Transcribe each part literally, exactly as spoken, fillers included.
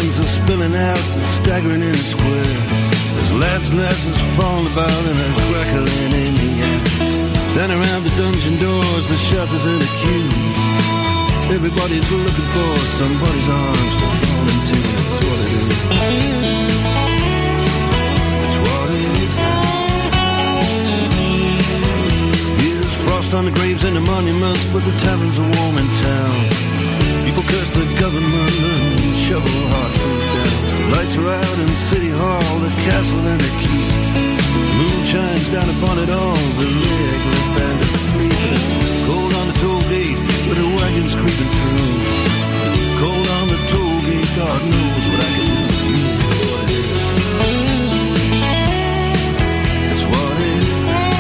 beans are spilling out and staggering in the square. There's lads and lasses falling about and a crackling in the air. Then around the dungeon doors, the shelters and the queues. Everybody's looking for somebody's arms to fall into. That's what it is. That's what it is now. Here's frost on the graves and the monuments, but the taverns are warm in town. People curse the government and shovel hard food down. Lights are out in City Hall, the castle and the keep. The moon shines down upon it all, the legless and the sleepless. Cold on the toll gate, with the wagons creeping through. Cold on the toll gate, God knows what I can do for you. That's what it is. That's what it is now.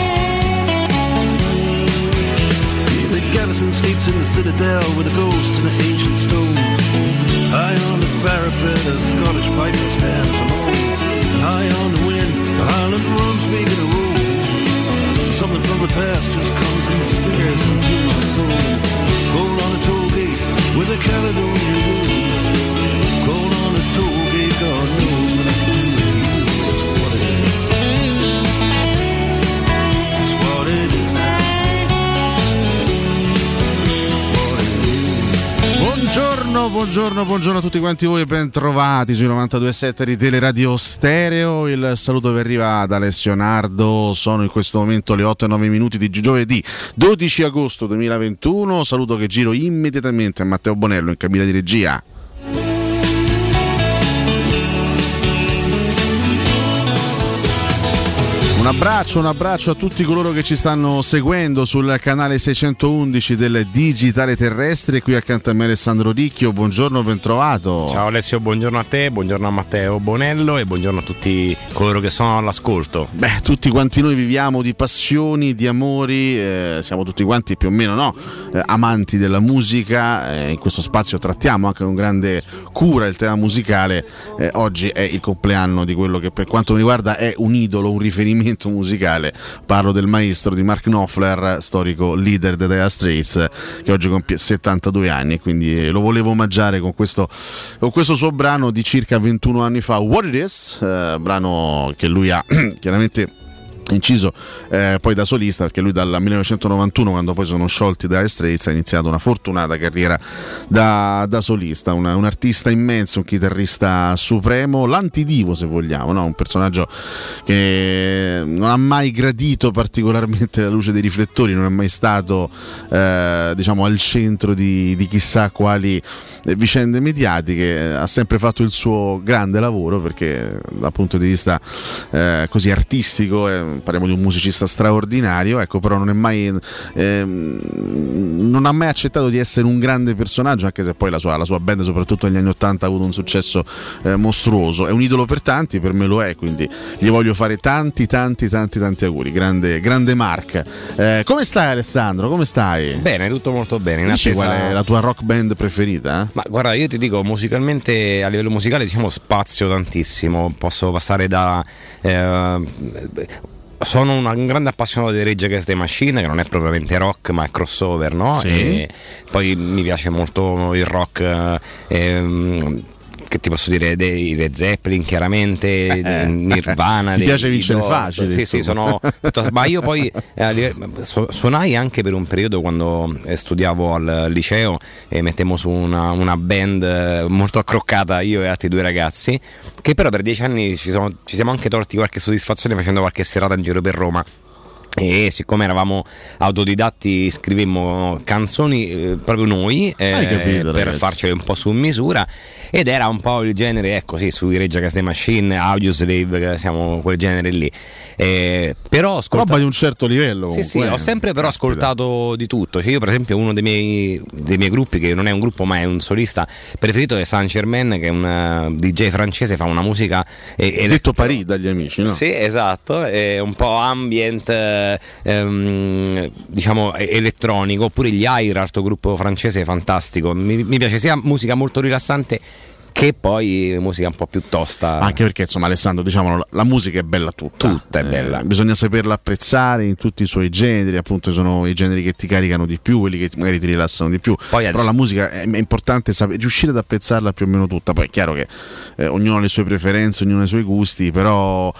Yeah, the garrison sleeps in the citadel with the ghosts and the ancient stones. High on the parapet, a Scottish piper stands alone. And high on the wind, the Highland drums making a roll. Something from the past just comes and stares into my soul. Cold on a toll gate with a Caledonian moon. Cold on a toll gate, God knows what I can do with you. That's what it is. That's what it is now. What it is. Buongiorno, buongiorno, buongiorno a tutti quanti voi e ben trovati sui novantadue virgola sette di Teleradio Stereo. Il saluto vi arriva da Alessio Nardo. Sono in questo momento le otto e nove minuti di giovedì dodici agosto duemilaventuno. Saluto che giro immediatamente a Matteo Bonello in cabina di regia. Un abbraccio, un abbraccio a tutti coloro che ci stanno seguendo sul canale seicentoundici del Digitale Terrestre. Qui accanto a me Alessandro Ricchio, buongiorno, ben trovato. Ciao Alessio, buongiorno a te, buongiorno a Matteo Bonello e buongiorno a tutti coloro che sono all'ascolto. Beh, tutti quanti noi viviamo di passioni, di amori, eh, siamo tutti quanti più o meno no, eh, amanti della musica, eh, in questo spazio trattiamo anche con grande cura il tema musicale. Eh, oggi è il compleanno di quello che per quanto mi riguarda è un idolo, un riferimento musicale. Parlo del maestro di Mark Knopfler, storico leader dei Dire Straits, che oggi compie settantadue anni e quindi lo volevo omaggiare con questo, con questo suo brano di circa ventuno anni fa, What It Is, eh, brano che lui ha chiaramente inciso eh, poi da solista, perché lui dal millenovecentonovantuno, quando poi sono sciolti da Dire Straits, ha iniziato una fortunata carriera da, da solista, una, un artista immenso, un chitarrista supremo, l'antidivo se vogliamo, no? Un personaggio che non ha mai gradito particolarmente la luce dei riflettori, non è mai stato eh, diciamo al centro di, di chissà quali vicende mediatiche, ha sempre fatto il suo grande lavoro, perché dal punto di vista eh, così artistico eh, parliamo di un musicista straordinario, ecco, però non è mai eh, non ha mai accettato di essere un grande personaggio, anche se poi la sua, la sua band soprattutto negli anni ottanta ha avuto un successo eh, mostruoso. È un idolo per tanti, per me lo è, quindi gli voglio fare tanti tanti tanti tanti auguri. Grande, grande Mark. Eh, come stai Alessandro? Come stai? Bene, tutto molto bene. In Dici attesa... qual è la tua rock band preferita? Eh? Ma guarda, io ti dico, musicalmente, a livello musicale, diciamo, spazio tantissimo. Posso passare da eh, sono un, un grande appassionato di Rage Against the Machine, che non è propriamente rock ma è crossover, no? Sì. E poi mi piace molto il rock eh, ehm, che ti posso dire, dei Led Zeppelin, chiaramente, eh, Nirvana. Ti dei, piace vincere Doors. facile? Sì, sì, sono. Ma io poi eh, suonai anche per un periodo quando studiavo al liceo e mettemmo su una, una band molto accroccata, io e altri due ragazzi, che però per dieci anni ci, sono, ci siamo anche tolti qualche soddisfazione facendo qualche serata in giro per Roma. E siccome eravamo autodidatti scrivemmo canzoni eh, proprio noi eh, capito, per ragazzi. farcele un po' su misura, ed era un po' il genere, ecco, sì, sui Rage Against the Machine, Audioslave, che siamo quel genere lì, eh, però ascolta... roba di un certo livello comunque. Sì, sì, ho sempre però ascoltato di tutto. Cioè io per esempio uno dei miei, dei miei gruppi, che non è un gruppo ma è un solista preferito, è Saint Germain, che è un uh, D J francese, fa una musica eh, detto Paris dagli amici, no? Sì, esatto, è un po' ambient, ehm, diciamo elettronico. Oppure gli Air, altro gruppo francese fantastico. Mi, mi piace sia musica molto rilassante che poi musica un po' più tosta. Anche perché insomma Alessandro, diciamo, la, la musica è bella tutta, tutta è bella, eh, bisogna saperla apprezzare in tutti i suoi generi, appunto sono i generi che ti caricano di più, quelli che magari ti rilassano di più. Poi però la musica è, è importante sapere, riuscire ad apprezzarla più o meno tutta. Poi è chiaro che eh, ognuno ha le sue preferenze, ognuno ha i suoi gusti, però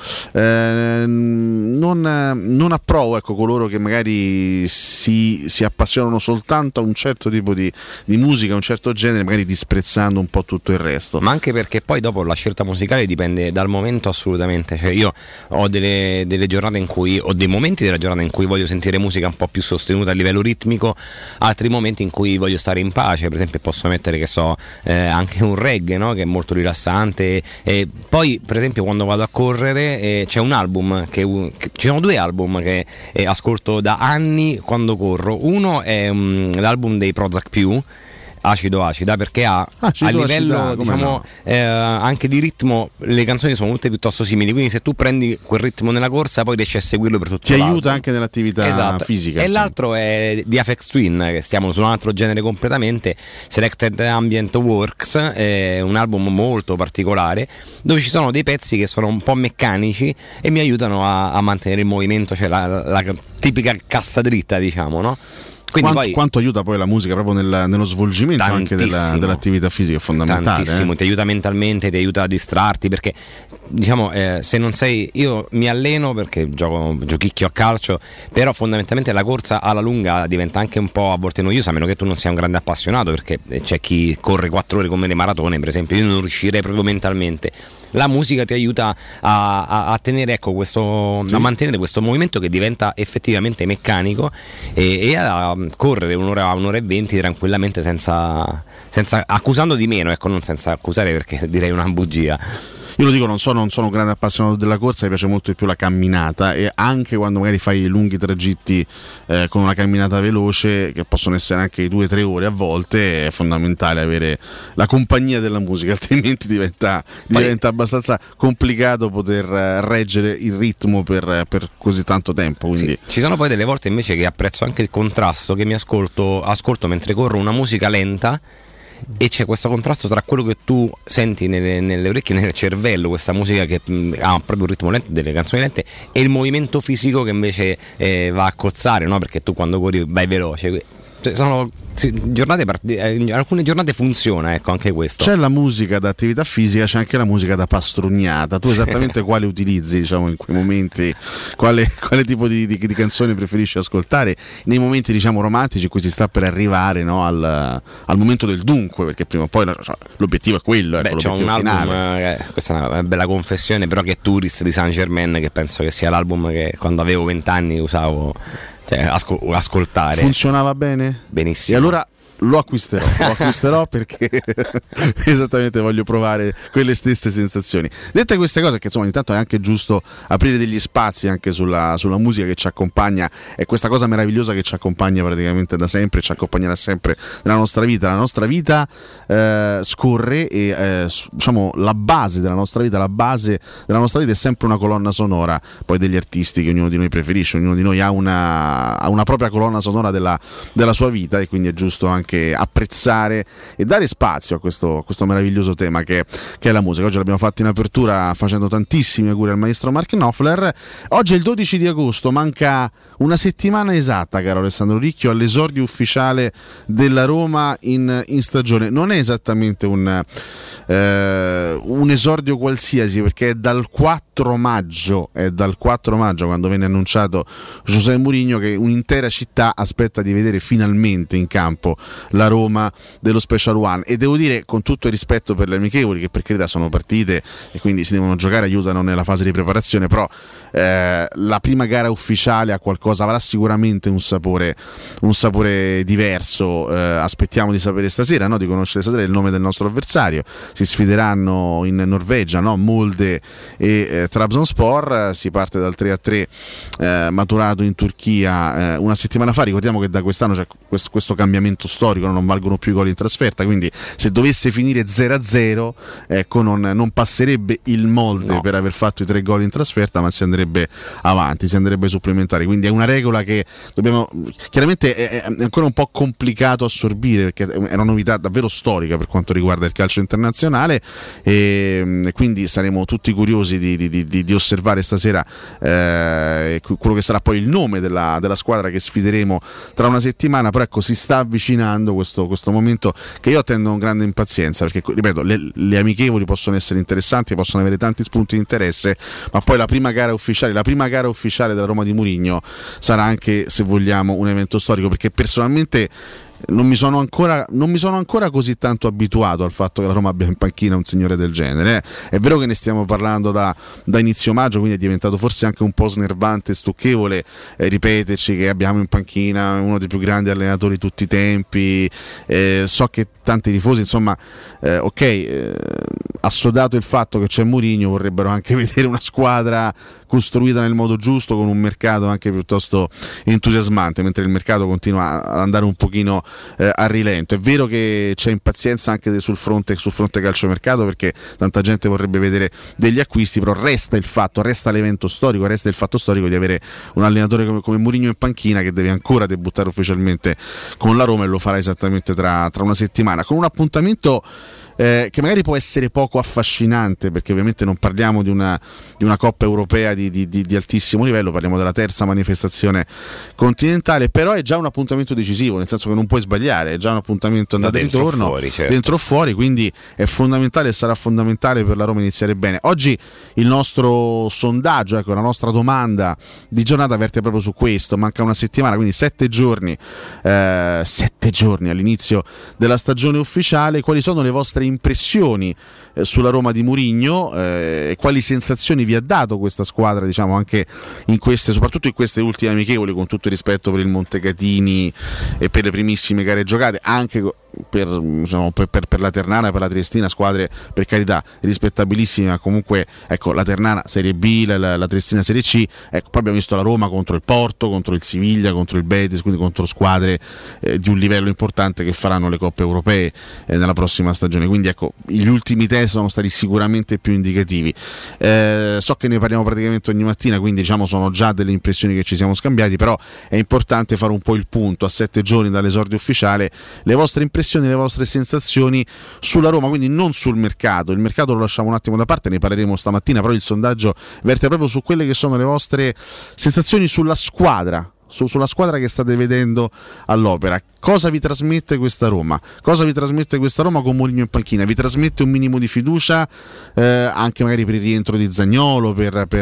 eh, non, non approvo, ecco, coloro che magari si, si appassionano soltanto a un certo tipo di, di musica, a un certo genere, magari disprezzando un po' tutto il resto. Ma anche perché poi dopo la scelta musicale dipende dal momento, assolutamente. Cioè io ho delle, delle giornate in cui ho dei momenti della giornata in cui voglio sentire musica un po' più sostenuta a livello ritmico, altri momenti in cui voglio stare in pace. Per esempio posso mettere, che so, eh, anche un reggae, no? Che è molto rilassante. E poi per esempio quando vado a correre eh, c'è un album che, che ci sono due album che eh, ascolto da anni quando corro. Uno è um, l'album dei Prozac più, Acido Acida, perché ha Acido, a livello acida, diciamo no? eh, anche di ritmo le canzoni sono tutte piuttosto simili, quindi se tu prendi quel ritmo nella corsa poi riesci a seguirlo per tutto ti l'album. aiuta anche nell'attività esatto. fisica. E insomma. l'altro è di Aphex Twin, che stiamo su un altro genere completamente, Selected Ambient Works, è un album molto particolare dove ci sono dei pezzi che sono un po' meccanici e mi aiutano a, a mantenere il movimento, cioè la, la, la tipica cassa dritta, diciamo, no? Quanto, poi, quanto aiuta poi la musica proprio nel, nello svolgimento anche della, dell'attività fisica, è fondamentale. Tantissimo, eh? ti aiuta mentalmente, ti aiuta a distrarti, perché diciamo eh, se non sei, io mi alleno perché gioco, giochicchio a calcio, però fondamentalmente la corsa alla lunga diventa anche un po' a volte noiosa, a meno che tu non sia un grande appassionato, perché c'è chi corre quattro ore come le maratone, per esempio. Io non riuscirei proprio mentalmente. La musica ti aiuta a, a, a tenere, ecco, questo, sì. a mantenere questo movimento che diventa effettivamente meccanico e, e a correre un'ora, un'ora e venti tranquillamente senza, senza accusando di meno, ecco, non senza accusare, perché direi una bugia. Io lo dico, non sono, non sono un grande appassionato della corsa, mi piace molto di più la camminata, e anche quando magari fai lunghi tragitti eh, con una camminata veloce, che possono essere anche due o tre ore a volte, è fondamentale avere la compagnia della musica, altrimenti diventa, Poi, diventa abbastanza complicato poter reggere il ritmo per, per così tanto tempo. Quindi. Sì, ci sono poi delle volte invece che apprezzo anche il contrasto, che mi ascolto, ascolto mentre corro una musica lenta, e c'è questo contrasto tra quello che tu senti nelle, nelle orecchie e nel cervello, questa musica che mh, ha proprio un ritmo lento, delle canzoni lente, e il movimento fisico che invece eh, va a cozzare, no? Perché tu quando corri vai veloce. Sono giornate part- in alcune giornate funziona, ecco, anche questo. C'è la musica da attività fisica, c'è anche la musica da pastrugnata. Tu esattamente quale utilizzi, diciamo, in quei momenti? Quale, quale tipo di, di, di canzoni preferisci ascoltare nei momenti, diciamo, romantici in cui si sta per arrivare, no, al, al momento del dunque, perché prima o poi cioè, l'obiettivo è quello. Beh, ecco, c'è un album, finale. Eh, questa è una bella confessione, però, che è Tourist di Saint Germain, che penso che sia l'album che quando avevo vent'anni usavo, cioè, ascol- ascoltare. Funzionava bene? Benissimo. E allora lo acquisterò, lo acquisterò perché esattamente voglio provare quelle stesse sensazioni. Dette queste cose, che insomma ogni tanto è anche giusto aprire degli spazi anche sulla, sulla musica che ci accompagna, è questa cosa meravigliosa che ci accompagna praticamente da sempre, ci accompagnerà sempre nella nostra vita. La nostra vita eh, scorre e eh, diciamo la base della nostra vita, la base della nostra vita è sempre una colonna sonora, poi degli artisti che ognuno di noi preferisce, ognuno di noi ha una, ha una propria colonna sonora della, della sua vita, e quindi è giusto anche apprezzare e dare spazio a questo, questo meraviglioso tema che, che è la musica. Oggi l'abbiamo fatto in apertura facendo tantissimi auguri al maestro Mark Knopfler. Oggi è il dodici di agosto, manca una settimana esatta, caro Alessandro Ricchio, all'esordio ufficiale della Roma in, in stagione. Non è esattamente un, eh, un esordio qualsiasi, perché è dal quattro maggio, è dal quattro maggio quando venne annunciato José Mourinho, che un'intera città aspetta di vedere finalmente in campo la Roma dello Special One. E devo dire, con tutto il rispetto per le amichevoli, che per carità sono partite e quindi si devono giocare, aiutano nella fase di preparazione, però eh, la prima gara ufficiale ha qualcosa, avrà sicuramente un sapore un sapore diverso. Eh, aspettiamo di sapere stasera, no? Di conoscere stasera il nome del nostro avversario. Si sfideranno in Norvegia, no? Molde e eh, Trabzonspor. Si parte dal tre a tre eh, maturato in Turchia eh, una settimana fa. Ricordiamo che da quest'anno c'è questo, questo cambiamento storico storico, no? Non valgono più i gol in trasferta, quindi se dovesse finire zero a zero, ecco, non, non passerebbe il molde no. per aver fatto i tre gol in trasferta, ma si andrebbe avanti, si andrebbe ai supplementari, quindi è una regola che dobbiamo, chiaramente è, è ancora un po' complicato assorbire, perché è una novità davvero storica per quanto riguarda il calcio internazionale, e quindi saremo tutti curiosi di, di, di, di osservare stasera eh, quello che sarà poi il nome della, della squadra che sfideremo tra una settimana. Però ecco, si sta avvicinando questo, questo momento che io attendo con grande impazienza, perché ripeto, le, le amichevoli possono essere interessanti, possono avere tanti spunti di interesse, ma poi la prima gara ufficiale la prima gara ufficiale della Roma di Mourinho sarà anche, se vogliamo, un evento storico, perché personalmente Non mi, sono ancora, non mi sono ancora così tanto abituato al fatto che la Roma abbia in panchina un signore del genere. Eh. È vero che ne stiamo parlando da, da inizio maggio, quindi è diventato forse anche un po' snervante e stucchevole eh, ripeterci che abbiamo in panchina uno dei più grandi allenatori di tutti i tempi. Eh, so che tanti tifosi, insomma, eh, ok, eh, assodato il fatto che c'è Mourinho, vorrebbero anche vedere una squadra costruita nel modo giusto, con un mercato anche piuttosto entusiasmante, mentre il mercato continua ad andare un pochino eh, a rilento. È vero che c'è impazienza anche sul fronte, sul fronte calciomercato, perché tanta gente vorrebbe vedere degli acquisti, però resta il fatto, resta l'evento storico, resta il fatto storico di avere un allenatore come, come Mourinho in panchina, che deve ancora debuttare ufficialmente con la Roma, e lo farà esattamente tra, tra una settimana, con un appuntamento Eh, che magari può essere poco affascinante, perché ovviamente non parliamo di una, di una Coppa Europea di, di, di, di altissimo livello, parliamo della terza manifestazione continentale, però è già un appuntamento decisivo, nel senso che non puoi sbagliare, è già un appuntamento andata e ritorno, fuori, certo. dentro o fuori, quindi è fondamentale e sarà fondamentale per la Roma iniziare bene. Oggi il nostro sondaggio, ecco, la nostra domanda di giornata verte proprio su questo. Manca una settimana, quindi sette giorni eh, sette giorni all'inizio della stagione ufficiale. Quali sono le vostre impressioni eh, sulla Roma di Mourinho, eh, e quali sensazioni vi ha dato questa squadra, diciamo, anche in queste, soprattutto in queste ultime amichevoli, con tutto il rispetto per il Montecatini e per le primissime gare giocate, anche per, diciamo, per, per, per la Ternana e per la Triestina, squadre per carità rispettabilissime, ma comunque ecco, la Ternana Serie B, la, la Triestina Serie C, ecco, poi abbiamo visto la Roma contro il Porto, contro il Siviglia, contro il Betis, quindi contro squadre eh, di un livello importante che faranno le coppe europee eh, nella prossima stagione. Quindi ecco, gli ultimi test sono stati sicuramente più indicativi. Eh, so che ne parliamo praticamente ogni mattina, quindi diciamo sono già delle impressioni che ci siamo scambiati, però è importante fare un po' il punto a sette giorni dall'esordio ufficiale, le vostre impressioni, le vostre sensazioni sulla Roma, quindi non sul mercato. Il mercato lo lasciamo un attimo da parte, ne parleremo stamattina, però il sondaggio verte proprio su quelle che sono le vostre sensazioni sulla squadra, Su, sulla squadra che state vedendo all'opera. Cosa vi trasmette questa Roma? Cosa vi trasmette questa Roma con Mourinho in panchina? Vi trasmette un minimo di fiducia, eh, anche magari per il rientro di Zaniolo, per, per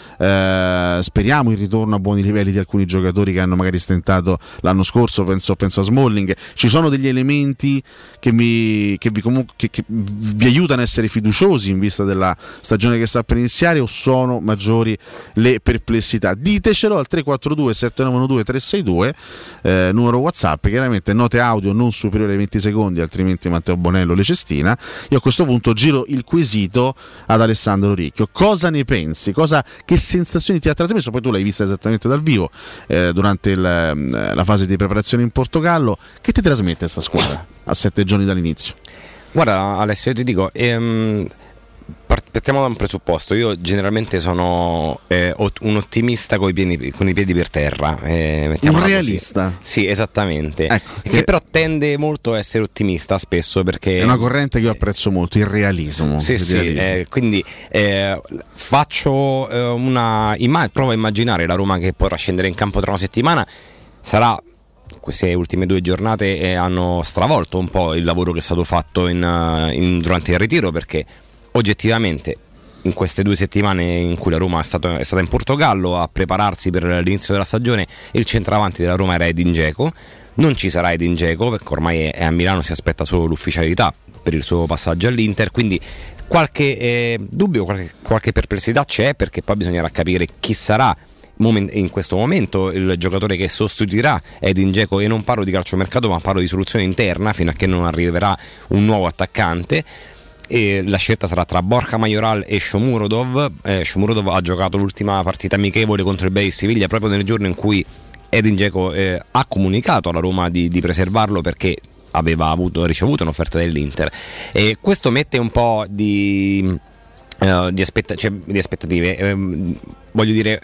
eh, speriamo il ritorno a buoni livelli di alcuni giocatori che hanno magari stentato l'anno scorso, penso, penso a Smalling. Ci sono degli elementi che vi, che vi, comunque, che, che vi aiutano a essere fiduciosi in vista della stagione che sta per iniziare, o sono maggiori le perplessità? Ditecelo al tre quattro due sette nove uno due tre sei due, eh, numero WhatsApp, chiaramente note audio non superiori ai venti secondi, altrimenti Matteo Bonello le cestina. Io a questo punto giro il quesito ad Alessandro Ricchio. Cosa ne pensi? Cosa, che sensazioni ti ha trasmesso? Poi tu l'hai vista esattamente dal vivo eh, durante il, la fase di preparazione in Portogallo. Che ti trasmette questa squadra a sette giorni dall'inizio? Guarda Alessio, io ti dico, ehm, partiamo da un presupposto. Io generalmente sono eh, un ottimista con i piedi, con i piedi per terra, eh, un realista, così. Sì, esattamente, ecco, che, che però tende molto a essere ottimista spesso, perché è una corrente che io apprezzo molto, il realismo. Sì, sì, realismo. Eh, quindi eh, faccio eh, una immag- provo a immaginare la Roma che potrà scendere in campo tra una settimana. Sarà, queste ultime due giornate eh, hanno stravolto un po' il lavoro che è stato fatto in, in, durante il ritiro, perché oggettivamente in queste due settimane in cui la Roma è, stato, è stata in Portogallo a prepararsi per l'inizio della stagione, il centravanti della Roma era Edin Dzeko. Non ci sarà Edin Dzeko, perché ormai è a Milano, si aspetta solo l'ufficialità per il suo passaggio all'Inter, quindi qualche eh, dubbio, qualche, qualche perplessità c'è, perché poi bisognerà capire chi sarà in questo momento il giocatore che sostituirà Edin Dzeko, e non parlo di calciomercato ma parlo di soluzione interna, fino a che non arriverà un nuovo attaccante. E la scelta sarà tra Borja Mayoral e Shomurodov. eh, Shomurodov ha giocato l'ultima partita amichevole contro il Betis Siviglia proprio nel giorno in cui Edin Dzeko eh, ha comunicato alla Roma di, di preservarlo, perché aveva avuto, ricevuto un'offerta dell'Inter, e questo mette un po' di, uh, di, aspetta- cioè, di aspettative, ehm, voglio dire,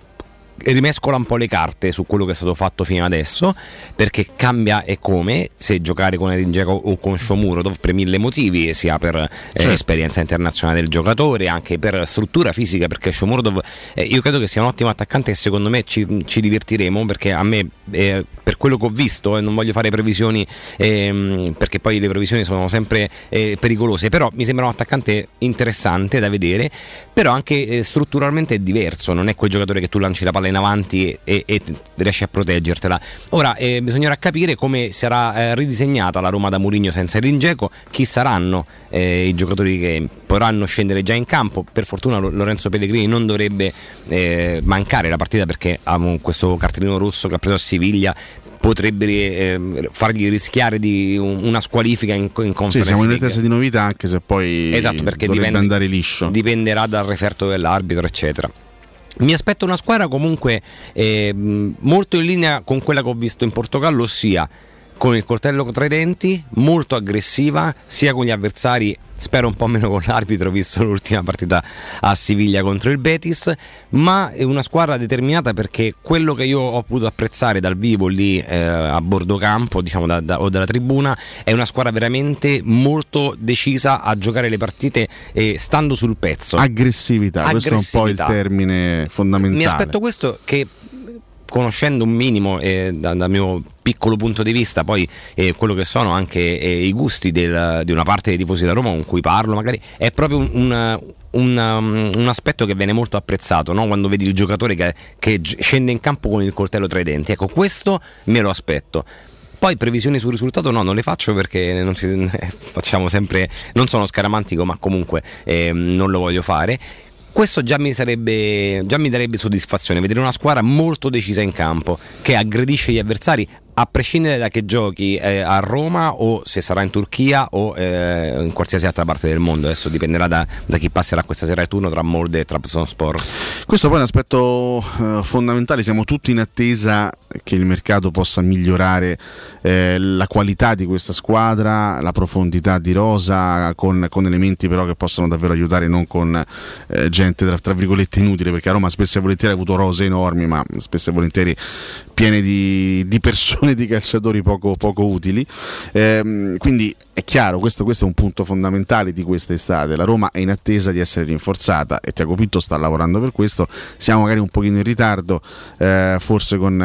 rimescola un po' le carte su quello che è stato fatto fino adesso, perché cambia e come se giocare con Edin Dzeko o con Shomurodov per mille motivi, sia per eh, certo. esperienza internazionale del giocatore, anche per struttura fisica, perché Shomurodov eh, io credo che sia un ottimo attaccante e secondo me ci, ci divertiremo, perché a me eh, per quello che ho visto, e eh, non voglio fare previsioni ehm, perché poi le previsioni sono sempre eh, pericolose, però mi sembra un attaccante interessante da vedere, però anche eh, strutturalmente è diverso, non è quel giocatore che tu lanci la palla in avanti e, e riesci a proteggertela. Ora eh, bisognerà capire come sarà eh, ridisegnata la Roma da Mourinho senza Edin Dzeko, chi saranno eh, i giocatori che potranno scendere già in campo. Per fortuna Lorenzo Pellegrini non dovrebbe eh, mancare la partita, perché ha questo cartellino rosso che ha preso a Siviglia, potrebbe eh, fargli rischiare di un, una squalifica in, in Conference sì, siamo in League. attesa di novità, anche se poi esatto, perché dovrebbe dipende, andare liscio, dipenderà dal referto dell'arbitro eccetera. Mi aspetto una squadra comunque eh, molto in linea con quella che ho visto in Portogallo, ossia con il coltello tra i denti, molto aggressiva sia con gli avversari, spero un po' meno con l'arbitro visto l'ultima partita a Siviglia contro il Betis, ma è una squadra determinata, perché quello che io ho potuto apprezzare dal vivo lì eh, a bordo campo, diciamo da, da, o dalla tribuna, è una squadra veramente molto decisa a giocare le partite eh, stando sul pezzo. Aggressività, Aggressività, questo è un po' il termine fondamentale. Mi aspetto questo, che conoscendo un minimo eh, da, dal mio piccolo punto di vista poi eh, quello che sono anche eh, i gusti del, di una parte dei tifosi da Roma con cui parlo, magari è proprio un, un, un, um, un aspetto che viene molto apprezzato, no? Quando vedi il giocatore che, che scende in campo con il coltello tra i denti, ecco, questo me lo aspetto. Poi previsioni sul risultato no, non le faccio, perché non si, eh, facciamo sempre, non sono scaramantico, ma comunque eh, non lo voglio fare. Questo già mi sarebbe, già mi darebbe soddisfazione, vedere una squadra molto decisa in campo, che aggredisce gli avversari a prescindere da che giochi eh, a Roma o se sarà in Turchia o eh, in qualsiasi altra parte del mondo. Adesso dipenderà da, da chi passerà questa sera il turno tra Molde e Trabzonspor. Questo poi è un aspetto eh, fondamentale, siamo tutti in attesa che il mercato possa migliorare eh, la qualità di questa squadra, la profondità di rosa, con, con elementi però che possano davvero aiutare, non con eh, gente tra, tra virgolette inutile, perché a Roma spesso e volentieri ha avuto rose enormi, ma spesso e volentieri piene di, di persone, di calciatori poco, poco utili, eh, quindi è chiaro, questo, questo è un punto fondamentale di questa estate. La Roma è in attesa di essere rinforzata e Tiago Pinto sta lavorando per questo. Siamo magari un pochino in ritardo eh, forse con,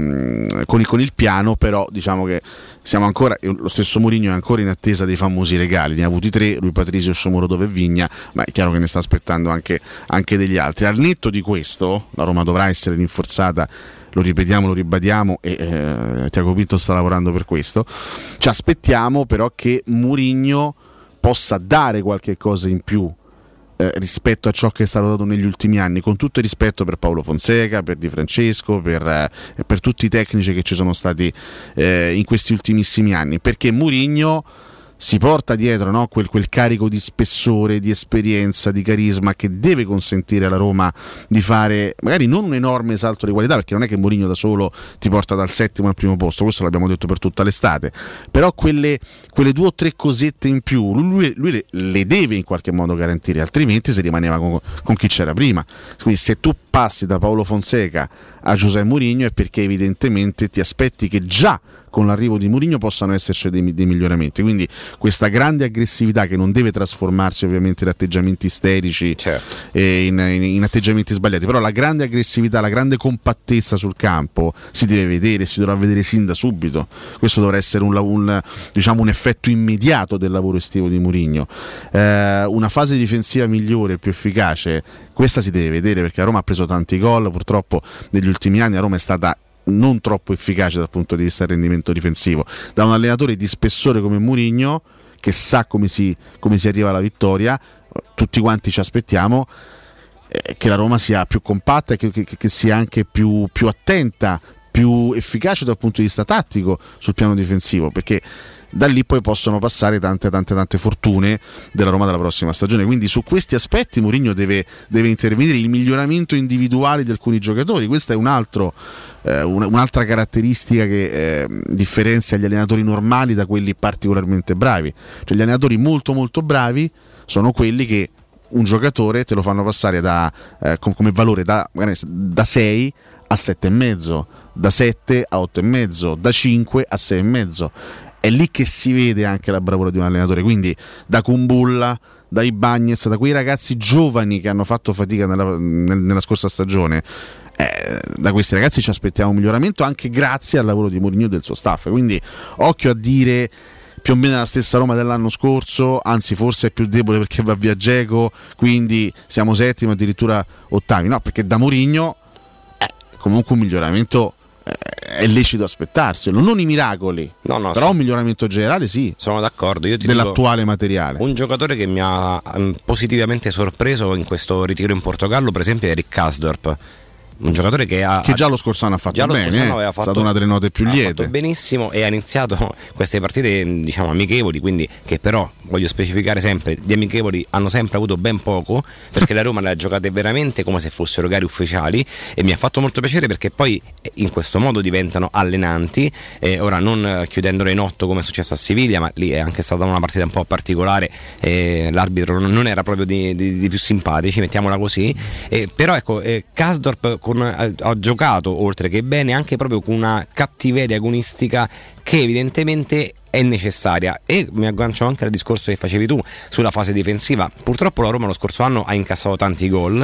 um, con, il, con il piano, però diciamo che siamo ancora, lo stesso Mourinho è ancora in attesa dei famosi regali, ne ha avuti tre, Rui Patricio, Shomurodov e Vigna, ma è chiaro che ne sta aspettando anche, anche degli altri. Al netto di questo la Roma dovrà essere rinforzata, lo ripetiamo, lo ribadiamo, e eh, Tiago Pinto sta lavorando per questo. Ci aspettiamo però che Mourinho possa dare qualche cosa in più eh, rispetto a ciò che è stato dato negli ultimi anni, con tutto il rispetto per Paolo Fonseca, per Di Francesco, per, eh, per tutti i tecnici che ci sono stati eh, in questi ultimissimi anni, perché Mourinho si porta dietro, no, quel, quel carico di spessore, di esperienza, di carisma che deve consentire alla Roma di fare magari non un enorme salto di qualità, perché non è che Mourinho da solo ti porta dal settimo al primo posto, questo l'abbiamo detto per tutta l'estate, però quelle, quelle due o tre cosette in più lui, lui le, le deve in qualche modo garantire, altrimenti si rimaneva con, con chi c'era prima. Quindi se tu passi da Paolo Fonseca a José Mourinho è perché evidentemente ti aspetti che già con l'arrivo di Mourinho possano esserci dei, dei miglioramenti, quindi questa grande aggressività che non deve trasformarsi ovviamente in atteggiamenti isterici, certo, e in, in, in atteggiamenti sbagliati, però la grande aggressività, la grande compattezza sul campo si deve vedere, si dovrà vedere sin da subito. Questo dovrà essere un, un, diciamo, un effetto immediato del lavoro estivo di Mourinho. Eh, una fase difensiva migliore, più efficace, questa si deve vedere, perché a Roma ha preso tanti gol, purtroppo negli ultimi anni a Roma è stata non troppo efficace dal punto di vista del rendimento difensivo. Da un allenatore di spessore come Mourinho, che sa come si, come si arriva alla vittoria, tutti quanti ci aspettiamo eh, che la Roma sia più compatta e che, che, che sia anche più, più attenta, più efficace dal punto di vista tattico sul piano difensivo, perché da lì poi possono passare tante tante tante fortune della Roma della prossima stagione. Quindi su questi aspetti Mourinho deve, deve intervenire. Il miglioramento individuale di alcuni giocatori, questa è un altro, eh, un'altra caratteristica che eh, differenzia gli allenatori normali da quelli particolarmente bravi. Cioè gli allenatori molto molto bravi sono quelli che un giocatore te lo fanno passare da, eh, come valore da, da sei a sette e mezzo, da sette a otto e mezzo, da cinque a sei e mezzo. È lì che si vede anche la bravura di un allenatore. Quindi da Kumbulla, da Ibañez, da quei ragazzi giovani che hanno fatto fatica nella, nella scorsa stagione, eh, da questi ragazzi ci aspettiamo un miglioramento anche grazie al lavoro di Mourinho e del suo staff. Quindi occhio a dire più o meno la stessa Roma dell'anno scorso, anzi forse è più debole perché va via Dzeko, quindi siamo settimi, addirittura ottavi. No, perché da Mourinho eh, comunque un miglioramento è lecito aspettarselo, non i miracoli, no, no, però so, un miglioramento generale sì, sono d'accordo. Io ti dell'attuale dico, materiale. Un giocatore che mi ha um, positivamente sorpreso in questo ritiro in Portogallo, per esempio, è Eric Kasdorp, un giocatore che ha che già lo scorso anno ha fatto bene, eh? È stata una delle note più liete, ha fatto benissimo e ha iniziato queste partite diciamo amichevoli, quindi che però voglio specificare sempre, gli amichevoli hanno sempre avuto ben poco perché la Roma le ha giocate veramente come se fossero gare ufficiali e mi ha fatto molto piacere perché poi in questo modo diventano allenanti, eh, ora non chiudendolo in otto come è successo a Siviglia, ma lì è anche stata una partita un po' particolare, eh, l'arbitro non era proprio di, di, di più simpatici, mettiamola così, eh, però ecco eh, Kasdorp con, ha, ha giocato oltre che bene anche proprio con una cattiveria agonistica che evidentemente è necessaria. E mi aggancio anche al discorso che facevi tu sulla fase difensiva. Purtroppo la Roma lo scorso anno ha incassato tanti gol,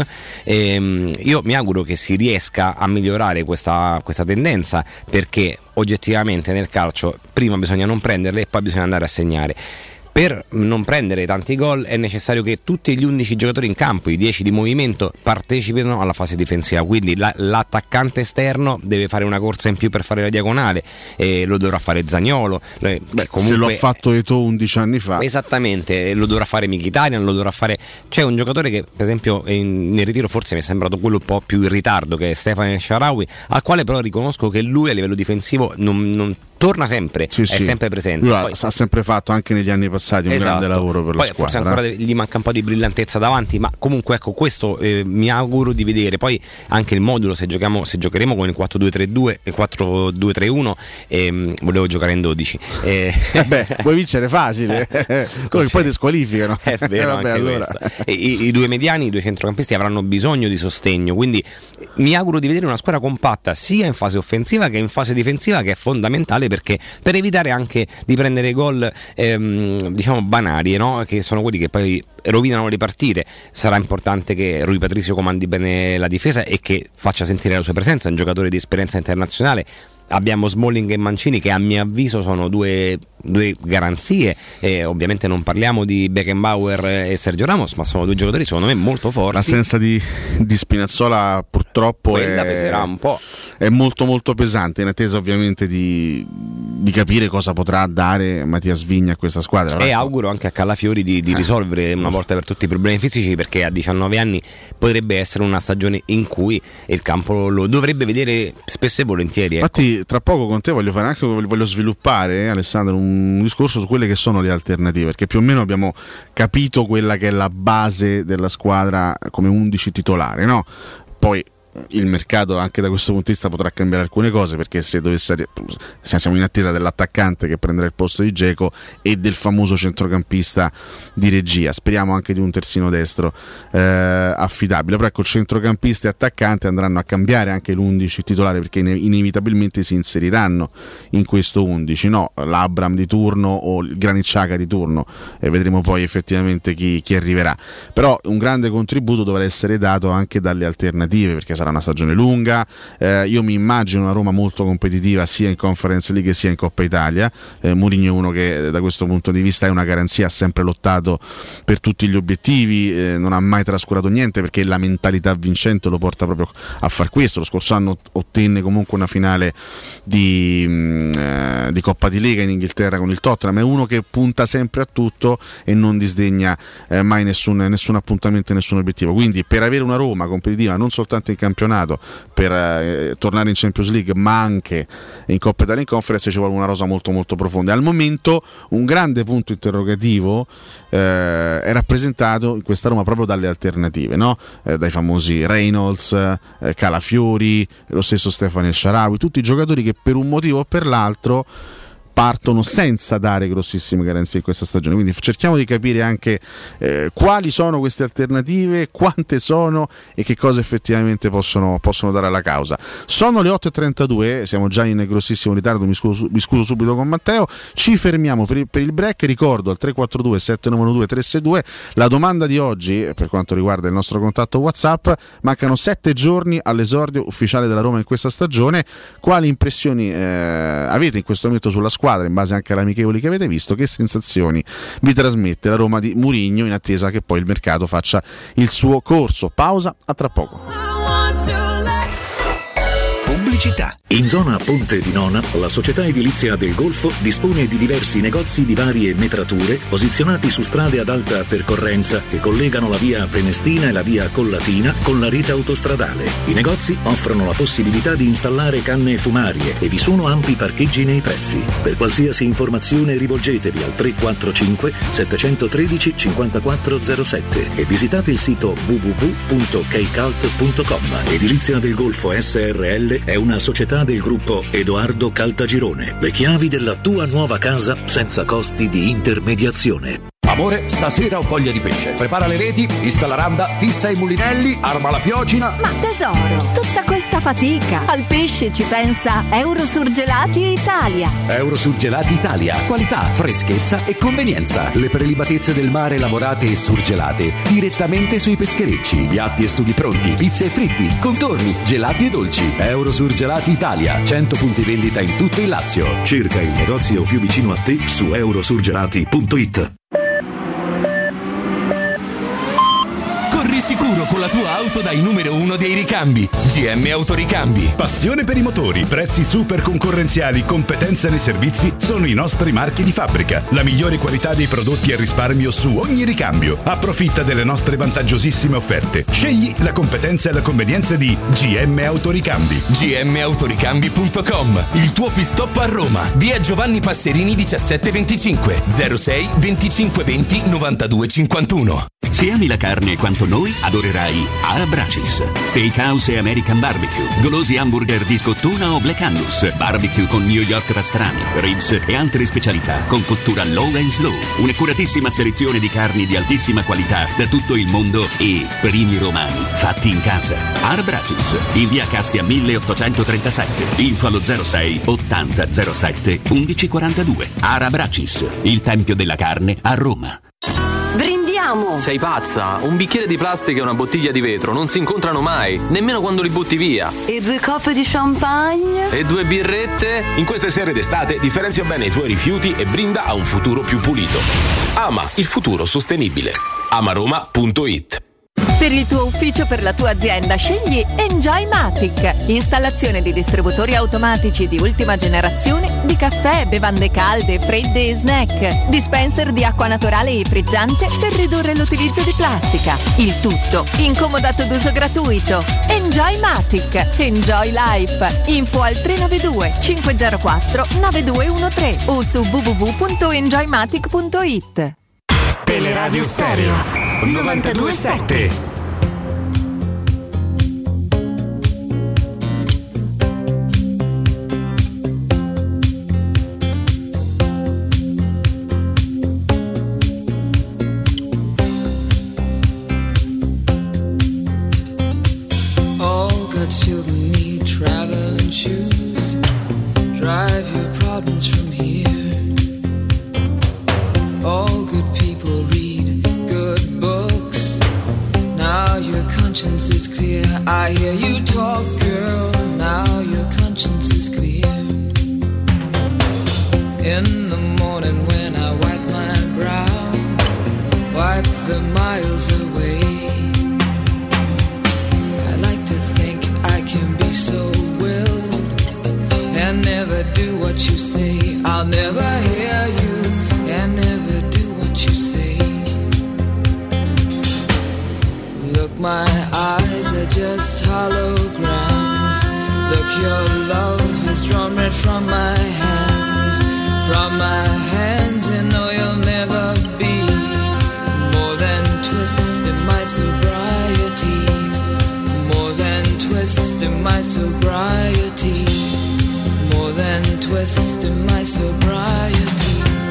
e io mi auguro che si riesca a migliorare questa, questa tendenza, perché oggettivamente nel calcio prima bisogna non prenderle e poi bisogna andare a segnare. Per non prendere tanti gol è necessario che tutti gli undici giocatori in campo, i dieci di movimento, partecipino alla fase difensiva, quindi la, l'attaccante esterno deve fare una corsa in più per fare la diagonale, e lo dovrà fare Zaniolo. Beh, comunque, se l'ho fatto Eto'o undici anni fa. Esattamente, lo dovrà fare Mkhitaryan, lo dovrà fare. C'è un giocatore che per esempio in, nel ritiro forse mi è sembrato quello un po' più in ritardo, che è Stefan El Shaarawy, al quale però riconosco che lui a livello difensivo non, non torna sempre, sì, è sì. sempre presente. Lui poi, ha sempre fatto anche negli anni passati un esatto. grande lavoro per poi la squadra. Forse ancora gli manca un po' di brillantezza davanti, ma comunque ecco questo eh, mi auguro di vedere. Poi anche il modulo, se giochiamo, se giocheremo con il quattro due tre due e quattro due tre uno, ehm, volevo giocare in dodici. Eh, eh beh, puoi vincere facile, come poi ti squalificano. È vero, vabbè, anche allora. E, i, i due mediani, i due centrocampisti avranno bisogno di sostegno, quindi mi auguro di vedere una squadra compatta sia in fase offensiva che in fase difensiva, che è fondamentale perché per evitare anche di prendere gol ehm, diciamo banali, no? Che sono quelli che poi rovinano le partite. Sarà importante che Rui Patricio comandi bene la difesa e che faccia sentire la sua presenza, un giocatore di esperienza internazionale. Abbiamo Smalling e Mancini che a mio avviso sono due, due garanzie, e ovviamente non parliamo di Beckenbauer e Sergio Ramos, ma sono due giocatori secondo me molto forti. L'assenza di, di Spinazzola purtroppo quella è, peserà un po', è molto molto pesante, in attesa ovviamente di, di capire cosa potrà dare Mattias Vigna a questa squadra. E auguro anche a Calafiori di, di risolvere una volta per tutti i problemi fisici, perché a diciannove anni potrebbe essere una stagione in cui il campo lo dovrebbe vedere spesso e volentieri, ecco. Infatti tra poco con te voglio fare anche voglio sviluppare, eh, Alessandro, un discorso su quelle che sono le alternative, perché più o meno abbiamo capito quella che è la base della squadra come undici titolare, no? Poi il mercato anche da questo punto di vista potrà cambiare alcune cose, perché se dovesse siamo in attesa dell'attaccante che prenderà il posto di Dzeko e del famoso centrocampista di regia, speriamo anche di un terzino destro eh, affidabile, però ecco, centrocampista e attaccante andranno a cambiare anche l'undici titolare, perché inevitabilmente si inseriranno in questo undici, no? L'Abram di turno o il Granit Xhaka di turno, e vedremo poi effettivamente chi, chi arriverà. Però un grande contributo dovrà essere dato anche dalle alternative, perché sarà una stagione lunga, eh, io mi immagino una Roma molto competitiva sia in Conference League sia in Coppa Italia. eh, Mourinho è uno che da questo punto di vista è una garanzia, ha sempre lottato per tutti gli obiettivi, eh, non ha mai trascurato niente, perché la mentalità vincente lo porta proprio a far questo. Lo scorso anno ottenne comunque una finale di, mh, eh, di Coppa di Lega in Inghilterra con il Tottenham. È uno che punta sempre a tutto e non disdegna eh, mai nessun, nessun appuntamento e nessun obiettivo, quindi per avere una Roma competitiva non soltanto in campionato campionato per eh, tornare in Champions League, ma anche in Coppa Italia in Conference ci vuole una rosa molto molto profonda. Al momento un grande punto interrogativo eh, è rappresentato in questa Roma proprio dalle alternative, no? eh, dai famosi Reynolds, eh, Calafiori, lo stesso Stefano El Shaarawy, tutti i giocatori che per un motivo o per l'altro partono senza dare grossissime garanzie in questa stagione, quindi cerchiamo di capire anche eh, quali sono queste alternative, quante sono e che cosa effettivamente possono, possono dare alla causa. Sono le otto e trentadue, siamo già in grossissimo ritardo, mi scuso, mi scuso subito con Matteo, ci fermiamo per il, per il break. Ricordo al tre quattro due sette nove due tre sei due la domanda di oggi per quanto riguarda il nostro contatto WhatsApp: mancano sette giorni all'esordio ufficiale della Roma in questa stagione, quali impressioni eh, avete in questo momento sulla squadra in base anche alle amichevoli che avete visto, che sensazioni vi trasmette la Roma di Mourinho in attesa che poi il mercato faccia il suo corso. Pausa, a tra poco. Pubblicità. In zona Ponte di Nona, la società edilizia del Golfo dispone di diversi negozi di varie metrature posizionati su strade ad alta percorrenza che collegano la via Prenestina e la via Collatina con la rete autostradale. I negozi offrono la possibilità di installare canne fumarie e vi sono ampi parcheggi nei pressi. Per qualsiasi informazione rivolgetevi al tre quattro cinque sette uno tre cinque quattro zero sette e visitate il sito w w w punto keicalt punto com. Edilizia del Golfo S R L è una società del gruppo Edoardo Caltagirone. Le chiavi della tua nuova casa senza costi di intermediazione. Amore, stasera ho voglia di pesce. Prepara le reti, fissa la randa, fissa i mulinelli, arma la fiocina. Ma tesoro, tutta questa fatica. Al pesce ci pensa Eurosurgelati Italia. Eurosurgelati Italia. Qualità, freschezza e convenienza. Le prelibatezze del mare lavorate e surgelate direttamente sui pescherecci. Piatti e sughi pronti, pizze e fritti, contorni, gelati e dolci. Eurosurgelati Italia. cento punti vendita in tutto il Lazio. Cerca il negozio più vicino a te su eurosurgelati punto it. Corri sicuro con la tua auto dai numero uno dei ricambi. G M Autoricambi. Passione per i motori, prezzi super concorrenziali, competenza nei servizi sono i nostri marchi di fabbrica. La migliore qualità dei prodotti e risparmio su ogni ricambio. Approfitta delle nostre vantaggiosissime offerte. Scegli la competenza e la convenienza di G M Autoricambi. G M Autoricambi punto com. Il tuo pit-stop a Roma. Via Giovanni Passerini diciassette venticinque zero sei venticinque venti novantadue cinquantuno. Se ami la carne quanto noi, adorerai Ara Bracis. Steakhouse e American Barbecue, golosi hamburger di scottuna o Black Angus, barbecue con New York pastrami, ribs e altre specialità con cottura low and slow. Un'accuratissima selezione di carni di altissima qualità da tutto il mondo e primi romani fatti in casa. Ara Bracis, in via Cassia milleottocentotrentasette, info allo zero sei ottanta zero sette undici quarantadue. Ara Bracis, il tempio della carne a Roma. Brindiamo! Sei pazza? Un bicchiere di plastica e una bottiglia di vetro non si incontrano mai, nemmeno quando li butti via. E due coppe di champagne? E due birrette? In queste sere d'estate differenzia bene i tuoi rifiuti e brinda a un futuro più pulito. Ama il futuro sostenibile. amaroma punto it. Per il tuo ufficio, per la tua azienda, scegli Enjoymatic. Installazione di distributori automatici di ultima generazione di caffè, bevande calde, fredde e snack. Dispenser di acqua naturale e frizzante per ridurre l'utilizzo di plastica. Il tutto incomodato d'uso gratuito. Enjoymatic. Enjoy Life. Info al tre nove due cinque zero quattro nove due uno tre o su w w w punto enjoymatic punto it. Teleradio Stereo novantadue sette. All good children need traveling shoes. Drive your problems from here. All good people read good books. Now your conscience is clear. I hear you talk, girl. Now your conscience is clear. In the morning when I wipe my brow, wipe the miles away. I like to think I can be so willed and never do what you say. I'll never hear you and never do what you say. Look Look, my eyes are just holograms. Look, your love has drawn red from my hands. From my hands, you know you'll never be more than twist in my sobriety. More than twist in my sobriety. More than twist in my sobriety.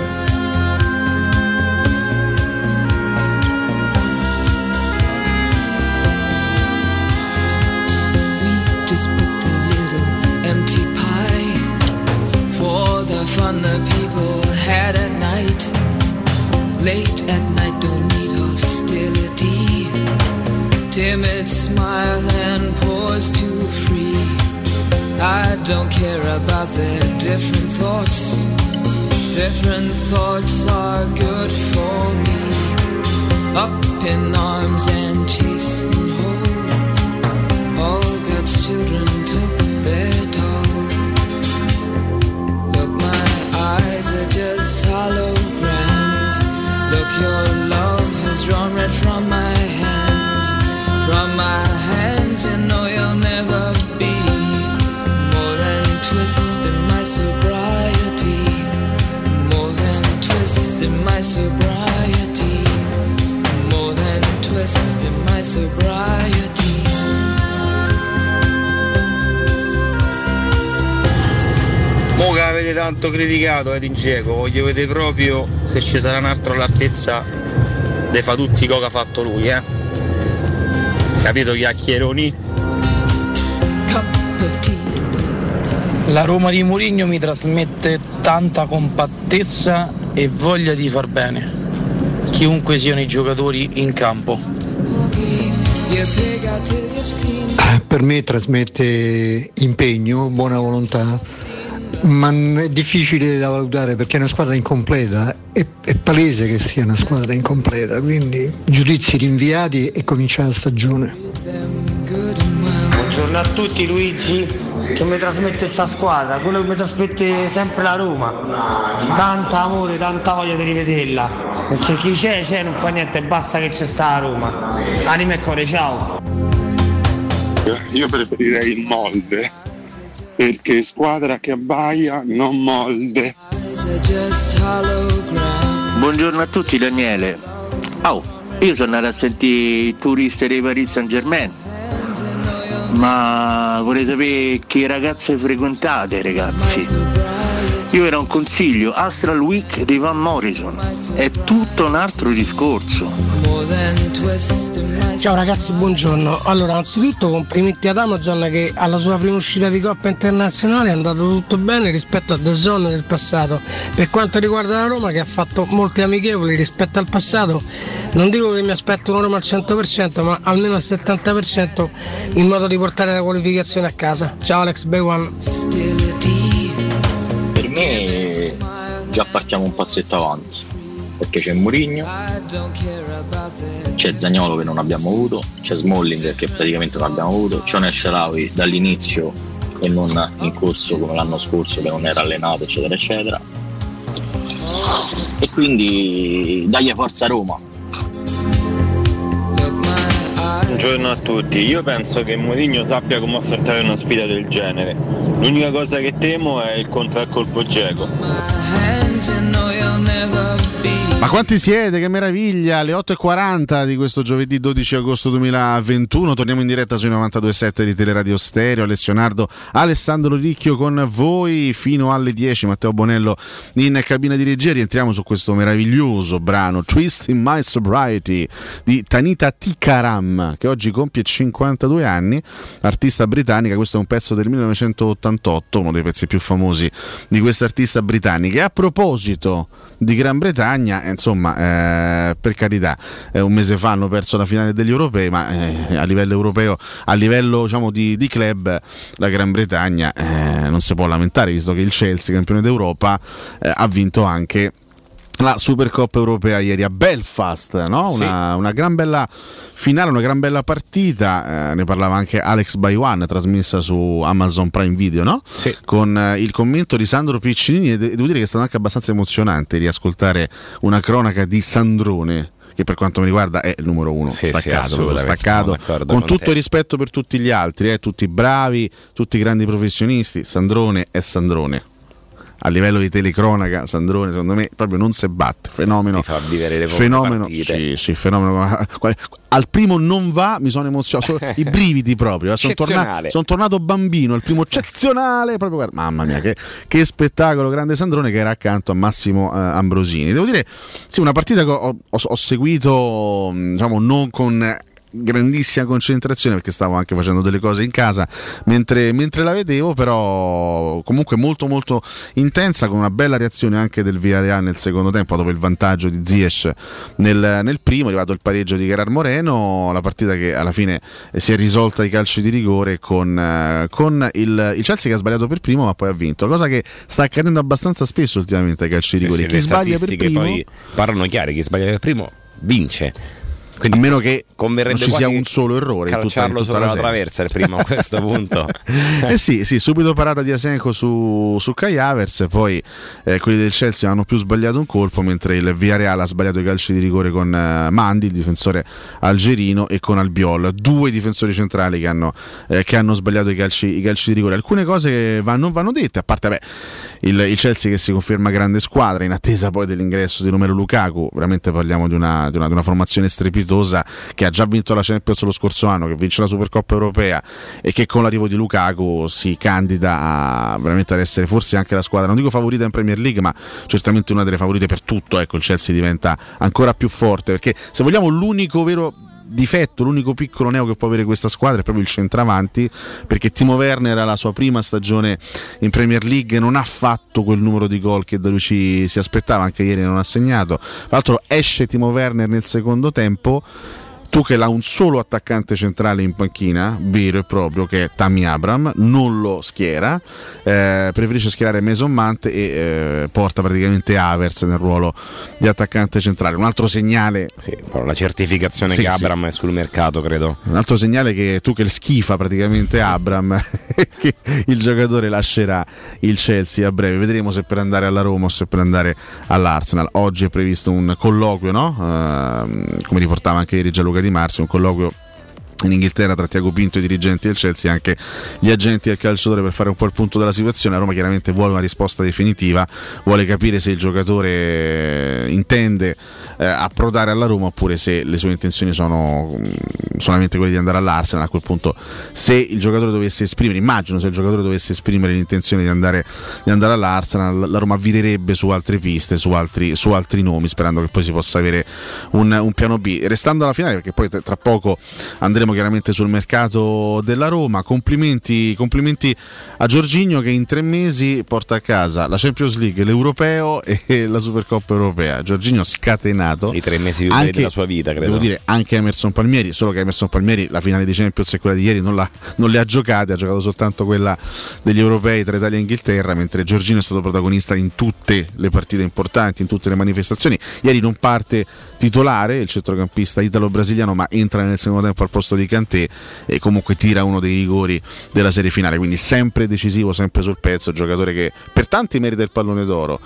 We just picked a little empty pie for the fun the people had at night. Late at night, don't need hostility. Timid smile and pause too free. I don't care about their different thoughts. Different thoughts are good for me. Up in arms and chasing home. All God's children took their toll. Look, my eyes are just holograms. Look, your love has drawn red from my hands. From my hands, you know you'll never be more than twist in my sobriety. More than twist in my sobriety. More than twist in my sobriety. Mo che avete tanto criticato Edin Dzeko, voglio vedere proprio se ci sarà un altro all'altezza de fa tutti i co che ha fatto lui, eh? Capito, chiacchieroni? La Roma di Mourinho mi trasmette tanta compattezza e voglia di far bene, chiunque siano i giocatori in campo. Per me trasmette impegno, buona volontà, ma è difficile da valutare perché è una squadra incompleta, è, è palese che sia una squadra incompleta, quindi giudizi rinviati e cominciare la stagione. Buongiorno a tutti, Luigi, che mi trasmette sta squadra, quello che mi trasmette sempre la Roma, tanta amore, tanta voglia di rivederla, non c'è chi c'è, c'è, non fa niente, basta che c'è sta la Roma, anima e cuore, ciao. Io preferirei il Molde, perché squadra che abbaia non Molde. Buongiorno a tutti, Daniele. Oh, io sono andato a sentire i turisti dei Paris Saint-Germain, ma vorrei sapere che ragazze frequentate, ragazzi. Io era un consiglio, Astral Week di Van Morrison, è tutto un altro discorso. Ciao ragazzi, buongiorno. Allora, anzitutto complimenti ad Amazon che alla sua prima uscita di Coppa Internazionale è andato tutto bene rispetto a The Zone del passato. Per quanto riguarda la Roma, che ha fatto molti amichevoli rispetto al passato, non dico che mi aspetto una Roma al cento per cento, ma almeno al settanta per cento in modo di portare la qualificazione a casa. Ciao Alex, Bay One. Per me già partiamo un passetto avanti, perché c'è Mourinho, c'è Zaniolo che non abbiamo avuto, c'è Smalling che praticamente non abbiamo avuto, c'è El Shaarawy dall'inizio e non in corso come l'anno scorso che non era allenato, eccetera eccetera, e quindi dagli forza Roma. Buongiorno a tutti, io penso che Mourinho sappia come affrontare una sfida del genere. L'unica cosa che temo è il contraccolpo Dzeko. Ma quanti siete? Che meraviglia! Le otto e quaranta di questo giovedì dodici agosto duemilaventuno. Torniamo in diretta sui novantadue virgola sette di Teleradio Stereo. Alessio Nardo, Alessandro Ricchio con voi fino alle dieci. Matteo Bonello in cabina di regia. Rientriamo su questo meraviglioso brano Twist in My Sobriety di Tanita Tikaram, che oggi compie cinquantadue anni, artista britannica. Questo è un pezzo del millenovecentottantotto, uno dei pezzi più famosi di questa artista britannica. E a proposito di Gran Bretagna, eh, insomma, eh, per carità, eh, un mese fa hanno perso la finale degli europei, ma eh, a livello europeo, a livello diciamo di, di club, la Gran Bretagna eh, non si può lamentare, visto che il Chelsea, campione d'Europa, eh, ha vinto anche la Supercoppa europea ieri a Belfast, no? Sì. Una, una gran bella finale, una gran bella partita, eh, ne parlava anche Alex by One, trasmessa su Amazon Prime Video, no? Sì. Con eh, il commento di Sandro Piccinini, e de- devo dire che è stato anche abbastanza emozionante riascoltare una cronaca di Sandrone, che per quanto mi riguarda è il numero uno, sì, staccato, sì, staccato con, con tutto te. il rispetto per tutti gli altri, eh, tutti bravi, tutti grandi professionisti. Sandrone è Sandrone. A livello di telecronaca, Sandrone secondo me proprio non si batte, fenomeno, fa vivere le fenomeno, partite. sì, sì, fenomeno. Al primo non va, mi sono emozionato, i brividi proprio, sono, torna, sono tornato bambino, il primo eccezionale, proprio, guarda, mamma mia, che, che spettacolo, grande Sandrone che era accanto a Massimo eh, Ambrosini. Devo dire, sì, una partita che ho, ho, ho seguito, diciamo, non con grandissima concentrazione perché stavo anche facendo delle cose in casa mentre, mentre la vedevo, però comunque molto molto intensa, con una bella reazione anche del Villarreal nel secondo tempo dopo il vantaggio di Ziyech nel, nel primo, è arrivato il pareggio di Gerard Moreno, la partita che alla fine si è risolta ai calci di rigore con, con il, il Chelsea che ha sbagliato per primo ma poi ha vinto, cosa che sta accadendo abbastanza spesso ultimamente ai calci di rigore, sì, chi sbaglia per primo poi parlano chiari, chi sbaglia per primo vince. Quindi a meno che non ci sia quasi un solo errore in tutta, in tutta sopra la, la traversa il primo a questo punto. eh sì, sì, subito parata di Asenjo su, su Kai Havertz, poi eh, quelli del Chelsea hanno più sbagliato un colpo, mentre il Villarreal ha sbagliato i calci di rigore con eh, Mandi, il difensore algerino, e con Albiol, due difensori centrali che hanno, eh, che hanno sbagliato i calci, i calci di rigore. Alcune cose vanno, vanno dette, a parte beh, il, il Chelsea che si conferma grande squadra in attesa poi dell'ingresso di Romelu Lukaku. Veramente parliamo di una, di una, di una formazione strepitosa che ha già vinto la Champions lo scorso anno, che vince la Supercoppa europea e che con l'arrivo di Lukaku si candida a veramente ad essere forse anche la squadra, non dico favorita in Premier League, ma certamente una delle favorite per tutto. Ecco, il Chelsea diventa ancora più forte, perché se vogliamo l'unico vero difetto, l'unico piccolo neo che può avere questa squadra è proprio il centravanti, perché Timo Werner alla sua prima stagione in Premier League non ha fatto quel numero di gol che da lui ci si aspettava, anche ieri non ha segnato. Tra l'altro esce Timo Werner nel secondo tempo, Tuchel ha un solo attaccante centrale in panchina, vero e proprio, che è Tammy Abraham, non lo schiera, eh, preferisce schierare Mason Mount e eh, porta praticamente Havertz nel ruolo di attaccante centrale. Un altro segnale, sì, la certificazione sì, che Abraham sì. è sul mercato, credo. Un altro segnale che Tuchel schifa praticamente Abraham che il giocatore lascerà il Chelsea a breve. Vedremo se per andare alla Roma o se per andare all'Arsenal. Oggi è previsto un colloquio, no? Uh, come riportava anche ieri Gianluca Di Marzio, un colloquio in Inghilterra tra Tiago Pinto e i dirigenti del Chelsea, anche gli agenti del calciatore, per fare un po' il punto della situazione. La Roma chiaramente vuole una risposta definitiva, vuole capire se il giocatore intende eh, approdare alla Roma oppure se le sue intenzioni sono mh, solamente quelle di andare all'Arsenal. A quel punto, se il giocatore dovesse esprimere, immagino se il giocatore dovesse esprimere l'intenzione di andare, di andare all'Arsenal, la Roma virerebbe su altre piste, su altri, su altri nomi, sperando che poi si possa avere un, un piano B. Restando alla finale, perché poi tra poco andremo chiaramente sul mercato della Roma. Complimenti, complimenti a Jorginho che in tre mesi porta a casa la Champions League, l'Europeo e la Supercoppa europea. Jorginho scatenato, i tre mesi più belli della sua vita, credo. Devo dire anche Emerson Palmieri, solo che Emerson Palmieri la finale di Champions e quella di ieri non, la, non le ha giocate, ha giocato soltanto quella degli europei tra Italia e Inghilterra, mentre Jorginho è stato protagonista in tutte le partite importanti, in tutte le manifestazioni. Ieri non parte titolare il centrocampista italo-brasiliano, ma entra nel secondo tempo al posto di Kanté e comunque tira uno dei rigori della serie finale, quindi sempre decisivo, sempre sul pezzo, giocatore che per tanti merita il pallone d'oro.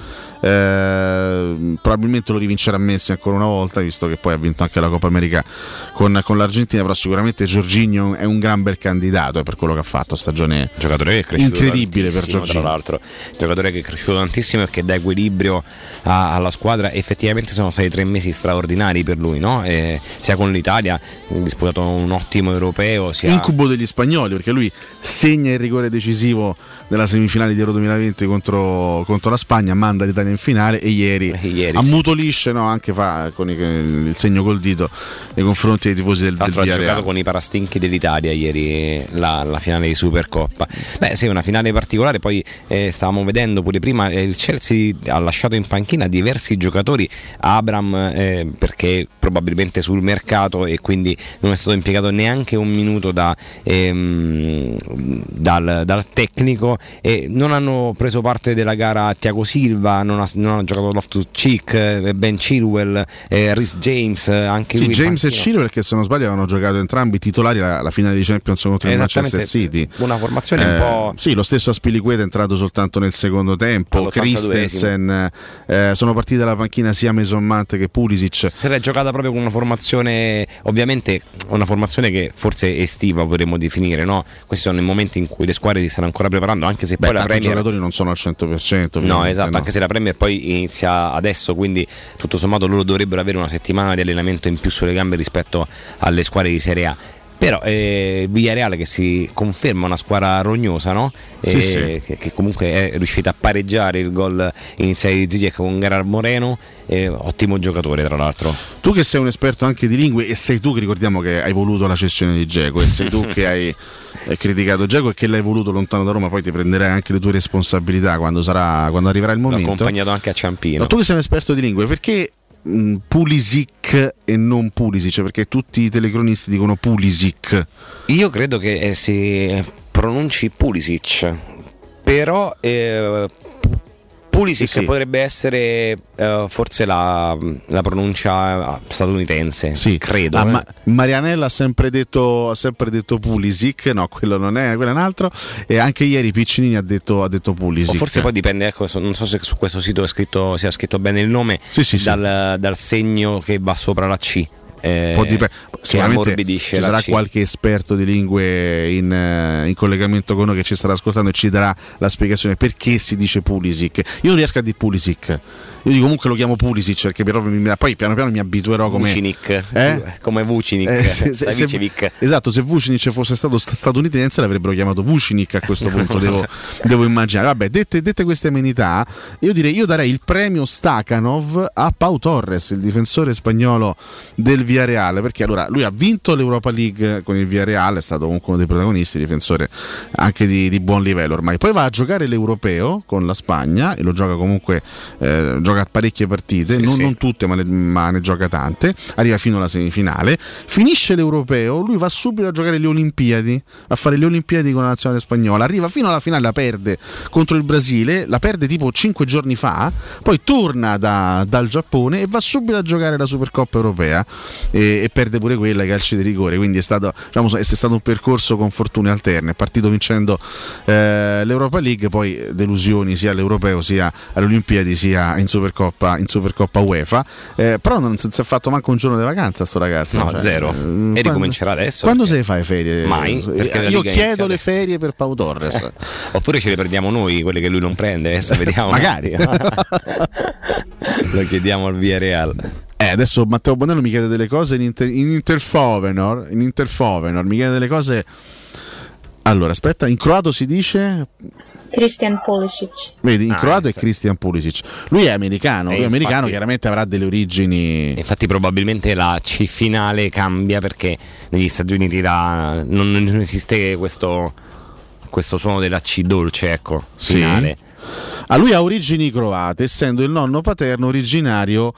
Eh, probabilmente lo rivincerà Messi ancora una volta, visto che poi ha vinto anche la Coppa America con, con l'Argentina, però sicuramente Jorginho è un gran bel candidato per quello che ha fatto, stagione giocatore che è incredibile per Jorginho, tra l'altro giocatore che è cresciuto tantissimo e che dà equilibrio a, alla squadra. Effettivamente sono stati tre mesi straordinari per lui, no? Eh, sia con l'Italia, disputato un ottimo europeo, sia... incubo degli spagnoli, perché lui segna il rigore decisivo nella semifinale di Euro duemilaventi contro, contro la Spagna, manda l'Italia in finale e ieri, eh, ieri ammutolisce, sì. no, anche fa con i, il segno col dito nei confronti dei tifosi del, del Villarreal. Ha giocato con i parastinchi dell'Italia ieri la, la finale di Supercoppa. Beh sì, una finale particolare. Poi eh, stavamo vedendo pure prima, eh, il Chelsea ha lasciato in panchina diversi giocatori, Abraham eh, perché probabilmente sul mercato e quindi non è stato impiegato neanche un minuto da, ehm, dal, dal tecnico, e non hanno preso parte della gara Thiago Silva, non ha, non ha giocato Loftus-Cheek, Ben Chilwell, eh, Reece James, anche sì, lui James e Chilwell, che se non sbaglio avevano giocato entrambi titolari la, la finale di Champions contro il Manchester City. Una formazione eh, un po'... Sì, lo stesso Aspilicueta è entrato soltanto nel secondo tempo, Christensen, eh, sono partiti dalla panchina sia Mason Mount che Pulisic. Se l'è giocata andata proprio con una formazione, ovviamente una formazione che forse estiva potremmo definire, no? Questi sono i momenti in cui le squadre si stanno ancora preparando, anche se Beh, poi la tanti Premier giocatori non sono al cento per cento. No, esatto, no. Anche se la Premier poi inizia adesso, quindi tutto sommato loro dovrebbero avere una settimana di allenamento in più sulle gambe rispetto alle squadre di Serie A. Però eh, Villarreal che si conferma una squadra rognosa, no? Sì, eh, sì. Che, che comunque è riuscita a pareggiare il gol iniziale di Ziyech con Gerard Moreno, eh, ottimo giocatore tra l'altro. Tu che sei un esperto anche di lingue e sei tu che ricordiamo che hai voluto la cessione di Dzeko e sei tu che hai eh, criticato Dzeko e che l'hai voluto lontano da Roma, poi ti prenderai anche le tue responsabilità quando, sarà, quando arriverà il momento. L'ho accompagnato anche a Ciampino. No, tu che sei un esperto di lingue, perché mh, Pulisic e non Pulisic? Perché tutti i telecronisti dicono Pulisic. Io credo che eh, si pronunci Pulisic, però eh, Pulisic sì, sì. potrebbe essere eh, forse la, la pronuncia statunitense, sì, credo. Ah, eh. ma Marianella ha sempre detto ha sempre detto Pulisic, no, quello non è, quello è un altro. E anche ieri Piccinini ha detto, ha detto Pulisic. O forse poi dipende, ecco, non so se su questo sito è scritto, sia scritto bene il nome, sì, sì, dal, dal segno che va sopra la C. Eh, Può dipend- sicuramente ci sarà C. qualche esperto di lingue in, in collegamento con noi che ci starà ascoltando e ci darà la spiegazione perché si dice Pulisic. Io non riesco a dire Pulisic, io dico comunque lo chiamo Pulisic perché proprio mi, poi piano piano mi abituerò come Vucinic, eh? come Vucinic, eh, se, se, se, esatto, se Vucinic fosse stato statunitense l'avrebbero chiamato Vucinic a questo punto devo, devo immaginare. Vabbè, dette, dette queste amenità, io direi io darei il premio Stakhanov a Pau Torres, il difensore spagnolo del Villarreal, perché allora lui ha vinto l'Europa League con il Villarreal, è stato comunque uno dei protagonisti, difensore anche di, di buon livello ormai. Poi va a giocare l'Europeo con la Spagna e lo gioca comunque eh, gioca parecchie partite, sì, non, sì. non tutte ma ne, ma ne gioca tante, arriva fino alla semifinale, finisce l'Europeo, lui va subito a giocare le Olimpiadi, a fare le Olimpiadi con la nazionale spagnola, arriva fino alla finale, la perde contro il Brasile, la perde tipo cinque giorni fa, poi torna da, dal Giappone e va subito a giocare la Supercoppa europea e, e perde pure quella ai calci di rigore, quindi è stato, diciamo, è stato un percorso con fortune alterne, è partito vincendo eh, l'Europa League, poi delusioni sia all'Europeo sia alle Olimpiadi sia in Supercoppa, in Supercoppa UEFA, eh, però non si è fatto manco un giorno di vacanza sto ragazzo, no, cioè, zero, eh, e ricomincerà adesso quando perché... se le fai ferie? Mai, eh, io chiedo le ferie per Pau Torres eh, oppure ce le prendiamo noi quelle che lui non prende, adesso vediamo. Magari lo chiediamo al Villarreal. Eh, adesso Matteo Bonello mi chiede delle cose in, inter, in Interfovenor, in Interfovenor mi chiede delle cose. Allora, aspetta, in croato si dice Christian Pulisic. Vedi, in ah, croato è sì. Christian Pulisic. Lui è americano, lui è infatti, americano, chiaramente avrà delle origini. Infatti probabilmente la C finale cambia perché negli Stati Uniti la, non, non esiste questo, questo suono della C dolce, ecco, finale. Sì. Ah, lui ha origini croate, essendo il nonno paterno originario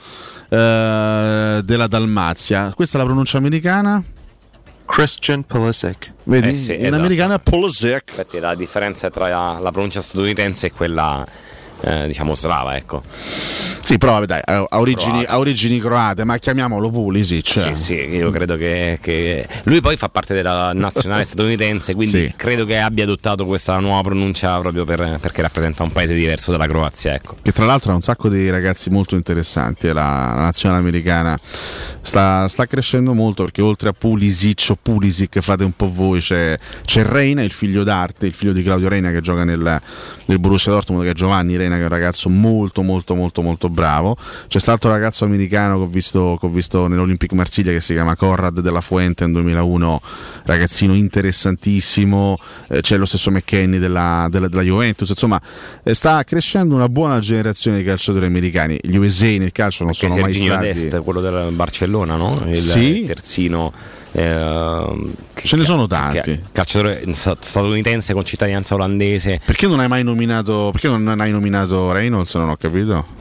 eh, della Dalmazia. Questa è la pronuncia americana? Christian Pulisic. Vedi? Eh sì, in esatto. americano è Pulisic. Infatti la differenza tra la, la pronuncia statunitense e quella eh, diciamo slava, ecco. Sì, però vabbè, dai, ha origini, ha origini croate, ma chiamiamolo Pulisic. Sì, sì, io credo che, che lui poi fa parte della nazionale statunitense, quindi sì. credo che abbia adottato questa nuova pronuncia proprio per, perché rappresenta un paese diverso dalla Croazia, ecco. Che tra l'altro ha un sacco di ragazzi molto interessanti, la, la nazionale americana sta, sta crescendo molto, perché oltre a Pulisic o Pulisic fate un po' voi, c'è, c'è Reina, il figlio d'arte, il figlio di Claudio Reina che gioca nel, nel Borussia Dortmund, che è Giovanni Reina, che è un ragazzo molto molto molto molto bravo. C'è stato un ragazzo americano che ho visto, che ho visto nell'Olympique Marsiglia, che si chiama Conrad della Fuente, nel duemilauno, ragazzino interessantissimo. Eh, c'è lo stesso McKennie della, della, della Juventus, insomma eh, sta crescendo una buona generazione di calciatori americani. Gli U S A nel calcio non Anche sono mai Serginho stati Dest, quello del Barcellona, no? Il sì. terzino eh, ce ne sono tanti, che, calciatore statunitense con cittadinanza olandese. Perché non hai mai nominato perché non hai nominato Reynolds? Non ho capito.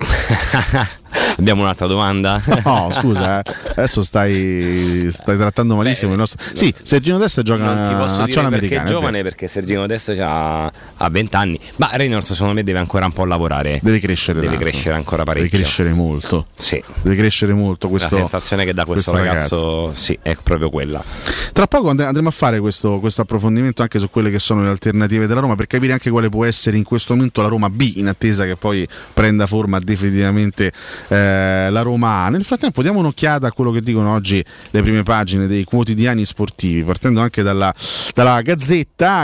Abbiamo un'altra domanda? No, scusa, eh. adesso stai, stai trattando malissimo Beh, il nostro. Sì, Sergino Dest gioca non ti posso dire perché è giovane, è perché Sergino Dest ha venti anni, ma Reynolds secondo me deve ancora un po' lavorare. Deve crescere, deve tanto. crescere ancora parecchio. Deve crescere molto. Sì. Deve crescere molto. Questo, la sensazione che dà questo, questo ragazzo, ragazzo, sì, è proprio quella. Tra poco andremo a fare questo, questo approfondimento anche su quelle che sono le alternative della Roma, per capire anche quale può essere in questo momento la Roma B, in attesa che poi prenda forma definitivamente eh, eh, la Roma ha. Nel frattempo diamo un'occhiata a quello che dicono oggi le prime pagine dei quotidiani sportivi, partendo anche dalla, dalla Gazzetta,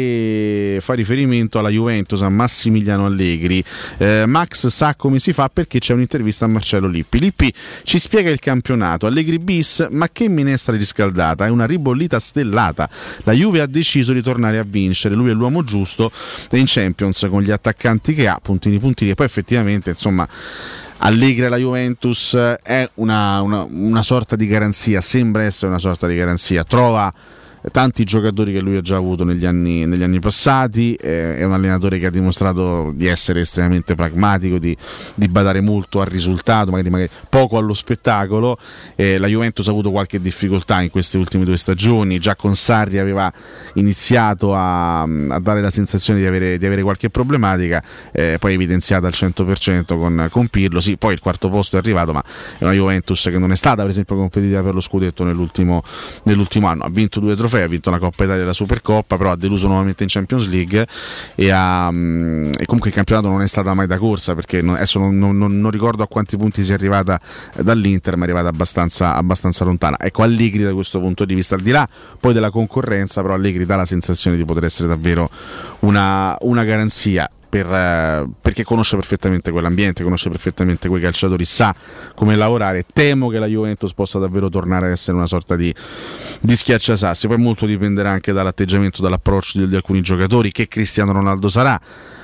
che fa riferimento alla Juventus, a Massimiliano Allegri. eh, Max sa come si fa perché c'è un'intervista a Marcello Lippi. Lippi ci spiega il campionato, Allegri bis, ma che minestra riscaldata, è una ribollita stellata. La Juve ha deciso di tornare a vincere, lui è l'uomo giusto e in Champions con gli attaccanti che ha, puntini puntini. E poi effettivamente, insomma, Allegri alla Juventus è una, una, una sorta di garanzia, sembra essere una sorta di garanzia, trova tanti giocatori che lui ha già avuto negli anni, negli anni passati, eh, è un allenatore che ha dimostrato di essere estremamente pragmatico, di, di badare molto al risultato, magari, magari poco allo spettacolo. eh, la Juventus ha avuto qualche difficoltà in queste ultime due stagioni, già con Sarri aveva iniziato a, a dare la sensazione di avere, di avere qualche problematica, eh, poi evidenziata al cento per cento con, con Pirlo. Sì, poi il quarto posto è arrivato, ma è una Juventus che non è stata per esempio competitiva per lo scudetto nell'ultimo, nell'ultimo anno, ha vinto due trofei, ha vinto la Coppa Italia e la Supercoppa, però ha deluso nuovamente in Champions League e, ha, e comunque il campionato non è stata mai da corsa, perché non, adesso non, non, non ricordo a quanti punti sia arrivata dall'Inter, ma è arrivata abbastanza, abbastanza lontana. Ecco, Allegri da questo punto di vista, al di là poi della concorrenza, però Allegri dà la sensazione di poter essere davvero una, una garanzia. Per, eh, perché conosce perfettamente quell'ambiente, conosce perfettamente quei calciatori, sa come lavorare. Temo che la Juventus possa davvero tornare ad essere una sorta di, di schiacciasassi. Poi molto dipenderà anche dall'atteggiamento, dall'approccio di, di alcuni giocatori, che Cristiano Ronaldo sarà.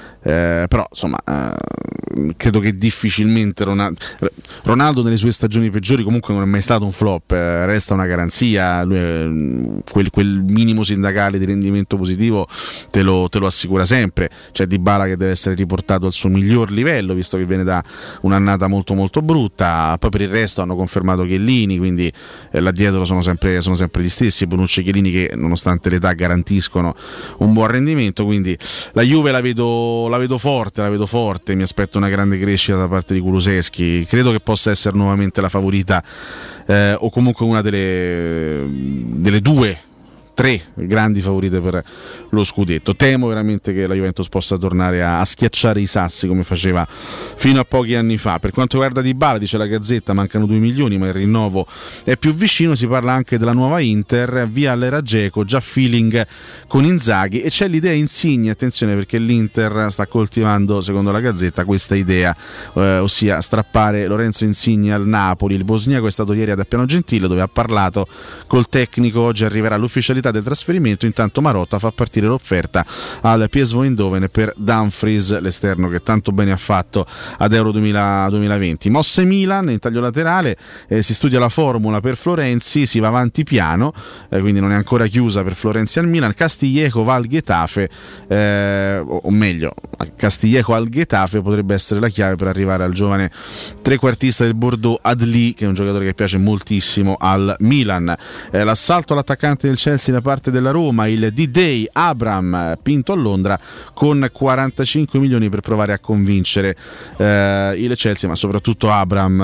Eh, però insomma eh, credo che difficilmente Ronaldo, Ronaldo nelle sue stagioni peggiori comunque non è mai stato un flop, eh, resta una garanzia. Lui è, quel, quel minimo sindacale di rendimento positivo te lo, te lo assicura sempre. C'è Dybala che deve essere riportato al suo miglior livello, visto che viene da un'annata molto molto brutta. Poi per il resto hanno confermato Chiellini, quindi eh, là dietro sono sempre, sono sempre gli stessi, Bonucci e Chiellini, che nonostante l'età garantiscono un buon rendimento. Quindi la Juve la vedo la vedo forte, la vedo forte, mi aspetto una grande crescita da parte di Kulusevski, credo che possa essere nuovamente la favorita, eh, o comunque una delle, delle due, tre grandi favorite per lo scudetto. Temo veramente che la Juventus possa tornare a, a schiacciare i sassi come faceva fino a pochi anni fa. Per quanto riguarda Dybala, dice la Gazzetta, mancano due milioni ma il rinnovo è più vicino. Si parla anche della nuova Inter, via all'era Dzeko, già feeling con Inzaghi, e c'è l'idea Insigne, attenzione, perché l'Inter sta coltivando, secondo la Gazzetta, questa idea, eh, ossia strappare Lorenzo Insigne al Napoli. Il bosniaco è stato ieri ad Appiano Gentile, dove ha parlato col tecnico. Oggi arriverà l'ufficialità del trasferimento, intanto Marotta fa partire l'offerta al P S V Eindhoven per Dumfries, l'esterno che tanto bene ha fatto ad Euro duemila, duemilaventi. Mosse Milan in taglio laterale, eh, si studia la formula per Florenzi, si va avanti piano, eh, quindi non è ancora chiusa per Florenzi al Milan. Castillejo va al Getafe, eh, o, o meglio Castillejo al Getafe potrebbe essere la chiave per arrivare al giovane trequartista del Bordeaux Adli, che è un giocatore che piace moltissimo al Milan. Eh, l'assalto all'attaccante del Chelsea da parte della Roma, il D-Day Abram, pinto a Londra con quarantacinque milioni per provare a convincere eh, il Chelsea, ma soprattutto Abram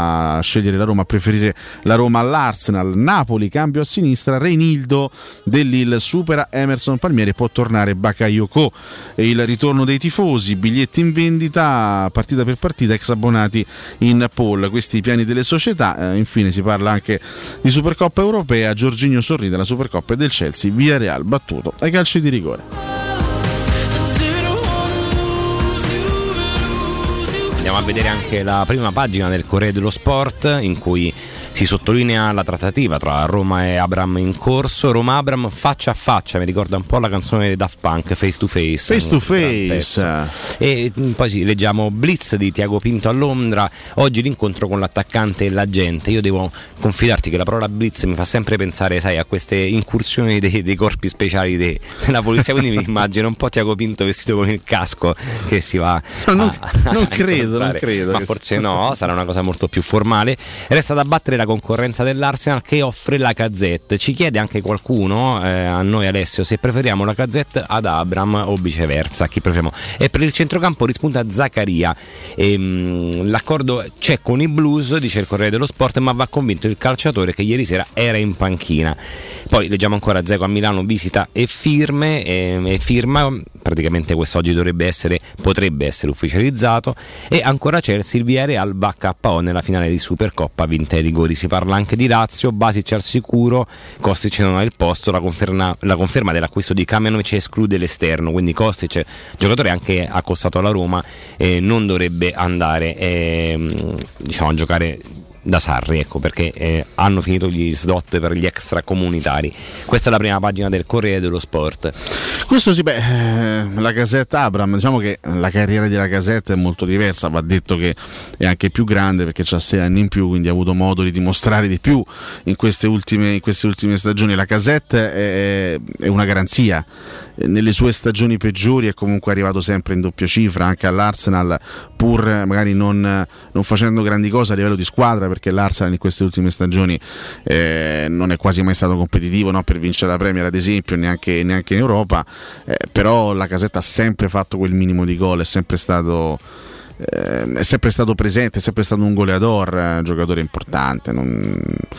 a scegliere la Roma, a preferire la Roma all'Arsenal. Napoli, cambio a sinistra, Reinildo dell'Il supera Emerson Palmieri, può tornare Bakayoko. Il ritorno dei tifosi, biglietti in vendita partita per partita, ex abbonati in poll, questi i piani delle società. Eh, infine si parla anche di Supercoppa europea, Jorginho sorride, la Supercoppa del Chelsea, Villarreal battuto ai calci di rigore. Andiamo a vedere anche la prima pagina del Corriere dello Sport, in cui si sottolinea la trattativa tra Roma e Abram in corso. Roma-Abram faccia a faccia, mi ricorda un po' la canzone di Daft Punk, Face to Face. Face to Face. E poi sì, leggiamo Blitz di Tiago Pinto a Londra, oggi l'incontro con l'attaccante e l'agente. Io devo confidarti che la parola Blitz mi fa sempre pensare, sai, a queste incursioni dei, dei corpi speciali dei, della polizia, quindi mi immagino un po' Tiago Pinto vestito con il casco che si va no, non, a, non a credo, non credo ma forse no, sarà una cosa molto più formale. Resta da battere la concorrenza dell'Arsenal che offre la Lacazette. Ci chiede anche qualcuno, eh, a noi Alessio, se preferiamo la Lacazette ad Abram o viceversa, chi preferiamo. E per il centrocampo rispunta Zaccaria. E, mh, l'accordo c'è con i Blues, dice il Corriere dello Sport, ma va convinto il calciatore che ieri sera era in panchina. Poi leggiamo ancora Dzeko a Milano, visita e firme e, e firma praticamente quest'oggi dovrebbe essere, potrebbe essere ufficializzato. E ancora Chelsea, il Villarreal va K O nella finale di Supercoppa vinta ai rigori. Si parla anche di Lazio, Basic al sicuro, Kostic non ha il posto, la conferma, la conferma dell'acquisto di Kamenovic esclude l'esterno, quindi Kostic, giocatore anche accostato alla Roma, eh, non dovrebbe andare eh, diciamo a giocare da Sarri, ecco, perché eh, hanno finito gli slot per gli extracomunitari. Questa è la prima pagina del Corriere dello Sport. Questo sì, beh, eh, la Lacazette Abraham, diciamo che la carriera di Lacazette è molto diversa, va detto che è anche più grande perché ha sei anni in più, quindi ha avuto modo di dimostrare di più in queste ultime, in queste ultime stagioni. Lacazette è, è una garanzia. Nelle sue stagioni peggiori è comunque arrivato sempre in doppia cifra anche all'Arsenal, pur magari non, non facendo grandi cose a livello di squadra, perché l'Arsenal in queste ultime stagioni eh, non è quasi mai stato competitivo, no? Per vincere la Premier ad esempio, neanche, neanche in Europa, eh, però Lacazette ha sempre fatto quel minimo di gol, è sempre stato eh, è sempre stato presente, è sempre stato un goleador, eh, giocatore importante. Non...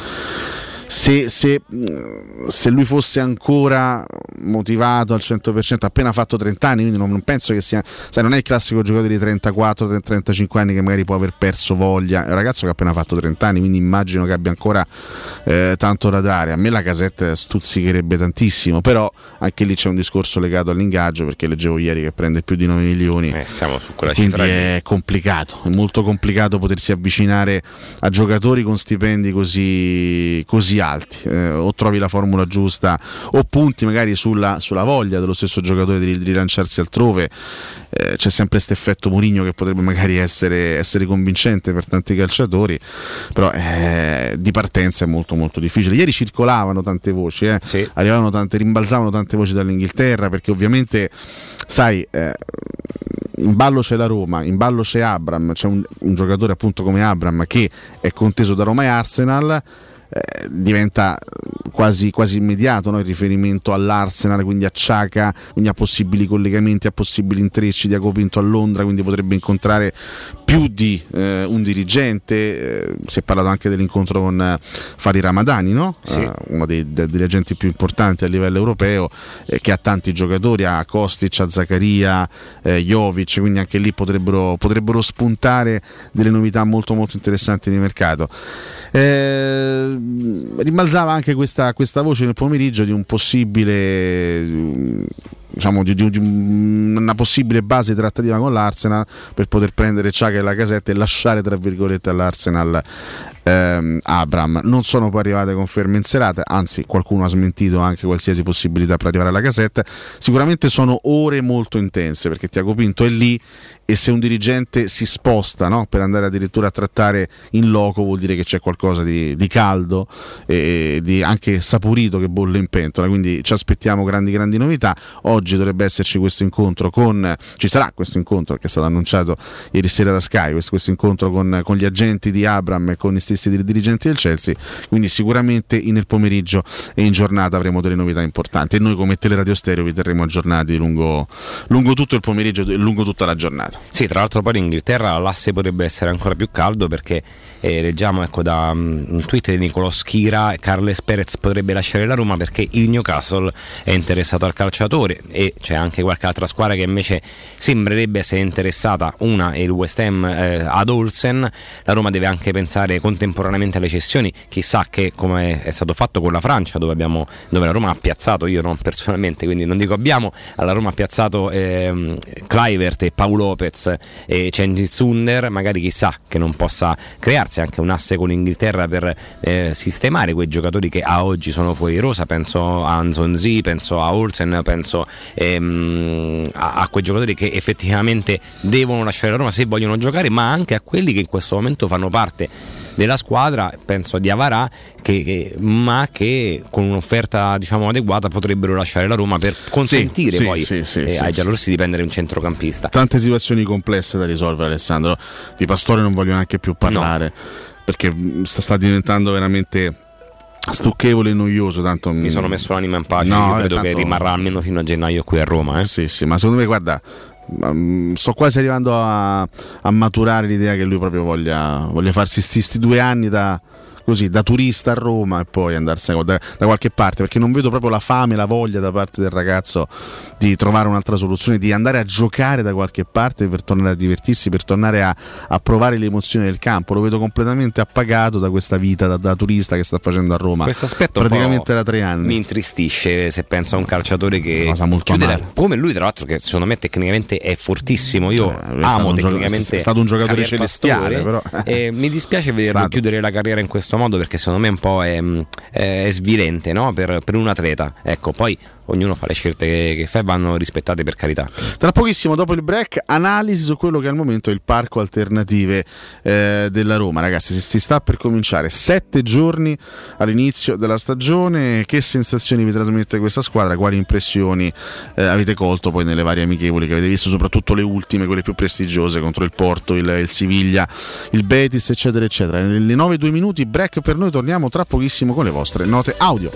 Se, se, se lui fosse ancora motivato al cento per cento, appena fatto trenta anni, quindi non, non penso che sia, sai, non è il classico giocatore di trentaquattro trentacinque anni che magari può aver perso voglia, è un ragazzo che ha appena fatto trenta anni, quindi immagino che abbia ancora eh, tanto da dare. A me Lacazette stuzzicherebbe tantissimo, però anche lì c'è un discorso legato all'ingaggio, perché leggevo ieri che prende più di nove milioni, eh, siamo su quella quindi cifra è lì. complicato, è molto complicato potersi avvicinare a giocatori con stipendi così, così alti, eh, o trovi la formula giusta o punti magari sulla, sulla voglia dello stesso giocatore di, di rilanciarsi altrove. Eh, c'è sempre questo effetto Mourinho che potrebbe magari essere, essere convincente per tanti calciatori, però eh, di partenza è molto molto difficile. Ieri circolavano tante voci, eh. Sì. Arrivavano tante, rimbalzavano tante voci dall'Inghilterra, perché ovviamente sai, eh, in ballo c'è la Roma, in ballo c'è Abraham, c'è un, un giocatore appunto come Abraham che è conteso da Roma e Arsenal. Eh, diventa quasi, quasi immediato, no? Il riferimento all'Arsenal, quindi a Xhaka, quindi a possibili collegamenti, a possibili intrecci di Diaco Pinto a Londra, quindi potrebbe incontrare più di eh, un dirigente. Eh, si è parlato anche dell'incontro con eh, Fari Ramadani, no? Sì. Eh, uno dei, dei, degli agenti più importanti a livello europeo, eh, che ha tanti giocatori, ha Kostic, a Zaccaria, eh, Jovic, quindi anche lì potrebbero, potrebbero spuntare delle novità molto molto interessanti di mercato. Eh, rimbalzava anche questa, questa voce nel pomeriggio di un possibile, diciamo, di, di, di una possibile base trattativa con l'Arsenal per poter prendere Xhaka e Lacazette e lasciare tra virgolette all'Arsenal ehm, Abraham. Non sono poi arrivate conferme in serata, anzi qualcuno ha smentito anche qualsiasi possibilità per arrivare alla Lacazette. Sicuramente sono ore molto intense, perché Diaco Pinto è lì e se un dirigente si sposta, no, per andare addirittura a trattare in loco, vuol dire che c'è qualcosa di, di caldo e di anche saporito che bolle in pentola, quindi ci aspettiamo grandi grandi novità. Oggi dovrebbe esserci questo incontro con, ci sarà questo incontro che è stato annunciato ieri sera da Sky, questo, questo incontro con, con gli agenti di Abraham e con gli stessi dirigenti del Chelsea, quindi sicuramente nel pomeriggio e in giornata avremo delle novità importanti e noi come Teleradio Stereo vi terremo aggiornati lungo, lungo tutto il pomeriggio e lungo tutta la giornata. Sì, tra l'altro poi in Inghilterra l'asse potrebbe essere ancora più caldo, perché eh, leggiamo, ecco, da um, un tweet di Nicolò Schira, Carles Perez potrebbe lasciare la Roma perché il Newcastle è interessato al calciatore e c'è anche qualche altra squadra che invece sembrerebbe essere interessata, una è il West Ham eh, ad Olsen. La Roma deve anche pensare contemporaneamente alle cessioni, chissà che come è stato fatto con la Francia, dove, abbiamo, dove la Roma ha piazzato, io non personalmente, quindi non dico abbiamo, alla Roma ha piazzato eh, Kluivert e Paolo Lopez e Cengiz Under, magari chissà che non possa crearsi anche un asse con l'Inghilterra per eh, sistemare quei giocatori che a oggi sono fuori rosa. Penso a Nzonzi, penso a Olsen, penso ehm, a, a quei giocatori che effettivamente devono lasciare la Roma se vogliono giocare, ma anche a quelli che in questo momento fanno parte della squadra, penso a Diawara, che, che, ma che con un'offerta diciamo adeguata potrebbero lasciare la Roma per consentire sì, poi sì, sì, eh, sì, ai sì. giallorossi di prendere un centrocampista. Tante situazioni complesse da risolvere, Alessandro. Di Pastore non voglio neanche più parlare, no, perché sta, sta diventando veramente stucchevole e noioso. Tanto mi sono messo l'anima in pace, no, io credo tanto... che rimarrà almeno fino a gennaio qui a Roma, eh? Sì, sì, ma secondo me, guarda, sto quasi arrivando a, a maturare l'idea che lui proprio voglia, voglia farsi sti, sti due anni da, così da turista a Roma e poi andarsene da, da qualche parte, perché non vedo proprio la fame, la voglia da parte del ragazzo di trovare un'altra soluzione, di andare a giocare da qualche parte per tornare a divertirsi, per tornare a, a provare le emozioni del campo. Lo vedo completamente appagato da questa vita da, da turista che sta facendo a Roma. Questo aspetto praticamente da tre anni mi intristisce se pensa a un calciatore che chiude la, come lui tra l'altro, che secondo me tecnicamente è fortissimo. Io eh, amo tecnicamente gioco, è stato un giocatore Javier celestiale, Pastore, però e mi dispiace vederlo stato. chiudere la carriera in questo modo, perché secondo me un po' è, è, è svilente, no? per, per un atleta. Ecco, poi ognuno fa le scelte che, che fa e vanno rispettate, per carità. Tra pochissimo, dopo il break, analisi su quello che al momento è il parco alternative eh, della Roma. Ragazzi, si, si sta per cominciare, sette giorni all'inizio della stagione. Che sensazioni vi trasmette questa squadra? Quali impressioni eh, avete colto poi nelle varie amichevoli che avete visto, soprattutto le ultime, quelle più prestigiose contro il Porto, il, il Siviglia, il Betis, eccetera eccetera. Nelle nove e due minuti, break per noi, torniamo tra pochissimo con le vostre note audio.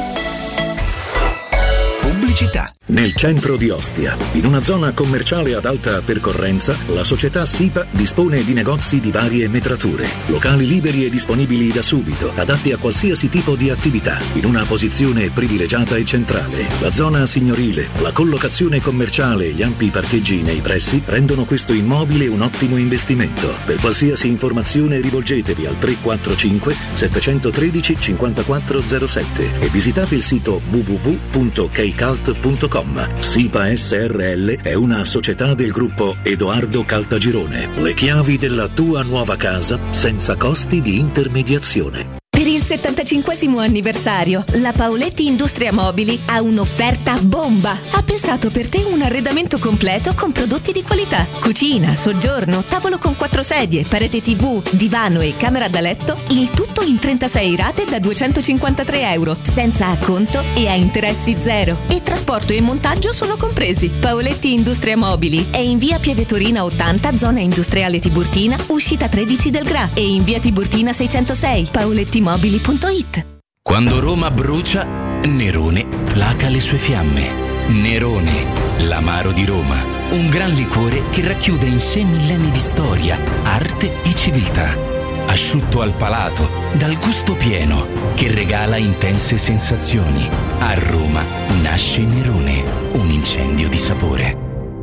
Pubblicità. Nel centro di Ostia, in una zona commerciale ad alta percorrenza, la società SIPA dispone di negozi di varie metrature, locali liberi e disponibili da subito, adatti a qualsiasi tipo di attività, in una posizione privilegiata e centrale. La zona signorile, la collocazione commerciale e gli ampi parcheggi nei pressi rendono questo immobile un ottimo investimento. Per qualsiasi informazione rivolgetevi al tre quattro cinque sette uno tre cinque zero sette e visitate il sito w w w punto keycult punto com. SIPA S R L è una società del gruppo Edoardo Caltagirone. Le chiavi della tua nuova casa senza costi di intermediazione. Per il settantacinquesimo anniversario, la Paoletti Industria Mobili ha un'offerta bomba. Ha pensato per te un arredamento completo con prodotti di qualità. Cucina, soggiorno, tavolo con quattro sedie, parete tivù, divano e camera da letto, il tutto in trentasei rate da duecentocinquantatré euro, senza acconto e a interessi zero. E trasporto e montaggio sono compresi. Paoletti Industria Mobili è in via Pieve Torina ottanta, zona industriale Tiburtina, uscita tredici del Gra, e in via Tiburtina seicentosei. Paoletti mobili punto it. Quando Roma brucia, Nerone placa le sue fiamme. Nerone, l'amaro di Roma. Un gran liquore che racchiude in sé millenni di storia, arte e civiltà. Asciutto al palato, dal gusto pieno, che regala intense sensazioni. A Roma nasce Nerone, un incendio di sapore.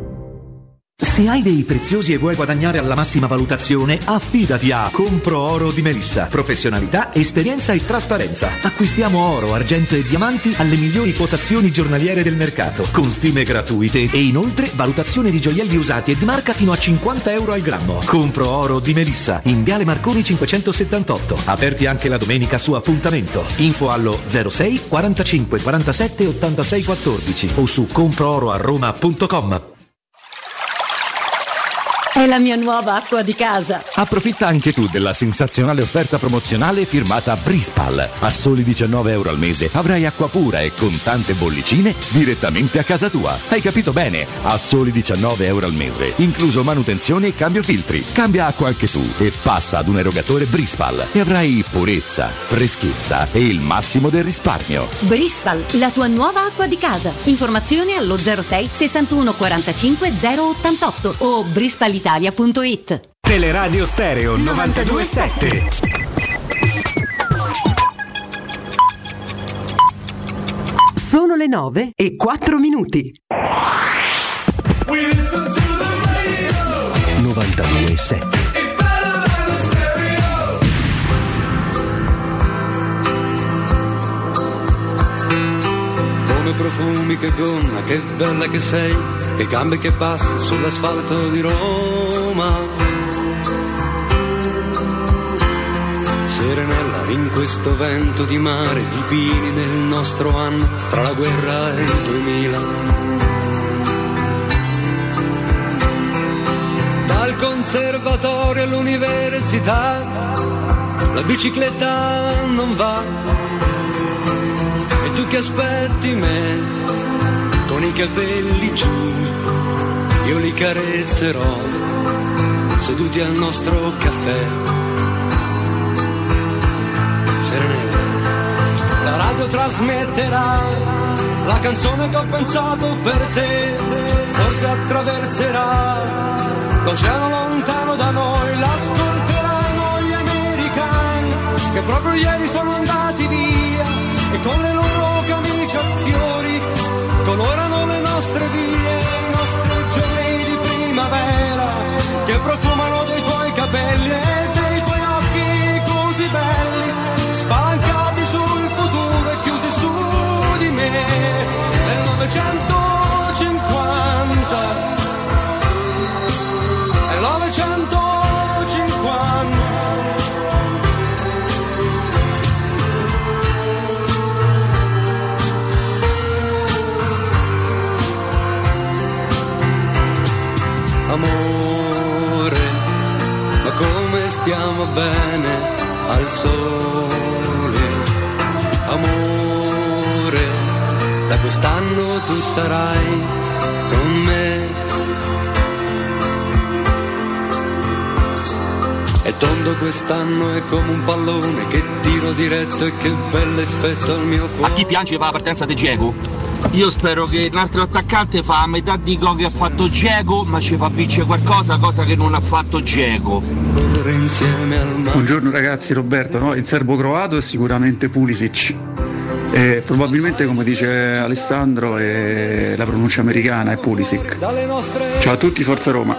Se hai dei preziosi e vuoi guadagnare alla massima valutazione, affidati a Compro Oro di Melissa. Professionalità, esperienza e trasparenza. Acquistiamo oro, argento e diamanti alle migliori quotazioni giornaliere del mercato, con stime gratuite e inoltre valutazione di gioielli usati e di marca fino a cinquanta euro al grammo. Compro Oro di Melissa, in Viale Marconi cinquecentosettantotto. Aperti anche la domenica su appuntamento. Info allo zero sei quarantacinque quarantasette ottantasei quattordici o su compro oro a roma punto com. È la mia nuova acqua di casa. Approfitta anche tu della sensazionale offerta promozionale firmata Brispal. A soli diciannove euro al mese avrai acqua pura e con tante bollicine direttamente a casa tua. Hai capito bene? A soli diciannove euro al mese, incluso manutenzione e cambio filtri. Cambia acqua anche tu e passa ad un erogatore Brispal e avrai purezza, freschezza e il massimo del risparmio. Brispal, la tua nuova acqua di casa. Informazioni allo zero sei sessantuno quarantacinque zero ottantotto o brispal italia punto it. Teleradio Stereo novantadue sette. Sono le nove e quattro minuti. novantadue sette. Come profumi, che gonna, che bella che sei, che gambe che passi sull'asfalto di Roma. Serenella in questo vento di mare, di pini nel nostro anno, tra la guerra e il duemila. Dal conservatorio all'università, la bicicletta non va. E tu che aspetti me, con i capelli giù, io li carezzerò, seduti al nostro caffè. Serenella, la radio trasmetterà la canzone che ho pensato per te, forse attraverserà l'oceano lontano da noi, l'ascolteranno gli americani, che proprio ieri sono andati via e con le loro camicie a fiori colorano le nostre vie, i nostri giorni di primavera che profumano dei tuoi capelli e dei tuoi occhi così belli, spalancati sul futuro e chiusi su di me. Nel novecentocinquanta, nel novecentocinquanta. Amore, ma come stiamo bene al sole. Amore, da quest'anno tu sarai con me. È tondo quest'anno, è come un pallone che tiro diretto e che bell'effetto al mio cuore. A chi piange va la partenza di Diego? Io spero che l'altro attaccante fa a metà di gol che ha fatto Diego, ma ci fa vincere qualcosa, cosa che non ha fatto Diego. Buongiorno ragazzi, Roberto, no? Il serbo croato è sicuramente Pulisic. E probabilmente, come dice Alessandro, è la pronuncia americana è Pulisic. Ciao a tutti, Forza Roma.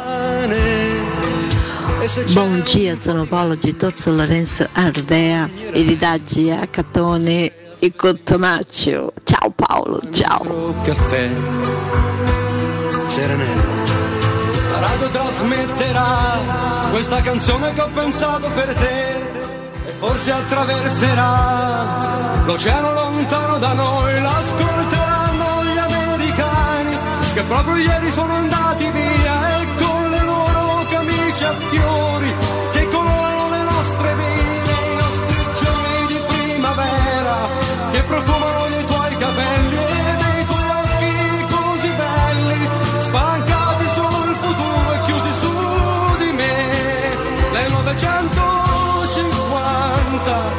Bom dia, sono Paolo Gittozzo Lorenzo Ardea e di Daggi a Catone e Cottomaccio. Ciao Paolo, ciao. Caffè, Serenella. La radio trasmetterà questa canzone che ho pensato per te e forse attraverserà l'oceano lontano da noi. L'ascolteranno gli americani che proprio ieri sono andati via e con le loro camicie a fiori che colorano le nostre vite, i nostri giorni di primavera che profumano dei tuoi capelli e dei tuoi occhi così belli, spalancati sul futuro e chiusi su di me. Nel novecentocinquanta.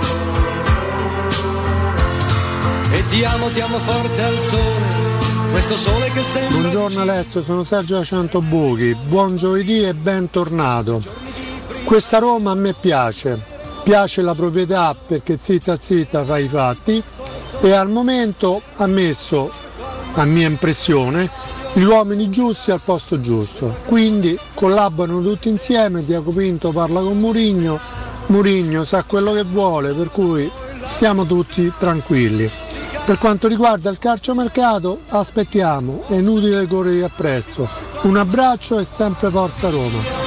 E ti amo, ti amo forte al sole, questo sole che sembra. Buongiorno Alessio, sono Sergio da Centobuchi, buon giovedì e bentornato. Questa Roma a me piace, piace la proprietà perché zitta zitta fa i fatti e al momento ha messo, a mia impressione, gli uomini giusti al posto giusto, quindi collaborano tutti insieme. Tiago Pinto parla con Mourinho, Mourinho sa quello che vuole, per cui stiamo tutti tranquilli. Per quanto riguarda il calciomercato aspettiamo, è inutile correre appresso. Un abbraccio e sempre Forza Roma.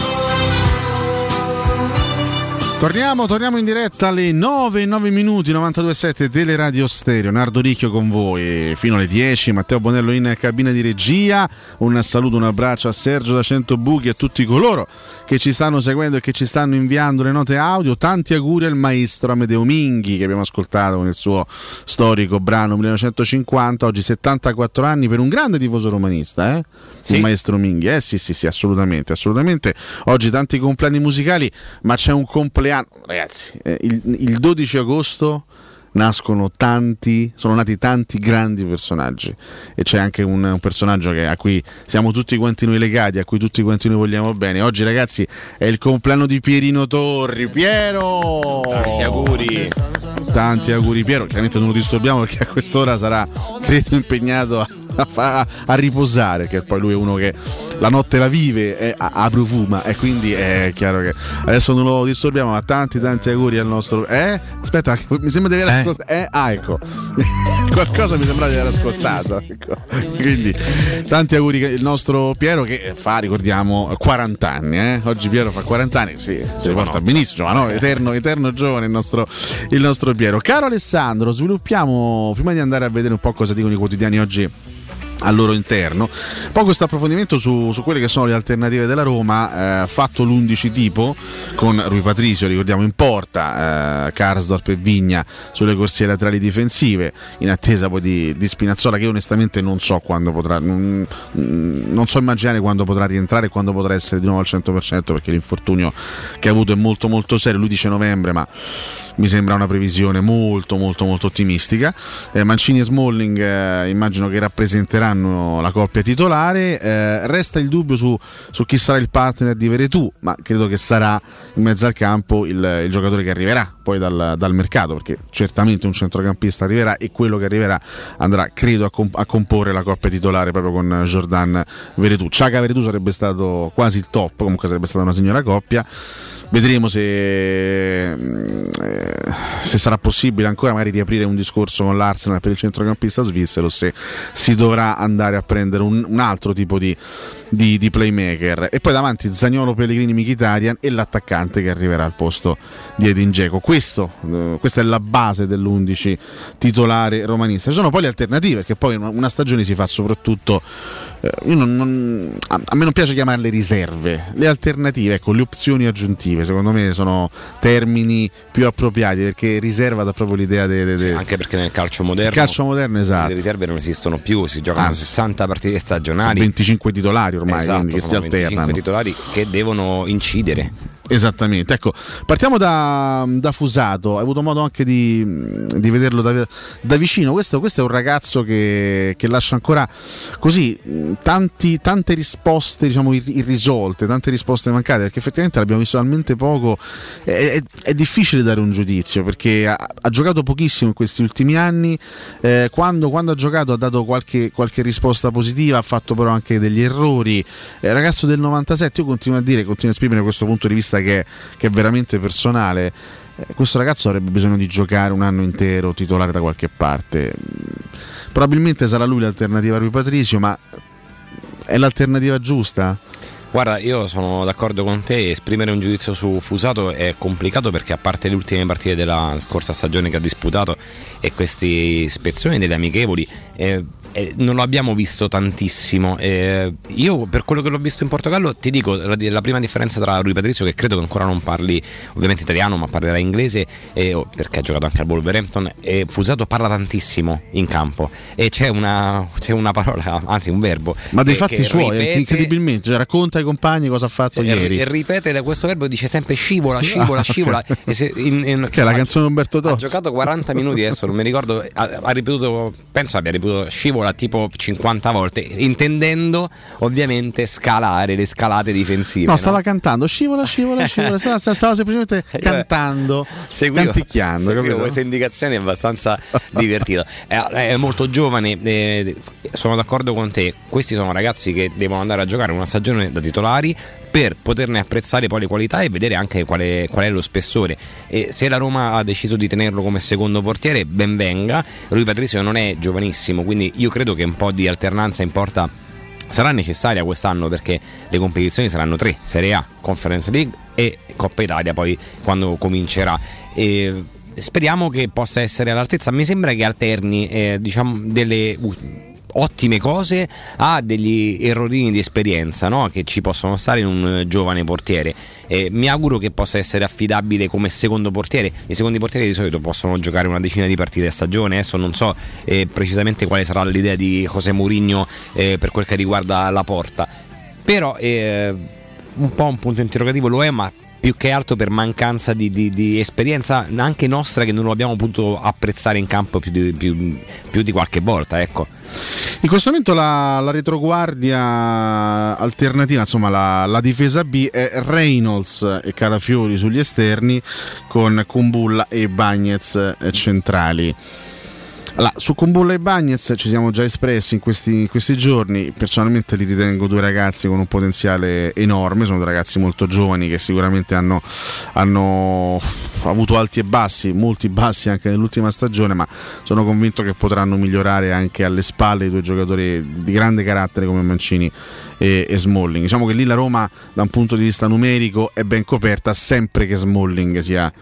Torniamo, torniamo in diretta alle nove e nove minuti, novantadue virgola sette Teleradio Stereo. Nardo Ricchio con voi fino alle dieci, Matteo Bonello in cabina di regia. Un saluto, un abbraccio a Sergio da Centobuchi e a tutti coloro che ci stanno seguendo e che ci stanno inviando le note audio. Tanti auguri al maestro Amedeo Minghi che abbiamo ascoltato con il suo storico brano millenovecentocinquanta, oggi settantaquattro anni, per un grande tifoso romanista, eh? Sì. Il maestro Minghi, eh sì sì sì, assolutamente, assolutamente. Oggi tanti compleanni musicali, ma c'è un compleanno, ragazzi, eh, il, il dodici agosto nascono tanti, sono nati tanti grandi personaggi e c'è anche un, un personaggio che, a cui siamo tutti quanti noi legati, a cui tutti quanti noi vogliamo bene. Oggi ragazzi è il compleanno di Pierino Torri. Piero! Tanti auguri! Tanti auguri Piero, chiaramente non lo disturbiamo perché a quest'ora sarà, credo, impegnato a A, fa, a riposare, che poi lui è uno che la notte la vive e a, a profuma, e quindi è chiaro che adesso non lo disturbiamo, ma tanti tanti auguri al nostro eh aspetta, mi sembra di aver ascoltato eh ah ecco qualcosa mi sembra di aver ascoltato, ecco. Quindi tanti auguri il nostro Piero che fa, ricordiamo, quaranta anni, eh? Oggi Piero fa quaranta anni, sì, si riporta benissimo, ma no, eterno, eterno giovane il nostro, il nostro Piero. Caro Alessandro, sviluppiamo, prima di andare a vedere un po' cosa dicono i quotidiani oggi al loro interno, poi questo approfondimento su, su quelle che sono le alternative della Roma, eh, fatto l'undici tipo con Rui Patricio, ricordiamo, in porta, eh, Karsdorp e Vigna sulle corsie laterali difensive, in attesa poi di, di Spinazzola, che onestamente non so quando potrà, non, non so immaginare quando potrà rientrare e quando potrà essere di nuovo al cento per cento, perché l'infortunio che ha avuto è molto molto serio. Lui dice novembre, ma mi sembra una previsione molto molto molto ottimistica. eh, Mancini e Smalling eh, immagino che rappresenteranno la coppia titolare. eh, resta il dubbio su, su chi sarà il partner di Veretù, ma credo che sarà in mezzo al campo il, il giocatore che arriverà poi dal, dal mercato, perché certamente un centrocampista arriverà e quello che arriverà andrà, credo, a, comp- a comporre la coppia titolare proprio con Jordan Veretout. Xhaka Veretout sarebbe stato quasi il top, comunque sarebbe stata una signora coppia. Vedremo se, se sarà possibile ancora magari riaprire un discorso con l'Arsenal per il centrocampista svizzero, se si dovrà andare a prendere un, un altro tipo di, di, di playmaker. E poi davanti Zaniolo, Pellegrini, Mkhitaryan e l'attaccante che arriverà al posto di Edin Dzeko. Questo, eh, questa è la base dell'undici titolare romanista. Ci sono poi le alternative, perché poi una, una stagione si fa soprattutto, eh, io non, non, a, a me non piace chiamarle riserve, le alternative, ecco, le opzioni aggiuntive secondo me sono termini più appropriati, perché riserva dà proprio l'idea de, de, de... Sì, anche perché nel calcio moderno, calcio moderno esatto, le riserve non esistono più, si giocano ah, sessanta partite stagionali, venticinque titolari ormai, esatto, quindi che si alternano, venticinque titolari che devono incidere. Esattamente, ecco, partiamo da, da Fusato. Hai avuto modo anche di, di vederlo da, da vicino. Questo, questo è un ragazzo che, che lascia ancora così tanti, tante risposte, diciamo, irrisolte, tante risposte mancate, perché effettivamente l'abbiamo visto talmente poco. È, è, è difficile dare un giudizio, perché ha, ha giocato pochissimo in questi ultimi anni. Eh, quando, quando ha giocato ha dato qualche, qualche risposta positiva, ha fatto però anche degli errori. Eh, ragazzo del novantasette, io continuo a dire, continuo a esprimere questo punto di vista che, che è veramente personale. Eh, questo ragazzo avrebbe bisogno di giocare un anno intero titolare da qualche parte. Probabilmente sarà lui l'alternativa a Rui Patricio, ma è l'alternativa giusta? Guarda, io sono d'accordo con te, esprimere un giudizio su Fusato è complicato, perché a parte le ultime partite della scorsa stagione che ha disputato e questi spezzoni delle amichevoli, eh, eh, non lo abbiamo visto tantissimo. Eh, io per quello che l'ho visto in Portogallo ti dico la, la prima differenza tra Rui Patricio, che credo che ancora non parli ovviamente italiano ma parlerà inglese, eh, perché ha giocato anche al Wolverhampton, e Fusato parla tantissimo in campo e c'è una, c'è una parola, anzi un verbo, ma dei che, fatti che suoi ripete, incredibilmente, cioè, racconta ai compagni cosa ha fatto e, ieri e ripete da questo verbo, dice sempre scivola, scivola, scivola. E se, in, in, che è la canzone di Umberto Tozzi. Ha giocato quaranta minuti, adesso non mi ricordo, ha, ha ripetuto, penso abbia ripetuto scivola tipo cinquanta volte, intendendo ovviamente scalare le scalate difensive. No, no? stava cantando scivola, scivola, scivola, stava, stava semplicemente cantando, seguivo, canticchiando. Seguivo queste indicazioni, è abbastanza divertito. È, è molto giovane, eh, sono d'accordo con te. Questi sono ragazzi che devono andare a giocare una stagione da titolari per poterne apprezzare poi le qualità e vedere anche qual è, qual è lo spessore. E se la Roma ha deciso di tenerlo come secondo portiere, ben venga. Rui Patricio non è giovanissimo, quindi io credo che un po' di alternanza in porta sarà necessaria quest'anno, perché le competizioni saranno tre: Serie A, Conference League e Coppa Italia poi quando comincerà. E speriamo che possa essere all'altezza. Mi sembra che alterni eh, diciamo delle uh, ottime cose a degli errorini di esperienza, no? Che ci possono stare in un giovane portiere. Eh, mi auguro che possa essere affidabile come secondo portiere. I secondi portieri di solito possono giocare una decina di partite a stagione. Adesso non so eh, precisamente quale sarà l'idea di José Mourinho eh, per quel che riguarda la porta, però eh, un po' un punto interrogativo lo è, ma più che altro per mancanza di, di, di esperienza anche nostra, che non lo abbiamo potuto apprezzare in campo più di, più, più di qualche volta, ecco. In questo momento la, la retroguardia alternativa, insomma la, la difesa B, è Reynolds e Calafiori sugli esterni, con Kumbulla e Bagnez centrali. Allora, su Kumbulla e Bagnez ci siamo già espressi in questi, in questi giorni. Personalmente li ritengo due ragazzi con un potenziale enorme, sono due ragazzi molto giovani che sicuramente hanno, hanno avuto alti e bassi, molti bassi anche nell'ultima stagione, ma sono convinto che potranno migliorare anche alle spalle di due giocatori di grande carattere come Mancini e, e Smalling. Diciamo che lì la Roma da un punto di vista numerico è ben coperta, sempre che Smalling sia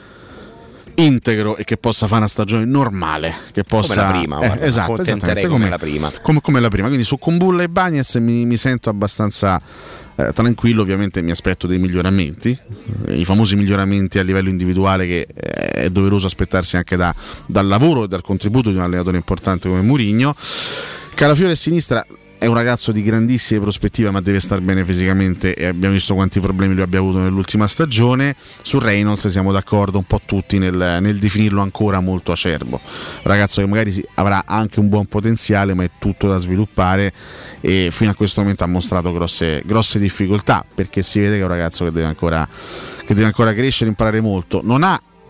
integro e che possa fare una stagione normale, che possa, come la prima, eh, guarda, esatto, esattamente come, come la prima come, come la prima. Quindi su Kumbulla e Bagnez mi, mi sento abbastanza eh, tranquillo. Ovviamente mi aspetto dei miglioramenti, eh, i famosi miglioramenti a livello individuale che eh, è doveroso aspettarsi anche da, dal lavoro e dal contributo di un allenatore importante come Mourinho. Calafiori a sinistra è un ragazzo di grandissime prospettive, ma deve star bene fisicamente e abbiamo visto quanti problemi lui abbia avuto nell'ultima stagione. Su Reynolds siamo d'accordo un po' tutti nel, nel definirlo ancora molto acerbo, ragazzo che magari avrà anche un buon potenziale, ma è tutto da sviluppare, e fino a questo momento ha mostrato grosse, grosse difficoltà, perché si vede che è un ragazzo che deve ancora, che deve ancora crescere, imparare molto. Non ha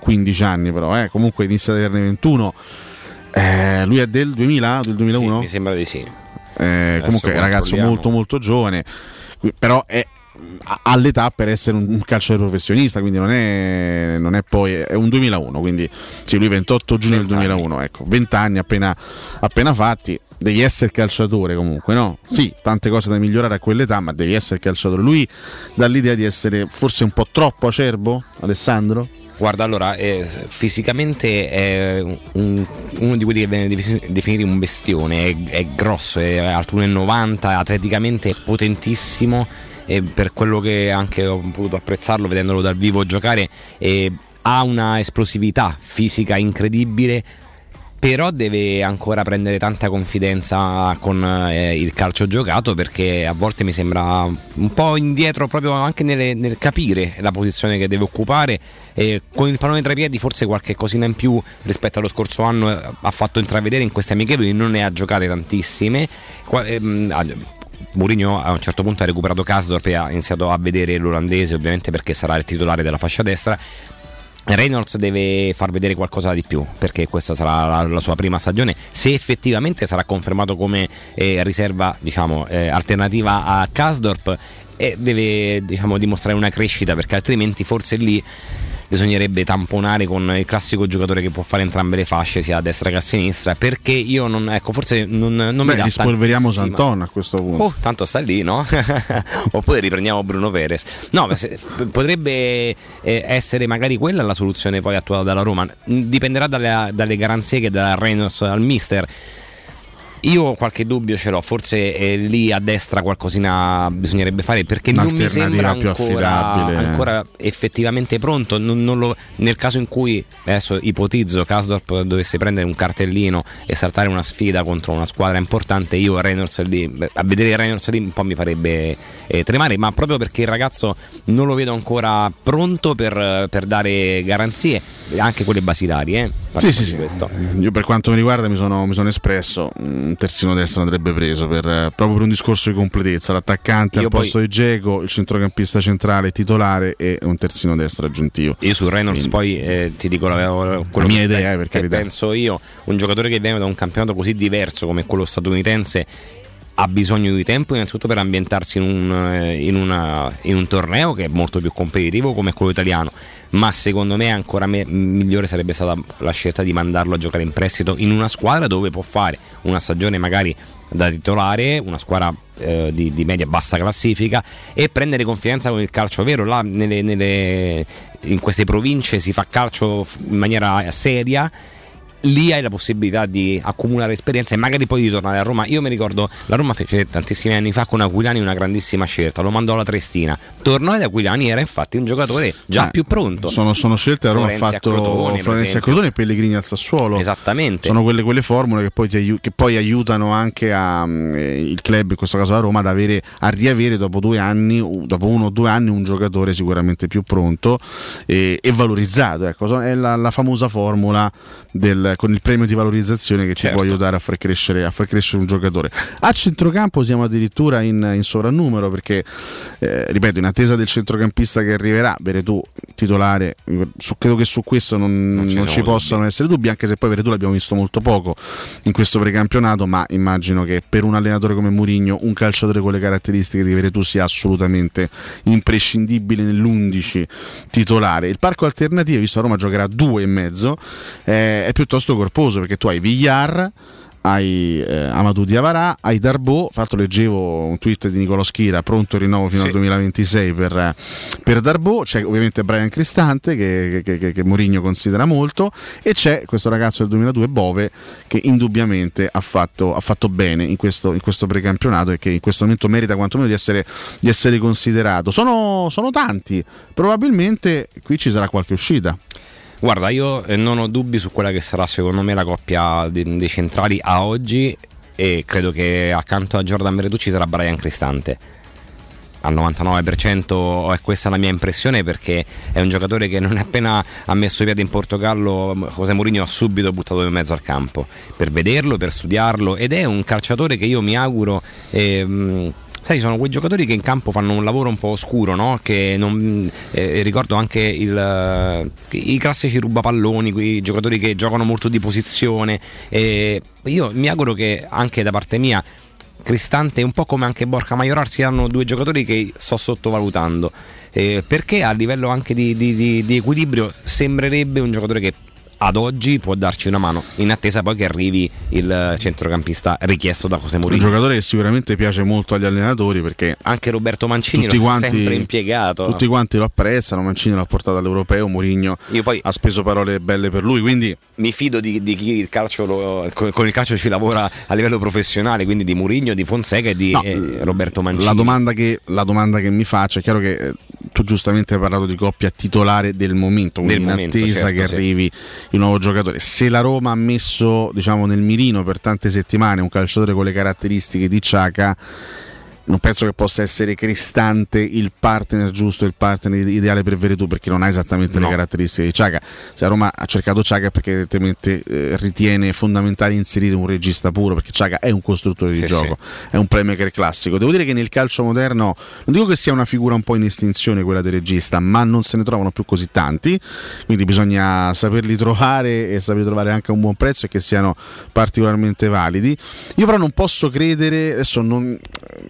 quindici anni però, eh. Comunque inizia ad averne ventuno. Eh, lui è del duemila, del duemilauno? Sì, mi sembra di sì. Eh, comunque è un ragazzo molto molto giovane, però è all'età per essere un calciatore professionista, quindi non è, non è poi è un duemilauno, quindi sì, lui ventotto giugno del duemilauno, ecco, venti anni appena, appena fatti. Devi essere calciatore comunque, no? Sì, tante cose da migliorare a quell'età, ma devi essere calciatore. Lui dà l'idea di essere forse un po' troppo acerbo, Alessandro? Guarda, allora, eh, fisicamente è un, uno di quelli che viene definito un bestione, è, è grosso, è alto uno virgola novanta, atleticamente è potentissimo, e per quello che anche ho potuto apprezzarlo vedendolo dal vivo giocare, eh, ha una esplosività fisica incredibile, però deve ancora prendere tanta confidenza con eh, il calcio giocato, perché a volte mi sembra un po' indietro proprio anche nelle, nel capire la posizione che deve occupare, e con il pallone tra i piedi forse qualche cosina in più rispetto allo scorso anno eh, ha fatto intravedere in queste amichevoli, non ne ha giocate tantissime. Qua, ehm, Mourinho a un certo punto ha recuperato Karsdorp e ha iniziato a vedere l'olandese, ovviamente perché sarà il titolare della fascia destra. Reynolds deve far vedere qualcosa di più, perché questa sarà la, la sua prima stagione, se effettivamente sarà confermato come eh, riserva, diciamo, eh, alternativa a Karsdorp, e deve, diciamo, dimostrare una crescita, perché altrimenti forse lì bisognerebbe tamponare con il classico giocatore che può fare entrambe le fasce, sia a destra che a sinistra, perché io non, ecco, forse non, non Beh, mi dà rispolveriamo Santon a questo punto. Oh, tanto sta lì, no? Oppure riprendiamo Bruno Perez. No, se, potrebbe eh, essere magari quella la soluzione poi attuata dalla Roma. Dipenderà dalle, dalle garanzie che darà Reynolds al mister. Io qualche dubbio ce l'ho, forse eh, lì a destra qualcosina bisognerebbe fare, perché non mi sembra ancora, ancora effettivamente pronto. Non, non lo, nel caso in cui, adesso ipotizzo, Karsdorp dovesse prendere un cartellino e saltare una sfida contro una squadra importante, io Reynolds lì, a vedere Reynolds lì un po' mi farebbe eh, tremare, ma proprio perché il ragazzo non lo vedo ancora pronto per, per dare garanzie, anche quelle basilari. Eh? Sì, sì, sì. Io per quanto mi riguarda mi sono, mi sono espresso. Un terzino destro andrebbe preso per, proprio per un discorso di completezza, l'attaccante io al posto poi, di Dzeko, il centrocampista centrale titolare e un terzino destro aggiuntivo. Io su Reynolds Quindi, poi eh, ti dico la, quello la mia idea, eh, per che penso io, un giocatore che viene da un campionato così diverso come quello statunitense ha bisogno di tempo innanzitutto per ambientarsi in un, in, una, in un torneo che è molto più competitivo come quello italiano, ma secondo me ancora me, migliore sarebbe stata la scelta di mandarlo a giocare in prestito in una squadra dove può fare una stagione magari da titolare, una squadra eh, di, di media bassa classifica, e prendere confidenza con il calcio vero. Là nelle, nelle, in queste province si fa calcio in maniera seria, lì hai la possibilità di accumulare esperienza e magari poi di tornare a Roma. Io mi ricordo la Roma fece tantissimi anni fa con Aquilani una grandissima scelta, lo mandò alla Triestina, tornò ed Aquilani era infatti un giocatore già eh, più pronto. Sono, sono scelte, la Roma ha fatto Crotone, Florenzi a Crotone e Pellegrini al Sassuolo. Esattamente. Sono quelle, quelle formule che poi, ti, che poi aiutano anche a, eh, il club, in questo caso la Roma, ad avere, a riavere dopo due anni, dopo uno o due anni, un giocatore sicuramente più pronto e, e valorizzato. Ecco, è la, la famosa formula del, con il premio di valorizzazione che certo. ci può aiutare a far crescere, a far crescere un giocatore. A centrocampo siamo addirittura in, in sovrannumero, perché eh, ripeto, in attesa del centrocampista che arriverà, Veretù titolare, su, credo che su questo non, non ci, non ci possano dubbi. essere dubbi, anche se poi Veretù l'abbiamo visto molto poco in questo precampionato, ma immagino che per un allenatore come Mourinho un calciatore con le caratteristiche di Veretù sia assolutamente imprescindibile nell'undici titolare. Il parco alternativo, visto a Roma giocherà due e mezzo, eh, è piuttosto corposo, perché tu hai Villar, hai eh, Amadou Diawara, hai Darboe. Fra l'altro leggevo un tweet di Nicolò Schira, pronto il rinnovo fino sì. al duemilaventisei per, per Darboe. C'è ovviamente Brian Cristante che, che, che, che Mourinho considera molto, e c'è questo ragazzo del duemiladue Bove, che indubbiamente ha fatto, ha fatto bene in questo, in questo precampionato e che in questo momento merita quantomeno di essere, di essere considerato. Sono, sono tanti, probabilmente qui ci sarà qualche uscita. Guarda, io non ho dubbi su quella che sarà secondo me la coppia dei, dei centrali a oggi, e credo che accanto a Jordan Veretù ci sarà Brian Cristante al novantanove per cento, è questa la mia impressione, perché è un giocatore che non è appena ha messo i piedi in Portogallo, José Mourinho ha subito buttato in mezzo al campo per vederlo, per studiarlo, ed è un calciatore che io mi auguro ehm, sai, ci sono quei giocatori che in campo fanno un lavoro un po' oscuro, no? Che non, eh, ricordo anche il, i classici rubapalloni, quei giocatori che giocano molto di posizione. E io mi auguro che anche da parte mia Cristante, un po' come anche Borja Majoral, siano due giocatori che sto sottovalutando, eh, perché a livello anche di, di, di, di equilibrio sembrerebbe un giocatore che ad oggi può darci una mano, in attesa poi che arrivi il centrocampista richiesto da José Mourinho. Un giocatore che sicuramente piace molto agli allenatori, perché anche Roberto Mancini tutti lo quanti, ha sempre impiegato. Tutti quanti lo apprezzano, Mancini l'ha portato all'Europeo, Mourinho Io poi ha speso parole belle per lui, quindi mi fido di, di chi il calcio lo, con, con il calcio ci lavora a livello professionale, quindi di Mourinho, di Fonseca e di no, eh, Roberto Mancini. La domanda, che, la domanda che mi faccio, è chiaro che eh, tu giustamente hai parlato di coppia titolare del momento, quindi del in momento, attesa certo, che sì. arrivi il nuovo giocatore. Se la Roma ha messo, diciamo, nel mirino per tante settimane un calciatore con le caratteristiche di Xhaka, non penso che possa essere Cristante il partner giusto, il partner ideale per Veretù, perché non ha esattamente no. le caratteristiche di Xhaka. Se la Roma ha cercato Xhaka è perché evidentemente eh, ritiene fondamentale inserire un regista puro, perché Xhaka è un costruttore di sì, gioco, sì. è un playmaker classico. Devo dire che nel calcio moderno, non dico che sia una figura un po' in estinzione quella del regista, ma non se ne trovano più così tanti, quindi bisogna saperli trovare e saperli trovare anche a un buon prezzo e che siano particolarmente validi. Io però non posso credere, adesso non...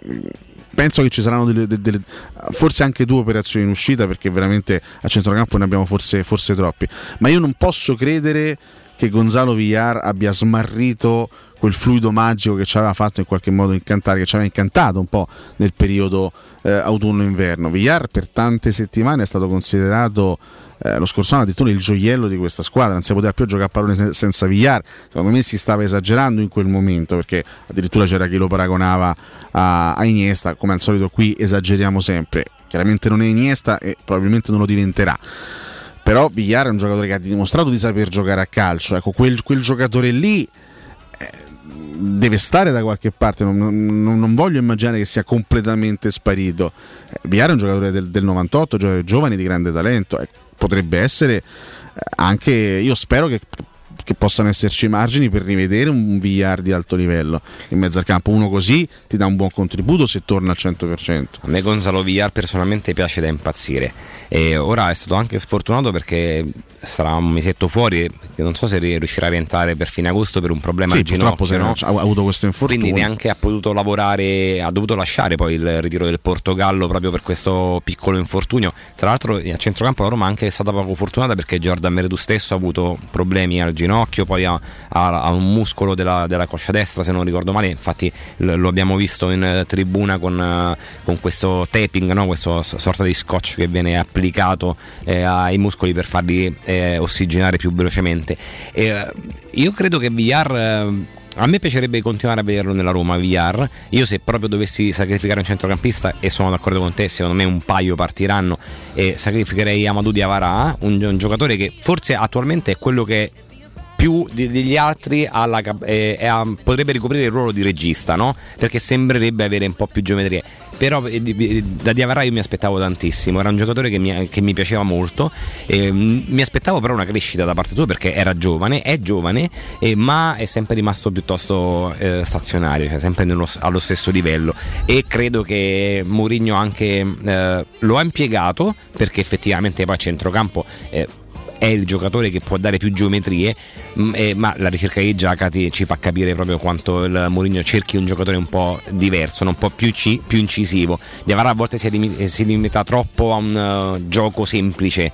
penso che ci saranno delle, delle, delle, forse anche due operazioni in uscita, perché veramente a centrocampo ne abbiamo forse, forse troppi, ma io non posso credere che Gonzalo Villar abbia smarrito quel fluido magico che ci aveva fatto in qualche modo incantare, che ci aveva incantato un po' nel periodo eh, autunno-inverno. Villar per tante settimane è stato considerato Eh, lo scorso anno addirittura il gioiello di questa squadra, non si poteva più giocare a pallone sen- senza Villar. Secondo me si stava esagerando in quel momento, perché addirittura c'era chi lo paragonava a, a Iniesta. Come al solito qui esageriamo sempre, chiaramente non è Iniesta e probabilmente non lo diventerà, però Villar è un giocatore che ha dimostrato di saper giocare a calcio. Ecco, quel, quel giocatore lì eh, deve stare da qualche parte, non, non, non voglio immaginare che sia completamente sparito. eh, Villar è un giocatore del, del novantotto, un giocatore giovane di grande talento, ecco. Potrebbe essere anche, io spero che, che possano esserci margini per rivedere un Villar di alto livello in mezzo al campo. Uno così ti dà un buon contributo se torna al cento per cento. A me Gonzalo Villar personalmente piace da impazzire, e ora è stato anche sfortunato perché sarà un mesetto fuori, non so se riuscirà a rientrare per fine agosto per un problema sì, al ginocchio, no? Ha avuto questo infortunio, quindi neanche ha potuto lavorare, ha dovuto lasciare poi il ritiro del Portogallo proprio per questo piccolo infortunio. Tra l'altro a centrocampo la Roma anche è stata poco fortunata, perché Jordan Veretout stesso ha avuto problemi al ginocchio, poi ha, ha, ha un muscolo della, della coscia destra se non ricordo male, infatti lo abbiamo visto in tribuna con, con questo taping, no? Questo sorta di scotch che viene applicato eh, ai muscoli per farli eh, ossigenare più velocemente. Eh, io credo che Villar, eh, a me piacerebbe continuare a vederlo nella Roma Villar. Io se proprio dovessi sacrificare un centrocampista, e sono d'accordo con te, secondo me un paio partiranno, e sacrificherei Amadou Diawara, un, un giocatore che forse attualmente è quello che più degli altri alla, eh, eh, potrebbe ricoprire il ruolo di regista, no? Perché sembrerebbe avere un po' più geometrie. Però eh, da Diawara io mi aspettavo tantissimo, era un giocatore che mi, che mi piaceva molto, eh, mi aspettavo però una crescita da parte sua, perché era giovane, è giovane, eh, ma è sempre rimasto piuttosto eh, stazionario, cioè sempre nello, allo stesso livello, e credo che Mourinho anche eh, lo ha impiegato, perché effettivamente poi a centrocampo eh, è il giocatore che può dare più geometrie, mh, eh, ma la ricerca di Xhaka ci fa capire proprio quanto il Mourinho cerchi un giocatore un po' diverso, un po' più, ci, più incisivo. Diawara a volte si, lim- si limita troppo a un uh, gioco semplice,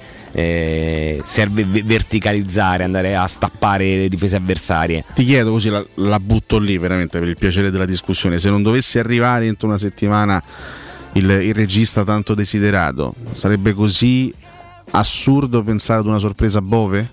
eh, serve v- verticalizzare, andare a stappare le difese avversarie. Ti chiedo così, la, la butto lì veramente per il piacere della discussione: se non dovesse arrivare entro una settimana il, il regista tanto desiderato, sarebbe così assurdo pensare ad una sorpresa Bove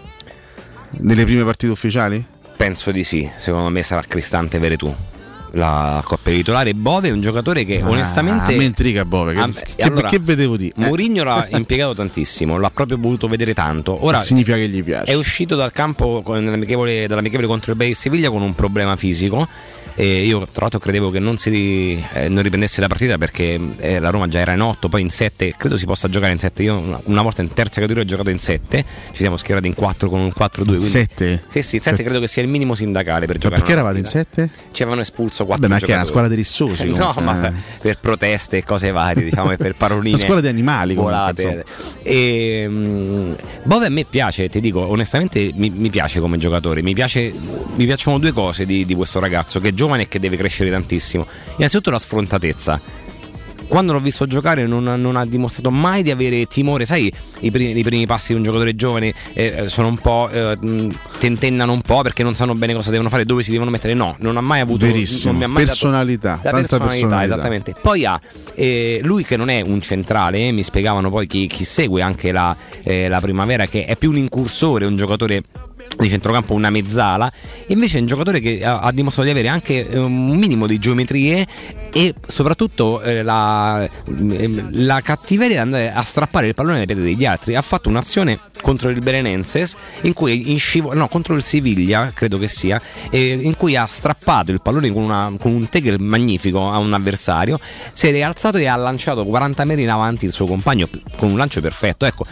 nelle prime partite ufficiali? Penso di sì, secondo me sarà Cristante Veretù la coppia titolare. Bove è un giocatore che ah, onestamente a me intriga Bove, che, a, che, allora, che vedevo di Mourinho l'ha impiegato tantissimo, l'ha proprio voluto vedere tanto. Ora significa che gli piace. È uscito dal campo con l'amichevole, dall'amichevole contro il Betis Siviglia con un problema fisico. E io tra l'altro credevo che non si eh, non riprendesse la partita perché eh, la Roma già era in otto, poi in sette, credo si possa giocare in sette. Io una, una volta in terza categoria ho giocato in sette, ci siamo schierati in quattro con un quattro due. sette? Sì, sì, sette credo che sia il minimo sindacale per Ma giocare. perché eravate in sette? Ci avevano espulso quattro Vabbè, ma giocatori. che è una squadra di rissosi? No, comunque. ma per proteste e cose varie, diciamo, e per paroline. Una squadra di animali volate. comunque, E um, Bove a me piace, ti dico onestamente, mi, mi piace come giocatore, mi piace, mi piacciono due cose di, di questo ragazzo che è giovane e che deve crescere tantissimo. Innanzitutto la sfrontatezza. Quando l'ho visto giocare non, non ha dimostrato mai di avere timore, sai, i primi, i primi passi di un giocatore giovane eh, sono un po' eh, tentennano un po' perché non sanno bene cosa devono fare, dove si devono mettere. No, non ha mai avuto verissimo, non mi ha mai personalità, dato, la tanta personalità, personalità, esattamente. Poi ha eh, lui che non è un centrale, eh, mi spiegavano poi chi, chi segue anche la, eh, la Primavera, che è più un incursore, un giocatore di centrocampo, una mezzala. Invece è un giocatore che ha, ha dimostrato di avere anche eh, un minimo di geometrie e soprattutto eh, la, eh, la cattiveria di andare a strappare il pallone dai piedi degli altri. Ha fatto un'azione contro il Belenenses in cui in scivolo, no, contro il Siviglia credo che sia, eh, in cui ha strappato il pallone con, una, con un tackle magnifico a un avversario, si è rialzato e ha lanciato quaranta metri in avanti il suo compagno con un lancio perfetto. Ecco,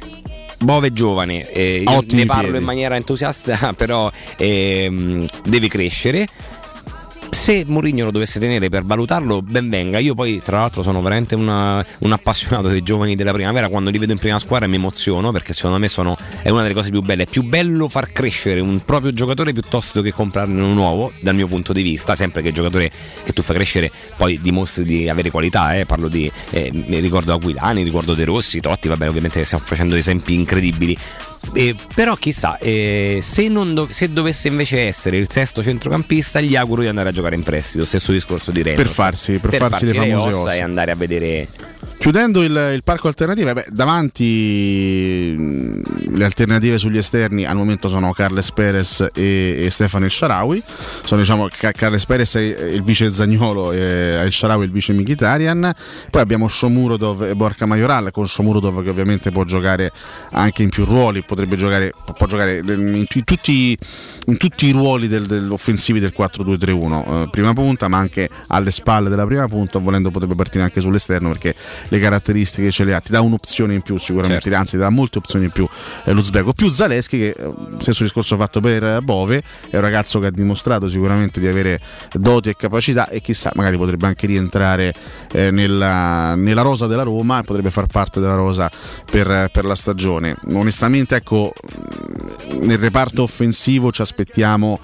Bove giovane, eh, io ne parlo piedi. in maniera entusiasta, però ehm, deve crescere. Se Mourinho lo dovesse tenere per valutarlo, ben venga. Io poi tra l'altro sono veramente una, un appassionato dei giovani della Primavera. Quando li vedo in prima squadra mi emoziono, perché secondo me sono, è una delle cose più belle. È più bello far crescere un proprio giocatore piuttosto che comprarne uno nuovo, dal mio punto di vista. Sempre che il giocatore che tu fai crescere poi dimostri di avere qualità, eh. Parlo di eh, mi ricordo Aquilani, ricordo De Rossi, Totti, vabbè, ovviamente stiamo facendo esempi incredibili. Eh, però chissà, eh, se, non do- se dovesse invece essere il sesto centrocampista, gli auguro di andare a giocare in prestito. Stesso discorso di Reynolds, per farsi, per per farsi, farsi le le famose ossa, ossa e andare a vedere. Chiudendo il, il parco alternative, beh, davanti mh, le alternative sugli esterni al momento sono Carles Perez e, e Stefano El Shaarawy. Sono, diciamo, Carles Perez è il vice Zaniolo e El Shaarawy il vice Mkhitaryan. Poi abbiamo Shomurodov e Borja Majoral, con Shomurodov che ovviamente può giocare anche in più ruoli, potrebbe giocare, può giocare in, in, tutti, in tutti i ruoli del, dell'offensivi del quattro due tre uno, eh, prima punta, ma anche alle spalle della prima punta, volendo potrebbe partire anche sull'esterno perché le caratteristiche ce le ha, ti dà un'opzione in più sicuramente, certo. Anzi ti dà molte opzioni in più eh, l'Uzbeko, più Zalewski che eh, stesso discorso fatto per Bove, è un ragazzo che ha dimostrato sicuramente di avere doti e capacità e chissà magari potrebbe anche rientrare eh, nella, nella rosa della Roma e potrebbe far parte della rosa per, per la stagione. Onestamente ecco, nel reparto offensivo ci aspettiamo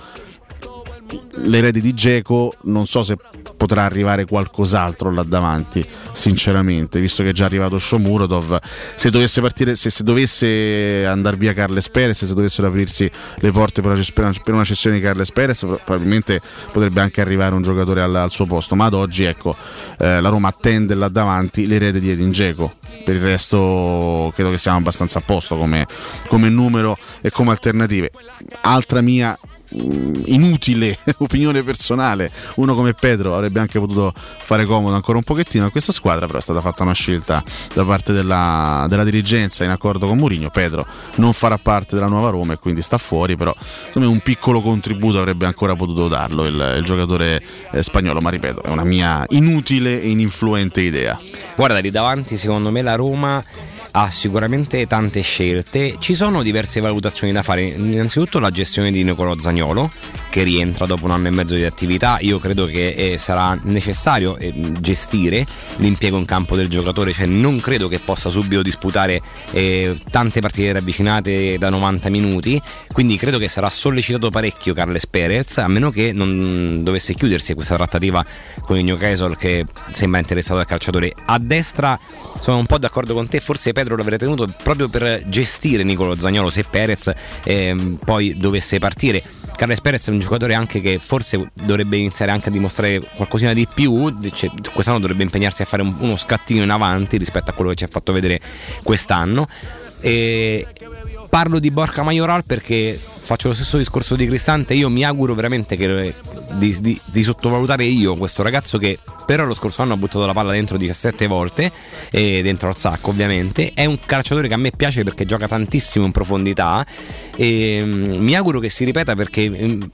l'erede di Dzeko, non so se potrà arrivare qualcos'altro là davanti sinceramente, visto che è già arrivato Shomurodov. Se dovesse partire, se, se dovesse andare via Carles Perez, se dovessero aprirsi le porte per una, per una cessione di Carles Perez, probabilmente potrebbe anche arrivare un giocatore al, al suo posto, ma ad oggi ecco eh, la Roma attende là davanti l'erede di Edin Dzeko. Per il resto credo che siamo abbastanza a posto come, come numero e come alternative. Altra mia inutile opinione personale, uno come Pedro avrebbe anche potuto fare comodo ancora un pochettino a questa squadra, però è stata fatta una scelta da parte della, della dirigenza in accordo con Mourinho. Pedro non farà parte della nuova Roma e quindi sta fuori, però secondo me un piccolo contributo avrebbe ancora potuto darlo il, il giocatore eh, spagnolo, ma ripeto è una mia inutile e ininfluente idea. Guarda, lì davanti secondo me la Roma ha sicuramente tante scelte, ci sono diverse valutazioni da fare. Innanzitutto la gestione di Nicolò Zaniolo, che rientra dopo un anno e mezzo di attività. Io credo che eh, sarà necessario eh, gestire l'impiego in campo del giocatore, cioè non credo che possa subito disputare eh, tante partite ravvicinate da novanta minuti, quindi credo che sarà sollecitato parecchio Carles Perez, a meno che non dovesse chiudersi questa trattativa con il Newcastle, che sembra interessato al calciatore. A destra sono un po' d'accordo con te, forse Pedro l'avrei tenuto proprio per gestire Nicolò Zaniolo se Perez eh, poi dovesse partire. Carles Perez è un giocatore anche che forse dovrebbe iniziare anche a dimostrare qualcosina di più, cioè, quest'anno dovrebbe impegnarsi a fare un, uno scattino in avanti rispetto a quello che ci ha fatto vedere quest'anno. E parlo di Borja Majoral perché faccio lo stesso discorso di Cristante. Io mi auguro veramente che, di, di, di sottovalutare io questo ragazzo che però lo scorso anno ha buttato la palla dentro diciassette volte, e dentro al sacco ovviamente. È un calciatore che a me piace perché gioca tantissimo in profondità, e um, mi auguro che si ripeta perché um,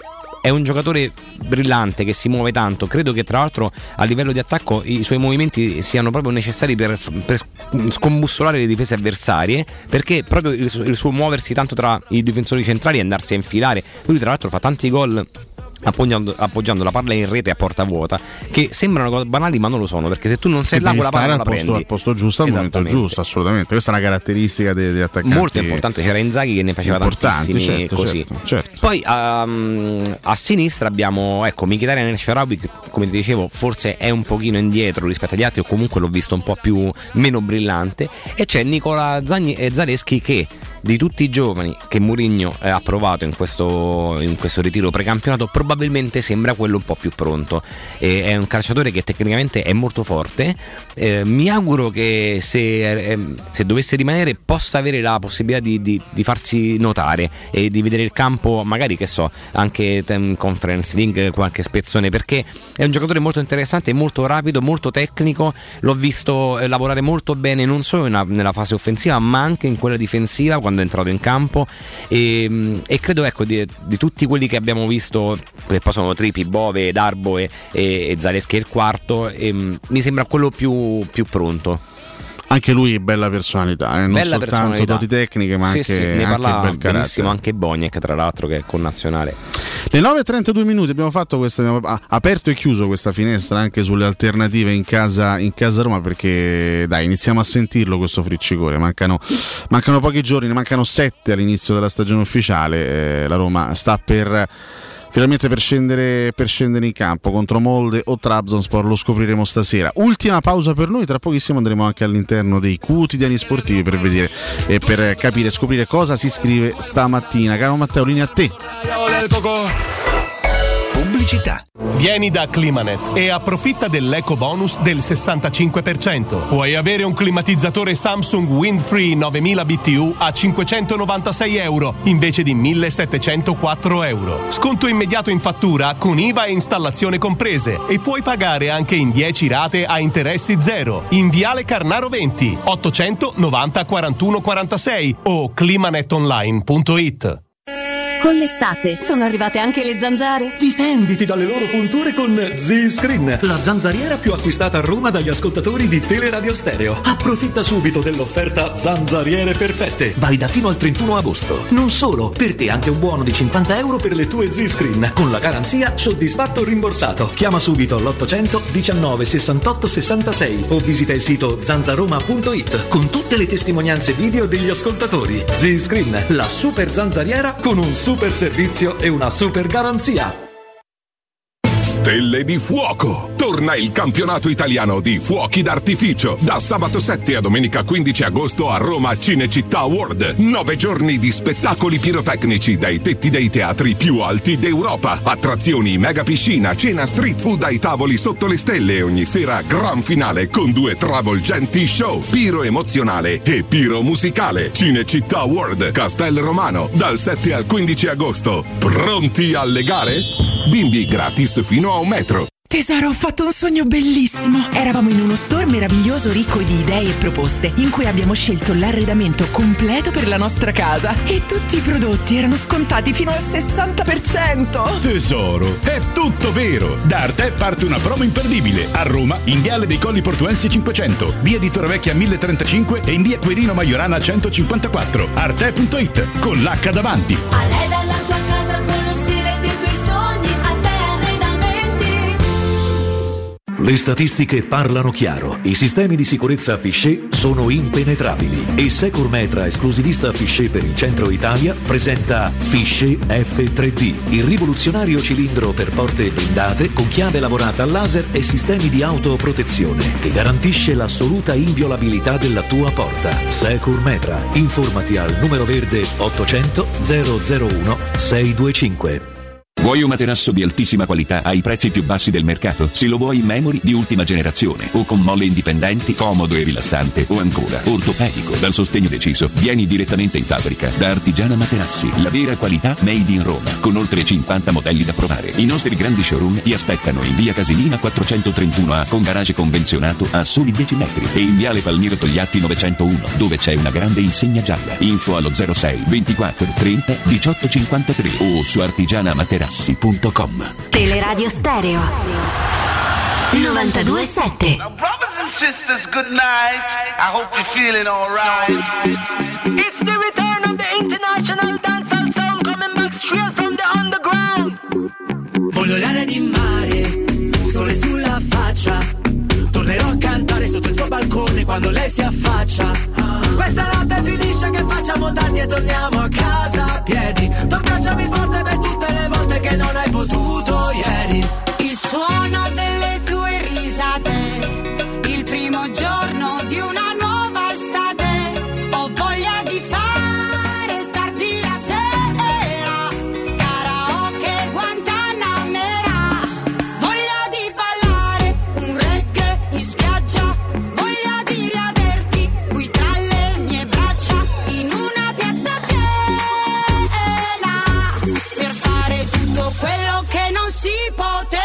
è un giocatore brillante che si muove tanto, credo che tra l'altro a livello di attacco i suoi movimenti siano proprio necessari per, per scombussolare le difese avversarie, perché proprio il suo, il suo muoversi tanto tra i difensori centrali e andarsi a infilare, lui tra l'altro fa tanti gol appoggiando, appoggiando la palla in rete a porta vuota, che sembrano cose banali ma non lo sono, perché se tu non sei là con la palla non la prendi al posto giusto al momento giusto, assolutamente. Questa è una caratteristica degli attaccanti molto importante. C'era Inzaghi che ne faceva tantissimi, certo, così certo, certo. Poi um, a sinistra abbiamo, ecco, Mkhitaryan El Shaarawy, che come ti dicevo forse è un pochino indietro rispetto agli altri, o comunque l'ho visto un po' più meno brillante, e c'è Nicola Zagni e Zaleschi che di tutti i giovani che Mourinho ha provato in questo, in questo ritiro precampionato probabilmente sembra quello un po' più pronto. E è un calciatore che tecnicamente è molto forte, eh, mi auguro che se, eh, se dovesse rimanere possa avere la possibilità di, di, di farsi notare e di vedere il campo, magari che so, anche in Conference League qualche spezzone, perché è un giocatore molto interessante, molto rapido, molto tecnico. L'ho visto eh, lavorare molto bene non solo in, nella fase offensiva ma anche in quella difensiva quando è entrato in campo, e, e credo, ecco, di, di tutti quelli che abbiamo visto, che poi sono Trippi, Bove, Darbo e, e, e Zaleschi il quarto, e, mi sembra quello più, più pronto. Anche lui bella personalità, eh? non bella soltanto doti tecniche ma sì, anche, sì, ne anche parla bel benissimo anche Boniek, tra l'altro, che è connazionale. Le nove e trentadue minuti abbiamo fatto questa, abbiamo aperto e chiuso questa finestra anche sulle alternative in casa, in casa Roma, perché dai, iniziamo a sentirlo questo friccicore. Mancano, mancano pochi giorni, ne mancano sette all'inizio della stagione ufficiale. Eh, la Roma sta per finalmente per scendere, per scendere in campo contro Molde o Trabzonspor, lo scopriremo stasera. Ultima pausa per noi, tra pochissimo andremo anche all'interno dei quotidiani sportivi per vedere e per capire e scoprire cosa si scrive stamattina. Caro Matteo, linea a te. Pubblicità. Vieni da Climanet e approfitta dell'eco bonus del sessantacinque per cento. Puoi avere un climatizzatore Samsung Windfree novemila B T U a cinquecentonovantasei euro invece di millesettecentoquattro euro. Sconto immediato in fattura con I V A e installazione comprese, e puoi pagare anche in dieci rate a interessi zero. In Viale Carnaro venti, ottocento novanta quarantuno quarantasei o climanetonline punto it. Con l'estate sono arrivate anche le zanzare? Difenditi dalle loro punture con Z-Screen, la zanzariera più acquistata a Roma dagli ascoltatori di Teleradio Stereo. Approfitta subito dell'offerta Zanzariere Perfette, valida fino al trentuno agosto. Non solo, per te anche un buono di cinquanta euro per le tue Z-Screen, con la garanzia soddisfatto o rimborsato. Chiama subito l'ottocento diciannove sessantotto sessantasei o visita il sito zanzaroma punto it con tutte le testimonianze video degli ascoltatori. Z-Screen, la super zanzariera con un super super servizio e una super garanzia. Stelle di Fuoco! Torna il campionato italiano di fuochi d'artificio da sabato sette a domenica quindici agosto a Roma Cinecittà World. Nove giorni di spettacoli pirotecnici dai tetti dei teatri più alti d'Europa. Attrazioni, mega piscina, cena street food ai tavoli sotto le stelle e ogni sera gran finale con due travolgenti show. Piro emozionale e piro musicale. Cinecittà World, Castel Romano, dal sette al quindici agosto. Pronti alle gare? Bimbi gratis fino a un metro. Tesoro, ho fatto un sogno bellissimo. Eravamo in uno store meraviglioso ricco di idee e proposte, in cui abbiamo scelto l'arredamento completo per la nostra casa e tutti i prodotti erano scontati fino al sessanta per cento. Tesoro, è tutto vero. Da Arte parte una promo imperdibile. A Roma, in Viale dei Colli Portuensi cinquecento, via di Torrevecchia mille trentacinque e in via Quirino Maiorana centocinquantaquattro. Arte punto it con l'H davanti. Arreda la tua casa con lo stile dei tuoi sogni. Le statistiche parlano chiaro. I sistemi di sicurezza Fichet sono impenetrabili e Securmetra, esclusivista Fichet per il centro Italia, presenta Fichet F tre D, il rivoluzionario cilindro per porte blindate con chiave lavorata a laser e sistemi di autoprotezione che garantisce l'assoluta inviolabilità della tua porta. Securmetra. Informati al numero verde ottocento zero zero uno sei due cinque. Vuoi un materasso di altissima qualità ai prezzi più bassi del mercato? Se lo vuoi in memory di ultima generazione o con molle indipendenti, comodo e rilassante, o ancora ortopedico dal sostegno deciso, vieni direttamente in fabbrica da Artigiana Materassi, la vera qualità made in Roma, con oltre cinquanta modelli da provare. I nostri grandi showroom ti aspettano in via Casilina quattrocentotrentuno A con garage convenzionato a soli dieci metri e in viale Palmiro Togliatti novecentouno dove c'è una grande insegna gialla. Info allo zero sei ventiquattro trenta diciotto cinquantatré o su Artigiana Materassi materassi punto com. Teleradio Stereo novantadue sette. Now, brothers and sisters, good night. I hope you're feeling alright. It's the return of the international dancehall sound coming back straight from the underground. Voglio l'aria di mare, sole sulla faccia. Tornerò a cantare sotto il suo balcone quando lei si affaccia. Questa notte finisce che facciamo tardi e torniamo a casa a piedi. Tu abbracciami forte per tutte le volte che non hai potuto ieri. Il suono delle tue risate, il primo giorno di una nuova estate. Ho voglia di fare tardi la sera, karaoke Guantanamera. Voglia di ballare un reggae in spiaggia, voglia di riaverti qui tra le mie braccia in una piazza piena, per fare tutto quello che non si poteva.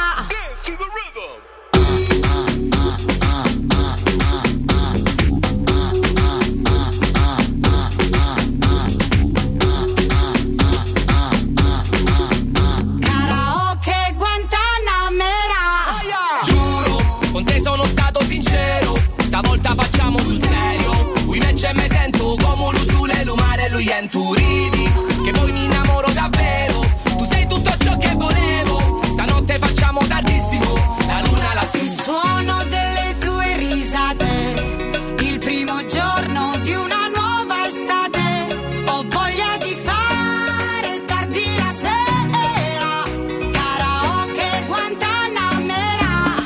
Karaoke Guantanamera. Giuro, con te sono stato sincero, stavolta facciamo sul serio. Lui invece me sento come un usule lumare, lui è in tu ridi, che poi mi innamoro davvero. Tu sei tutto ciò che volevo, stanotte facciamo tardissimo, la luna lassù. Il suono delle tue risate, il primo giorno di una nuova estate. Ho voglia di fare tardi la sera, karaoke Guantanamera.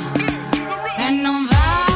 E non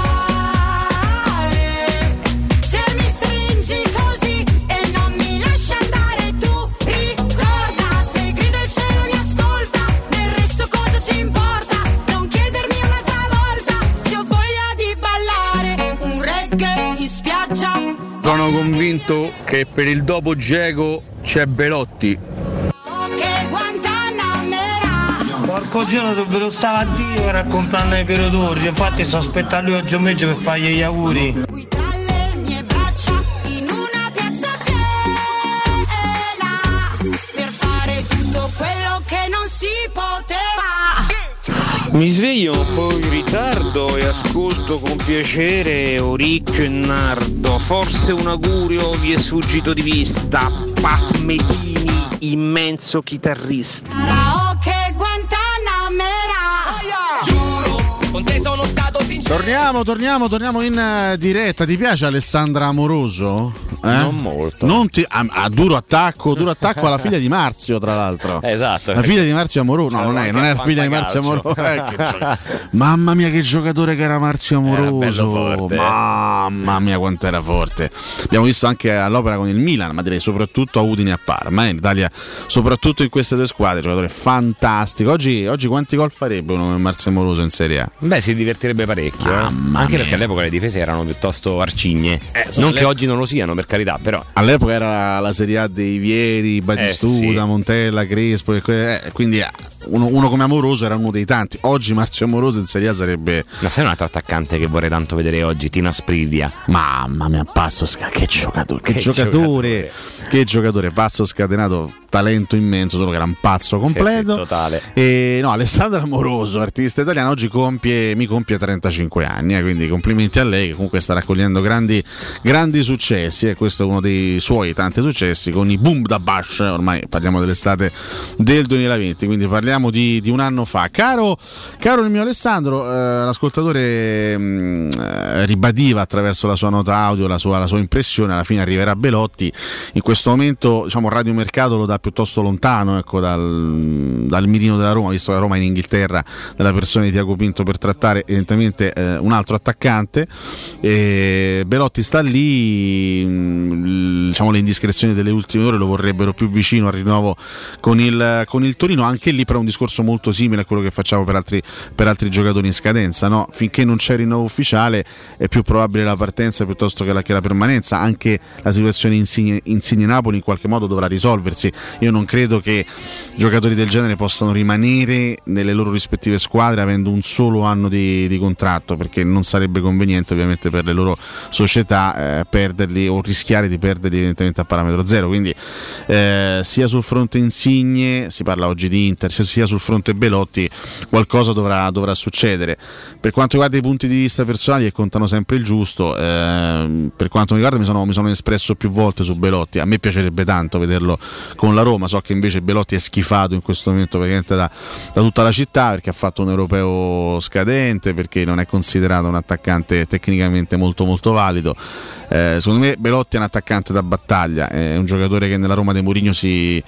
vale se mi stringi così e non mi lasci andare. Tu ricorda, se grida il cielo mi ascolta, del resto cosa ci importa? Non chiedermi un'altra volta se ho voglia di ballare un reggae in spiaggia. Sono convinto che per il dopo Geco c'è Belotti. Che Guantanamera. Qualcosina dovrebbero stare a Dio per comprare i perotori, infatti sto aspettando lui oggi pomeriggio per fargli gli auguri. Qui tra le mie braccia in una piazza piena, per fare tutto quello che non si poteva. Mi sveglio un po' in ritardo e ascolto con piacere Oricchio e Nardo. Forse un augurio vi è sfuggito di vista. Pat Metini, immenso chitarrista. Karaoke Guantanamera. Giuro, con te sono stato sincero. Torniamo, torniamo, torniamo in uh, diretta. Ti piace Alessandra Amoroso? Eh? Non molto. Non ti, a, a duro attacco, duro attacco alla figlia di Marzio, tra l'altro. Esatto. La figlia di Marzio Amoroso. No, non è, non è la figlia di Marzio Amoroso. Eh, che gioca- Mamma mia, che giocatore che era Marzio Amoroso. Era bello forte. Mamma mia, quanto era forte. Abbiamo visto anche all'opera con il Milan, ma direi soprattutto a Udine e a Parma. Eh, in Italia, soprattutto in queste due squadre, giocatore fantastico. Oggi, oggi quanti gol farebbe uno come Marzio Amoroso in Serie A? Beh, si divertirebbe parecchio. Eh? Anche mia. perché all'epoca le difese erano piuttosto arcigne. Eh, non le- che oggi non lo siano, per carità, però. All'epoca era la Serie A dei Vieri, Batistuta, Eh, sì. Montella, Crespo, e que- eh, quindi eh, uno, uno come Amoroso era uno dei tanti. Oggi Marzio Amoroso in Serie A sarebbe. Ma sai un altro attaccante che vorrei tanto vedere oggi? Tina Spridia. Mamma mia, Pazzo Scatenato, che giocatore, che, Che giocatore, giocatore. che giocatore, Pazzo Scatenato, talento immenso, solo che era un pazzo completo. Sì, sì, totale. E no, Alessandra Amoroso, artista italiana, oggi compie, mi compie trentacinque anni, eh, quindi complimenti a lei che comunque sta raccogliendo grandi, grandi successi, e questo è uno dei suoi tanti successi con i Boom da Bash. Ormai parliamo dell'estate del duemilaventi, quindi parliamo di, di un anno fa. Caro, caro il mio Alessandro, eh, l'ascoltatore mh, eh, ribadiva attraverso la sua nota audio la sua, la sua impressione. Alla fine arriverà Belotti. In questo momento, diciamo, il radiomercato lo dà piuttosto lontano, ecco, dal, dal mirino della Roma, visto che la Roma è in Inghilterra della persona di Tiago Pinto per trattare evidentemente eh, un altro attaccante. E Belotti sta lì, mh, diciamo, le indiscrezioni delle ultime ore lo vorrebbero più vicino al rinnovo con il, con il Torino, anche lì per un discorso molto simile a quello che facciamo per altri, per altri giocatori in scadenza, no? Finché non c'è rinnovo ufficiale è più probabile la partenza piuttosto che la, che la permanenza. Anche la situazione Insigne, Insigne Napoli in qualche modo dovrà risolversi, io non credo che giocatori del genere possano rimanere nelle loro rispettive squadre avendo un solo anno di, di contratto, perché non sarebbe conveniente ovviamente per le loro società eh, perderli o rischiare di perderli evidentemente a parametro zero. Quindi eh, sia sul fronte Insigne, si parla oggi di Inter, sia sul fronte Belotti qualcosa dovrà, dovrà succedere. Per quanto riguarda i punti di vista personali, che contano sempre il giusto, eh, per quanto mi riguarda mi sono, mi sono espresso più volte su Belotti. A me piacerebbe tanto vederlo con la Roma, so che invece Belotti è schifato in questo momento praticamente da, da tutta la città, perché ha fatto un europeo scadente, perché non è considerato un attaccante tecnicamente molto molto valido. Eh, secondo me Belotti è un attaccante da battaglia, è un giocatore che nella Roma di Mourinho si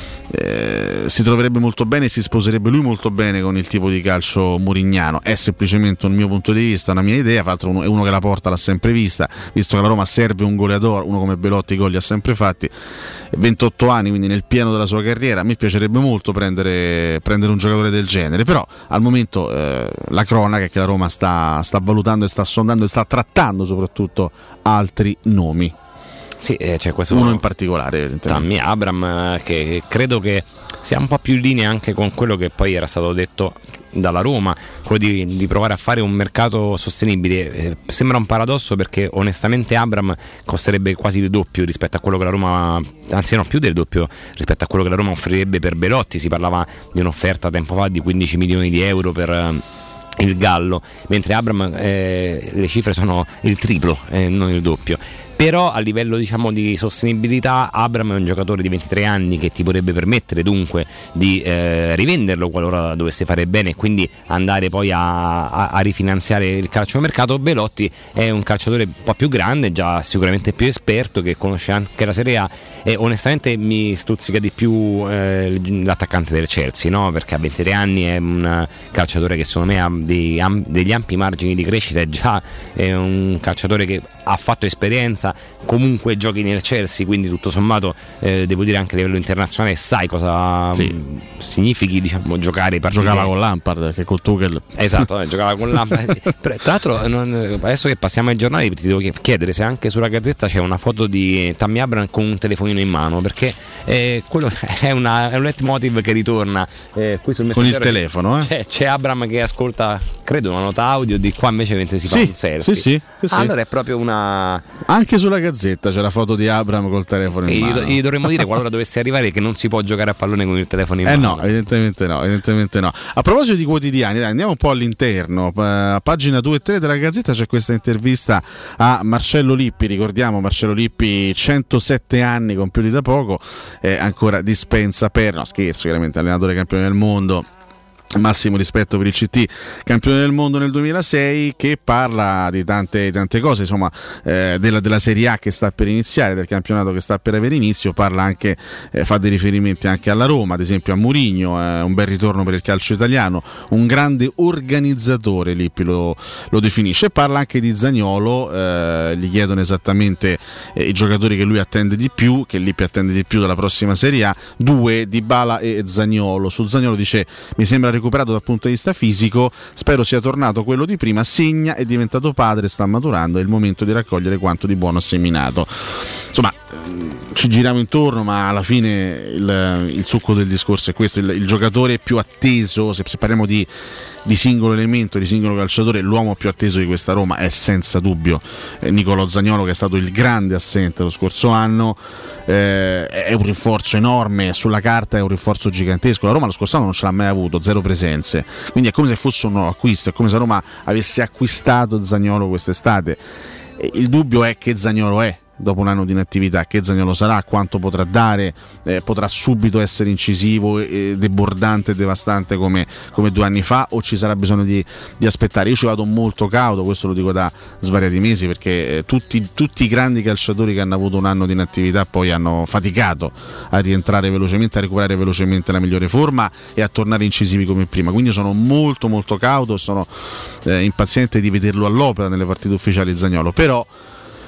Eh, si troverebbe molto bene e si sposerebbe lui molto bene con il tipo di calcio murignano. È semplicemente un mio punto di vista, una mia idea. Fra l'altro uno, è uno che la porta, l'ha sempre vista, visto che la Roma serve un goleador, uno come Belotti i gol li ha sempre fatti, ventotto anni, quindi nel pieno della sua carriera. A me piacerebbe molto prendere, prendere un giocatore del genere, però al momento eh, la cronaca è che la Roma sta, sta valutando e sta sondando e sta trattando soprattutto altri nomi. Sì, eh, c'è questo uno in particolare, Tammy Abraham, che credo che sia un po' più in linea anche con quello che poi era stato detto dalla Roma, quello di, di provare a fare un mercato sostenibile. Eh, sembra un paradosso, perché onestamente Abraham costerebbe quasi il doppio rispetto a quello che la Roma, anzi no, più del doppio rispetto a quello che la Roma offrirebbe per Belotti. Si parlava di un'offerta tempo fa di quindici milioni di euro per eh, il Gallo, mentre Abraham eh, le cifre sono il triplo, eh, non il doppio. Però a livello, diciamo, di sostenibilità, Abraham è un giocatore di ventitré anni che ti potrebbe permettere dunque di eh, rivenderlo qualora dovesse fare bene e quindi andare poi a, a, a rifinanziare il calciomercato. Belotti è un calciatore un po' più grande, già sicuramente più esperto, che conosce anche la Serie A, e onestamente mi stuzzica di più eh, l'attaccante del Chelsea, no? Perché a ventitré anni è un calciatore che secondo me ha dei, am, degli ampi margini di crescita, è già è un calciatore che ha fatto esperienza, comunque giochi nel Chelsea, quindi tutto sommato eh, devo dire anche a livello internazionale sai cosa sì. mh, significhi, diciamo, giocare partite. Giocava con Lampard, che con Tuchel. Esatto, eh, giocava con Lampard. Tra l'altro non, adesso che passiamo ai giornali ti devo chiedere se anche sulla Gazzetta c'è una foto di Tammy Abraham con un telefonino in mano, perché eh, quello è, una, è un leitmotiv che ritorna eh, qui sul con il telefono eh? c'è, c'è Abraham che ascolta, credo, una nota audio, di qua invece mentre si fa sì, un selfie. sì, sì, sì, allora sì. È proprio una. Anche sulla Gazzetta c'è la foto di Abraham col telefono in e mano. Gli, gli dovremmo dire, qualora dovesse arrivare, che non si può giocare a pallone con il telefono in eh mano. no, evidentemente no, evidentemente no. A proposito di quotidiani, dai, andiamo un po' all'interno. A pagina due e tre della Gazzetta c'è questa intervista a Marcello Lippi. Ricordiamo Marcello Lippi, centosette anni compiuti da poco, eh, ancora dispensa per, no scherzo, chiaramente allenatore campione del mondo, massimo rispetto per il C T, campione del mondo nel duemilasei, che parla di tante, tante cose, insomma, eh, della, della Serie A che sta per iniziare, del campionato che sta per avere inizio. Parla anche, eh, fa dei riferimenti anche alla Roma, ad esempio a Mourinho, eh, un bel ritorno per il calcio italiano, un grande organizzatore, Lippi lo, lo definisce. E parla anche di Zaniolo, eh, gli chiedono esattamente eh, i giocatori che lui attende di più, che Lippi attende di più dalla prossima Serie A, due, Dybala e Zaniolo. Su Zaniolo dice: mi sembra recuperato dal punto di vista fisico, spero sia tornato quello di prima, segna, è diventato padre, sta maturando, è il momento di raccogliere quanto di buono ha seminato. Insomma, ci giriamo intorno, ma alla fine il, il succo del discorso è questo: il, il giocatore più atteso, se, se parliamo di, di singolo elemento, di singolo calciatore, l'uomo più atteso di questa Roma è senza dubbio eh, Nicolò Zaniolo, che è stato il grande assente lo scorso anno. Eh, è un rinforzo enorme, sulla carta è un rinforzo gigantesco. La Roma lo scorso anno non ce l'ha mai avuto, zero presenze, quindi è come se fosse un nuovo acquisto, è come se Roma avesse acquistato Zaniolo quest'estate. E il dubbio è che Zaniolo è dopo un anno di inattività, che Zaniolo sarà, quanto potrà dare, eh, potrà subito essere incisivo e debordante e devastante come, come due anni fa, o ci sarà bisogno di, di aspettare. Io ci vado molto cauto, questo lo dico da svariati mesi, perché eh, tutti, tutti i grandi calciatori che hanno avuto un anno di inattività poi hanno faticato a rientrare velocemente, a recuperare velocemente la migliore forma e a tornare incisivi come prima. Quindi sono molto molto cauto e sono eh, impaziente di vederlo all'opera nelle partite ufficiali Zaniolo. Però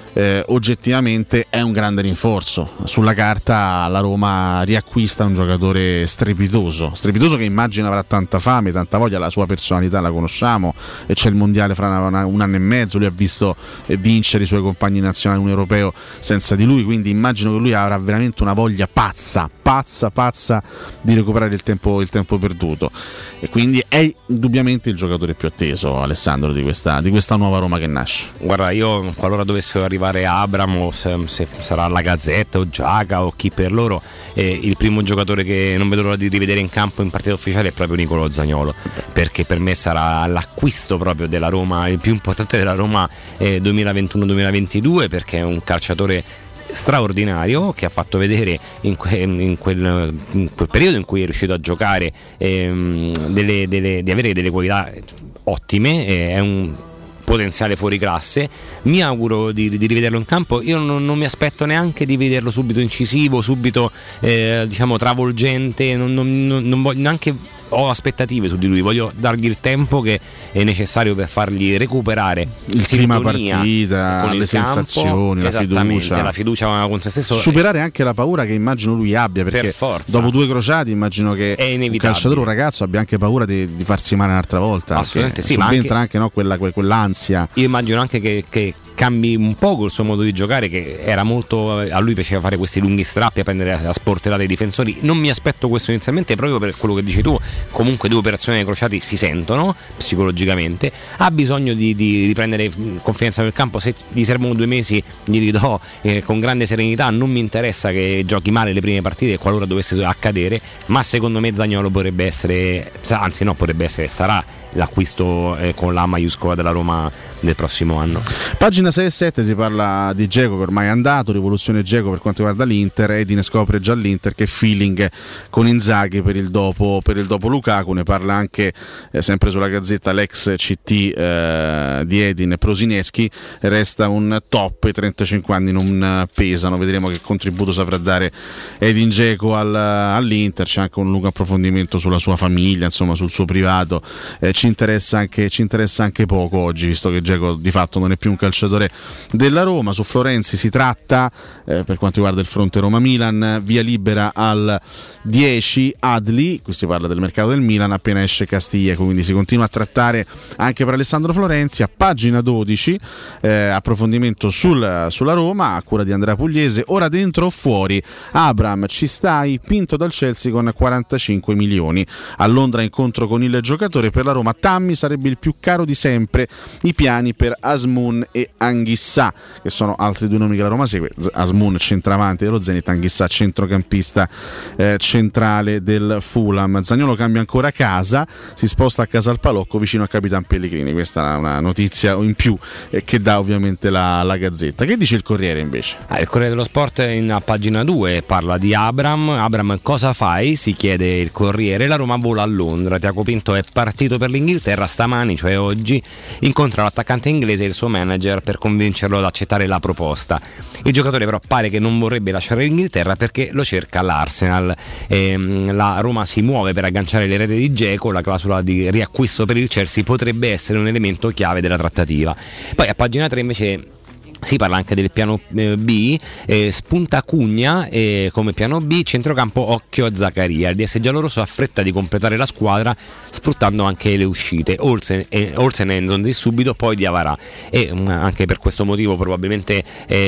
eh, oggettivamente è un grande rinforzo. Sulla carta la Roma riacquista un giocatore strepitoso, strepitoso che immagino avrà tanta fame, tanta voglia, la sua personalità la conosciamo e c'è il mondiale fra una, una, un anno e mezzo, lui ha visto eh, vincere i suoi compagni nazionali un europeo senza di lui, quindi immagino che lui avrà veramente una voglia pazza, pazza, pazza di recuperare il tempo, il tempo perduto, e quindi è indubbiamente il giocatore più atteso, Alessandro, di questa, di questa nuova Roma che nasce. Guarda, io qualora dovessero arrivare Abram o se, se sarà la Gazzetta o Giaca o chi per loro, eh, il primo giocatore che non vedo l'ora di rivedere in campo in partita ufficiale è proprio Nicolò Zaniolo, perché per me sarà l'acquisto proprio della Roma, il più importante della Roma eh, duemilaventuno duemilaventidue, perché è un calciatore straordinario che ha fatto vedere in, que, in, quel, in quel periodo in cui è riuscito a giocare ehm, delle, delle, di avere delle qualità ottime, eh, è un potenziale fuori classe. Mi auguro di, di rivederlo in campo. Io non, non mi aspetto neanche di vederlo subito incisivo, subito eh, diciamo travolgente, non, non, non, non voglio neanche, ho aspettative su di lui, voglio dargli il tempo che è necessario per fargli recuperare il clima partita, con le sensazioni, la fiducia, la fiducia con se stesso, superare anche la paura che immagino lui abbia, perché per forza, dopo due crociati immagino che un calciatore, un ragazzo abbia anche paura di, di farsi male un'altra volta. Assolutamente sì, subentra ma anche, anche no, quella, quell'ansia. Io immagino anche che, che cambi un po' col suo modo di giocare, che era molto, a lui piaceva fare questi lunghi strappi, a prendere a sportellate i difensori. Non mi aspetto questo inizialmente, proprio per quello che dici tu. Comunque due operazioni ai crociati si sentono psicologicamente, ha bisogno di, di, di prendere confidenza nel campo. Se gli servono due mesi gli ridò eh, con grande serenità, non mi interessa che giochi male le prime partite qualora dovesse accadere, ma secondo me Zaniolo potrebbe essere, anzi no, potrebbe essere, sarà l'acquisto eh, con la maiuscola della Roma del prossimo anno. Pagina sei e sette si parla di Dzeko che ormai è andato, rivoluzione Dzeko per quanto riguarda l'Inter. Edin scopre già l'Inter che feeling con Inzaghi per il dopo, per il dopo Lukaku. Ne parla anche eh, sempre sulla Gazzetta l'ex C T eh, di Edin, Prosineschi. Resta un top, i trentacinque anni non pesano, vedremo che contributo saprà dare Edin Dzeko al, all'Inter. C'è anche un lungo approfondimento sulla sua famiglia, insomma sul suo privato. Eh, ci interessa anche, ci interessa anche poco oggi, visto che Dzeko di fatto non è più un calciatore della Roma. Su Florenzi si tratta eh, per quanto riguarda il fronte Roma-Milan, via libera al dieci Adli, qui si parla del mercato del Milan appena esce Castiglieco, quindi si continua a trattare anche per Alessandro Florenzi. A pagina dodici eh, approfondimento sul, sulla Roma a cura di Andrea Pugliese. Ora dentro o fuori, Abram ci stai, Pinto dal Chelsea con quarantacinque milioni. A Londra incontro con il giocatore, per la Roma Tammy sarebbe il più caro di sempre. I piani per Asmun e Anghissà, che sono altri due nomi che la Roma segue. Asmun centravanti dello Zenit, Anghissà centrocampista eh, centrale del Fulham. Zaniolo cambia ancora casa, si sposta a Casalpalocco vicino a Capitan Pellegrini. Questa è una notizia in più eh, che dà ovviamente la, la Gazzetta. Che dice il Corriere invece? Ah, il Corriere dello Sport in a pagina due parla di Abram. Abram, cosa fai? Si chiede il Corriere. La Roma vola a Londra. Tiago Pinto è partito per l'Inghilterra stamani, cioè oggi. Incontra l'attaccante inglese e il suo manager per convincerlo ad accettare la proposta. Il giocatore però pare che non vorrebbe lasciare l'Inghilterra perché lo cerca l'Arsenal. Ehm, la Roma si muove per agganciare le reti di Dzeko. La clausola di riacquisto per il Chelsea potrebbe essere un elemento chiave della trattativa. Poi a pagina tre invece si parla anche del piano B, eh, spunta Cugna eh, come piano B, centrocampo occhio a Zaccaria. Il D S giallorosso ha fretta di completare la squadra sfruttando anche le uscite, Olsen e Olsen e Nzonzi subito, poi Diawara, e um, anche per questo motivo probabilmente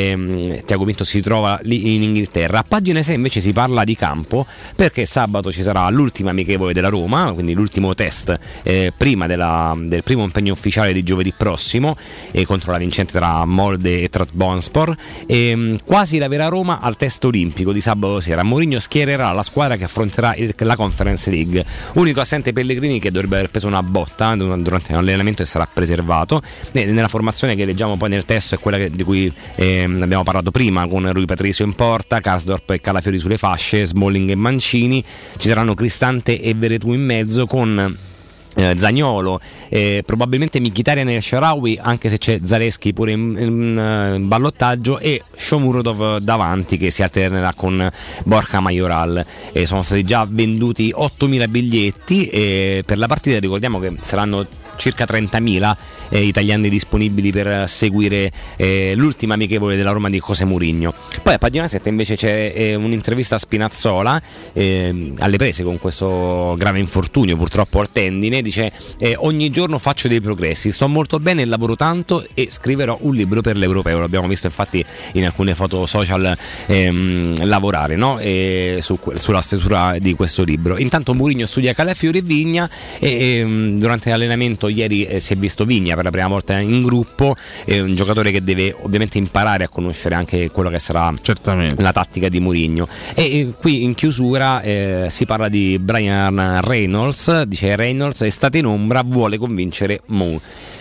eh, Tiago Pinto si trova lì in Inghilterra. A pagina sei invece si parla di campo, perché sabato ci sarà l'ultima amichevole della Roma, quindi l'ultimo test eh, prima della, del primo impegno ufficiale di giovedì prossimo eh, contro la vincente tra Molde e Trabzonspor, e mh, quasi la vera Roma al test olimpico di sabato sera. Mourinho schiererà la squadra che affronterà il, la Conference League. Unico assente Pellegrini, che dovrebbe aver preso una botta durante l'allenamento e sarà preservato. E nella formazione che leggiamo poi nel testo è quella che, di cui eh, abbiamo parlato prima, con Rui Patricio in porta, Karsdorp e Calafiori sulle fasce, Smalling e Mancini. Ci saranno Cristante e Veretout in mezzo, con Eh, Zaniolo, eh, probabilmente Mkhitaryan e Shaarawy, anche se c'è Zalewski pure in, in, in ballottaggio, e Shomurodov davanti, che si alternerà con Borja Mayoral. Eh, sono stati già venduti ottomila biglietti eh, per la partita. Ricordiamo che saranno circa trentamila eh, italiani disponibili per seguire eh, l'ultima amichevole della Roma di José Mourinho. Poi a pagina sette invece c'è eh, un'intervista a Spinazzola eh, alle prese con questo grave infortunio purtroppo al tendine. Dice eh, ogni giorno faccio dei progressi, sto molto bene, lavoro tanto e scriverò un libro per l'Europeo. L'abbiamo visto infatti in alcune foto social ehm, lavorare, no? e su, sulla stesura di questo libro. Intanto Mourinho studia Calafiori e Vigna e, e durante l'allenamento ieri eh, si è visto Vigna per la prima volta in gruppo, è un giocatore che deve ovviamente imparare a conoscere anche quello che sarà certamente la tattica di Mourinho. E, e qui in chiusura eh, si parla di Brian Reynolds. Dice Reynolds è stato in ombra, vuole convincere Mou.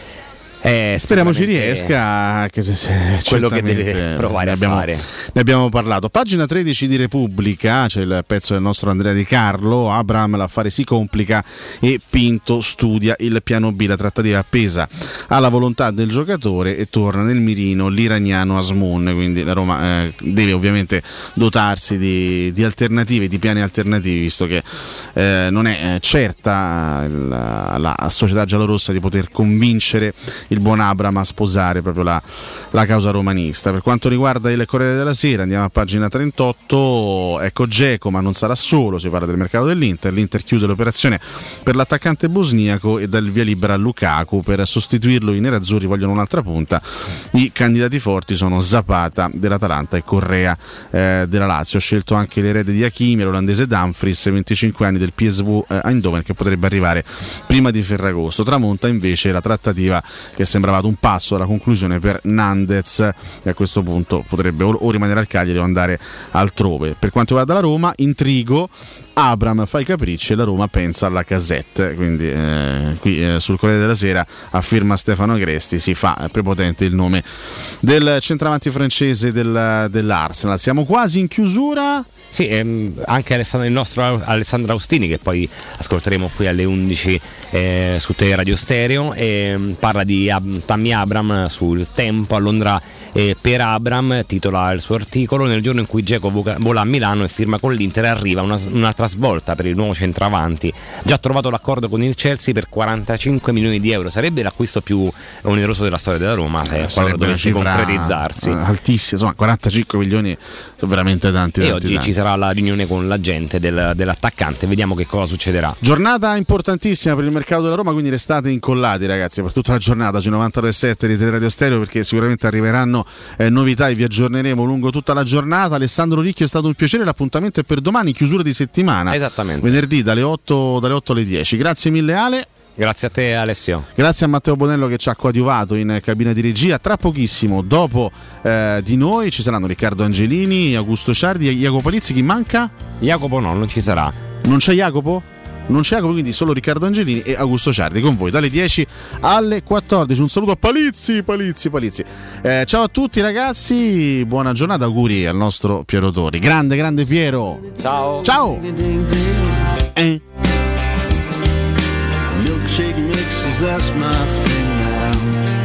Eh, speriamo ci riesca, anche se, se quello che deve provare a abbiamo, fare. Ne abbiamo parlato. Pagina tredici di Repubblica c'è il pezzo del nostro Andrea Di Carlo. Abraham, l'affare si complica e Pinto studia il piano B. La trattativa appesa alla volontà del giocatore e torna nel mirino l'iraniano Asmoun. Quindi la Roma eh, deve ovviamente dotarsi di, di alternative, di piani alternativi, visto che eh, non è eh, certa la, la società giallorossa di poter convincere il buon Abraham a sposare proprio la, la causa romanista. Per quanto riguarda il Corriere della Sera andiamo a pagina trentotto. Ecco Dzeko, ma non sarà solo, si parla del mercato dell'Inter. L'Inter chiude l'operazione per l'attaccante bosniaco e dà il via libera a Lukaku. Per sostituirlo i nerazzurri vogliono un'altra punta. I candidati forti sono Zapata dell'Atalanta e Correa eh, della Lazio. Ha scelto anche l'erede di Hakimi, l'olandese Dumfries, venticinque anni, del P S V eh, Eindhoven, che potrebbe arrivare prima di Ferragosto. Tramonta invece la trattativa che sembrava ad un passo dalla conclusione per Nandez, e a questo punto potrebbe o, o rimanere al Cagliari o andare altrove. Per quanto riguarda la Roma, intrigo, Abraham fa i capricci e la Roma pensa alla Casette. Quindi eh, qui eh, sul Corriere della Sera afferma Stefano Agresti, si fa prepotente il nome del centravanti francese del, dell'Arsenal. Siamo quasi in chiusura. Sì, ehm, anche Alessandro, il nostro Alessandro Austini, che poi ascolteremo qui alle undici eh, su Tele Radio Stereo, ehm, parla di Ab- Tammy Abraham sul Tempo. A Londra eh, per Abraham, titola il suo articolo: nel giorno in cui Dzeko vola a Milano e firma con l'Inter arriva una, un'altra svolta per il nuovo centravanti. Già trovato l'accordo con il Chelsea per quarantacinque milioni di euro, sarebbe l'acquisto più oneroso della storia della Roma se eh, dovesse concretizzarsi. Altissimo, insomma quarantacinque milioni sono veramente tanti. E tanti, oggi tanti. ci sarà la riunione con l'agente del, dell'attaccante, vediamo che cosa succederà. Giornata importantissima per il mercato della Roma, quindi restate incollati ragazzi per tutta la giornata sui novantadue virgola sette di Tele Radio Stereo, perché sicuramente arriveranno eh, novità e vi aggiorneremo lungo tutta la giornata. Alessandro Ricchio, è stato un piacere, l'appuntamento è per domani, chiusura di settimana, esattamente venerdì dalle otto, dalle otto alle dieci. Grazie mille Ale. Grazie a te Alessio. Grazie a Matteo Bonello che ci ha coadiuvato in cabina di regia. Tra pochissimo, dopo eh, di noi, ci saranno Riccardo Angelini, Augusto Ciardi e Jacopo Palizzi. Chi manca? Jacopo no, non ci sarà. Non c'è Jacopo? Non c'è Jacopo, quindi solo Riccardo Angelini e Augusto Ciardi con voi dalle dieci alle quattordici. Un saluto a Palizzi, Palizzi, Palizzi. Eh, ciao a tutti ragazzi, buona giornata, auguri al nostro Piero Tori. Grande, grande Piero. Ciao. Ciao. Eh. Milkshake mixes, that's my thing now.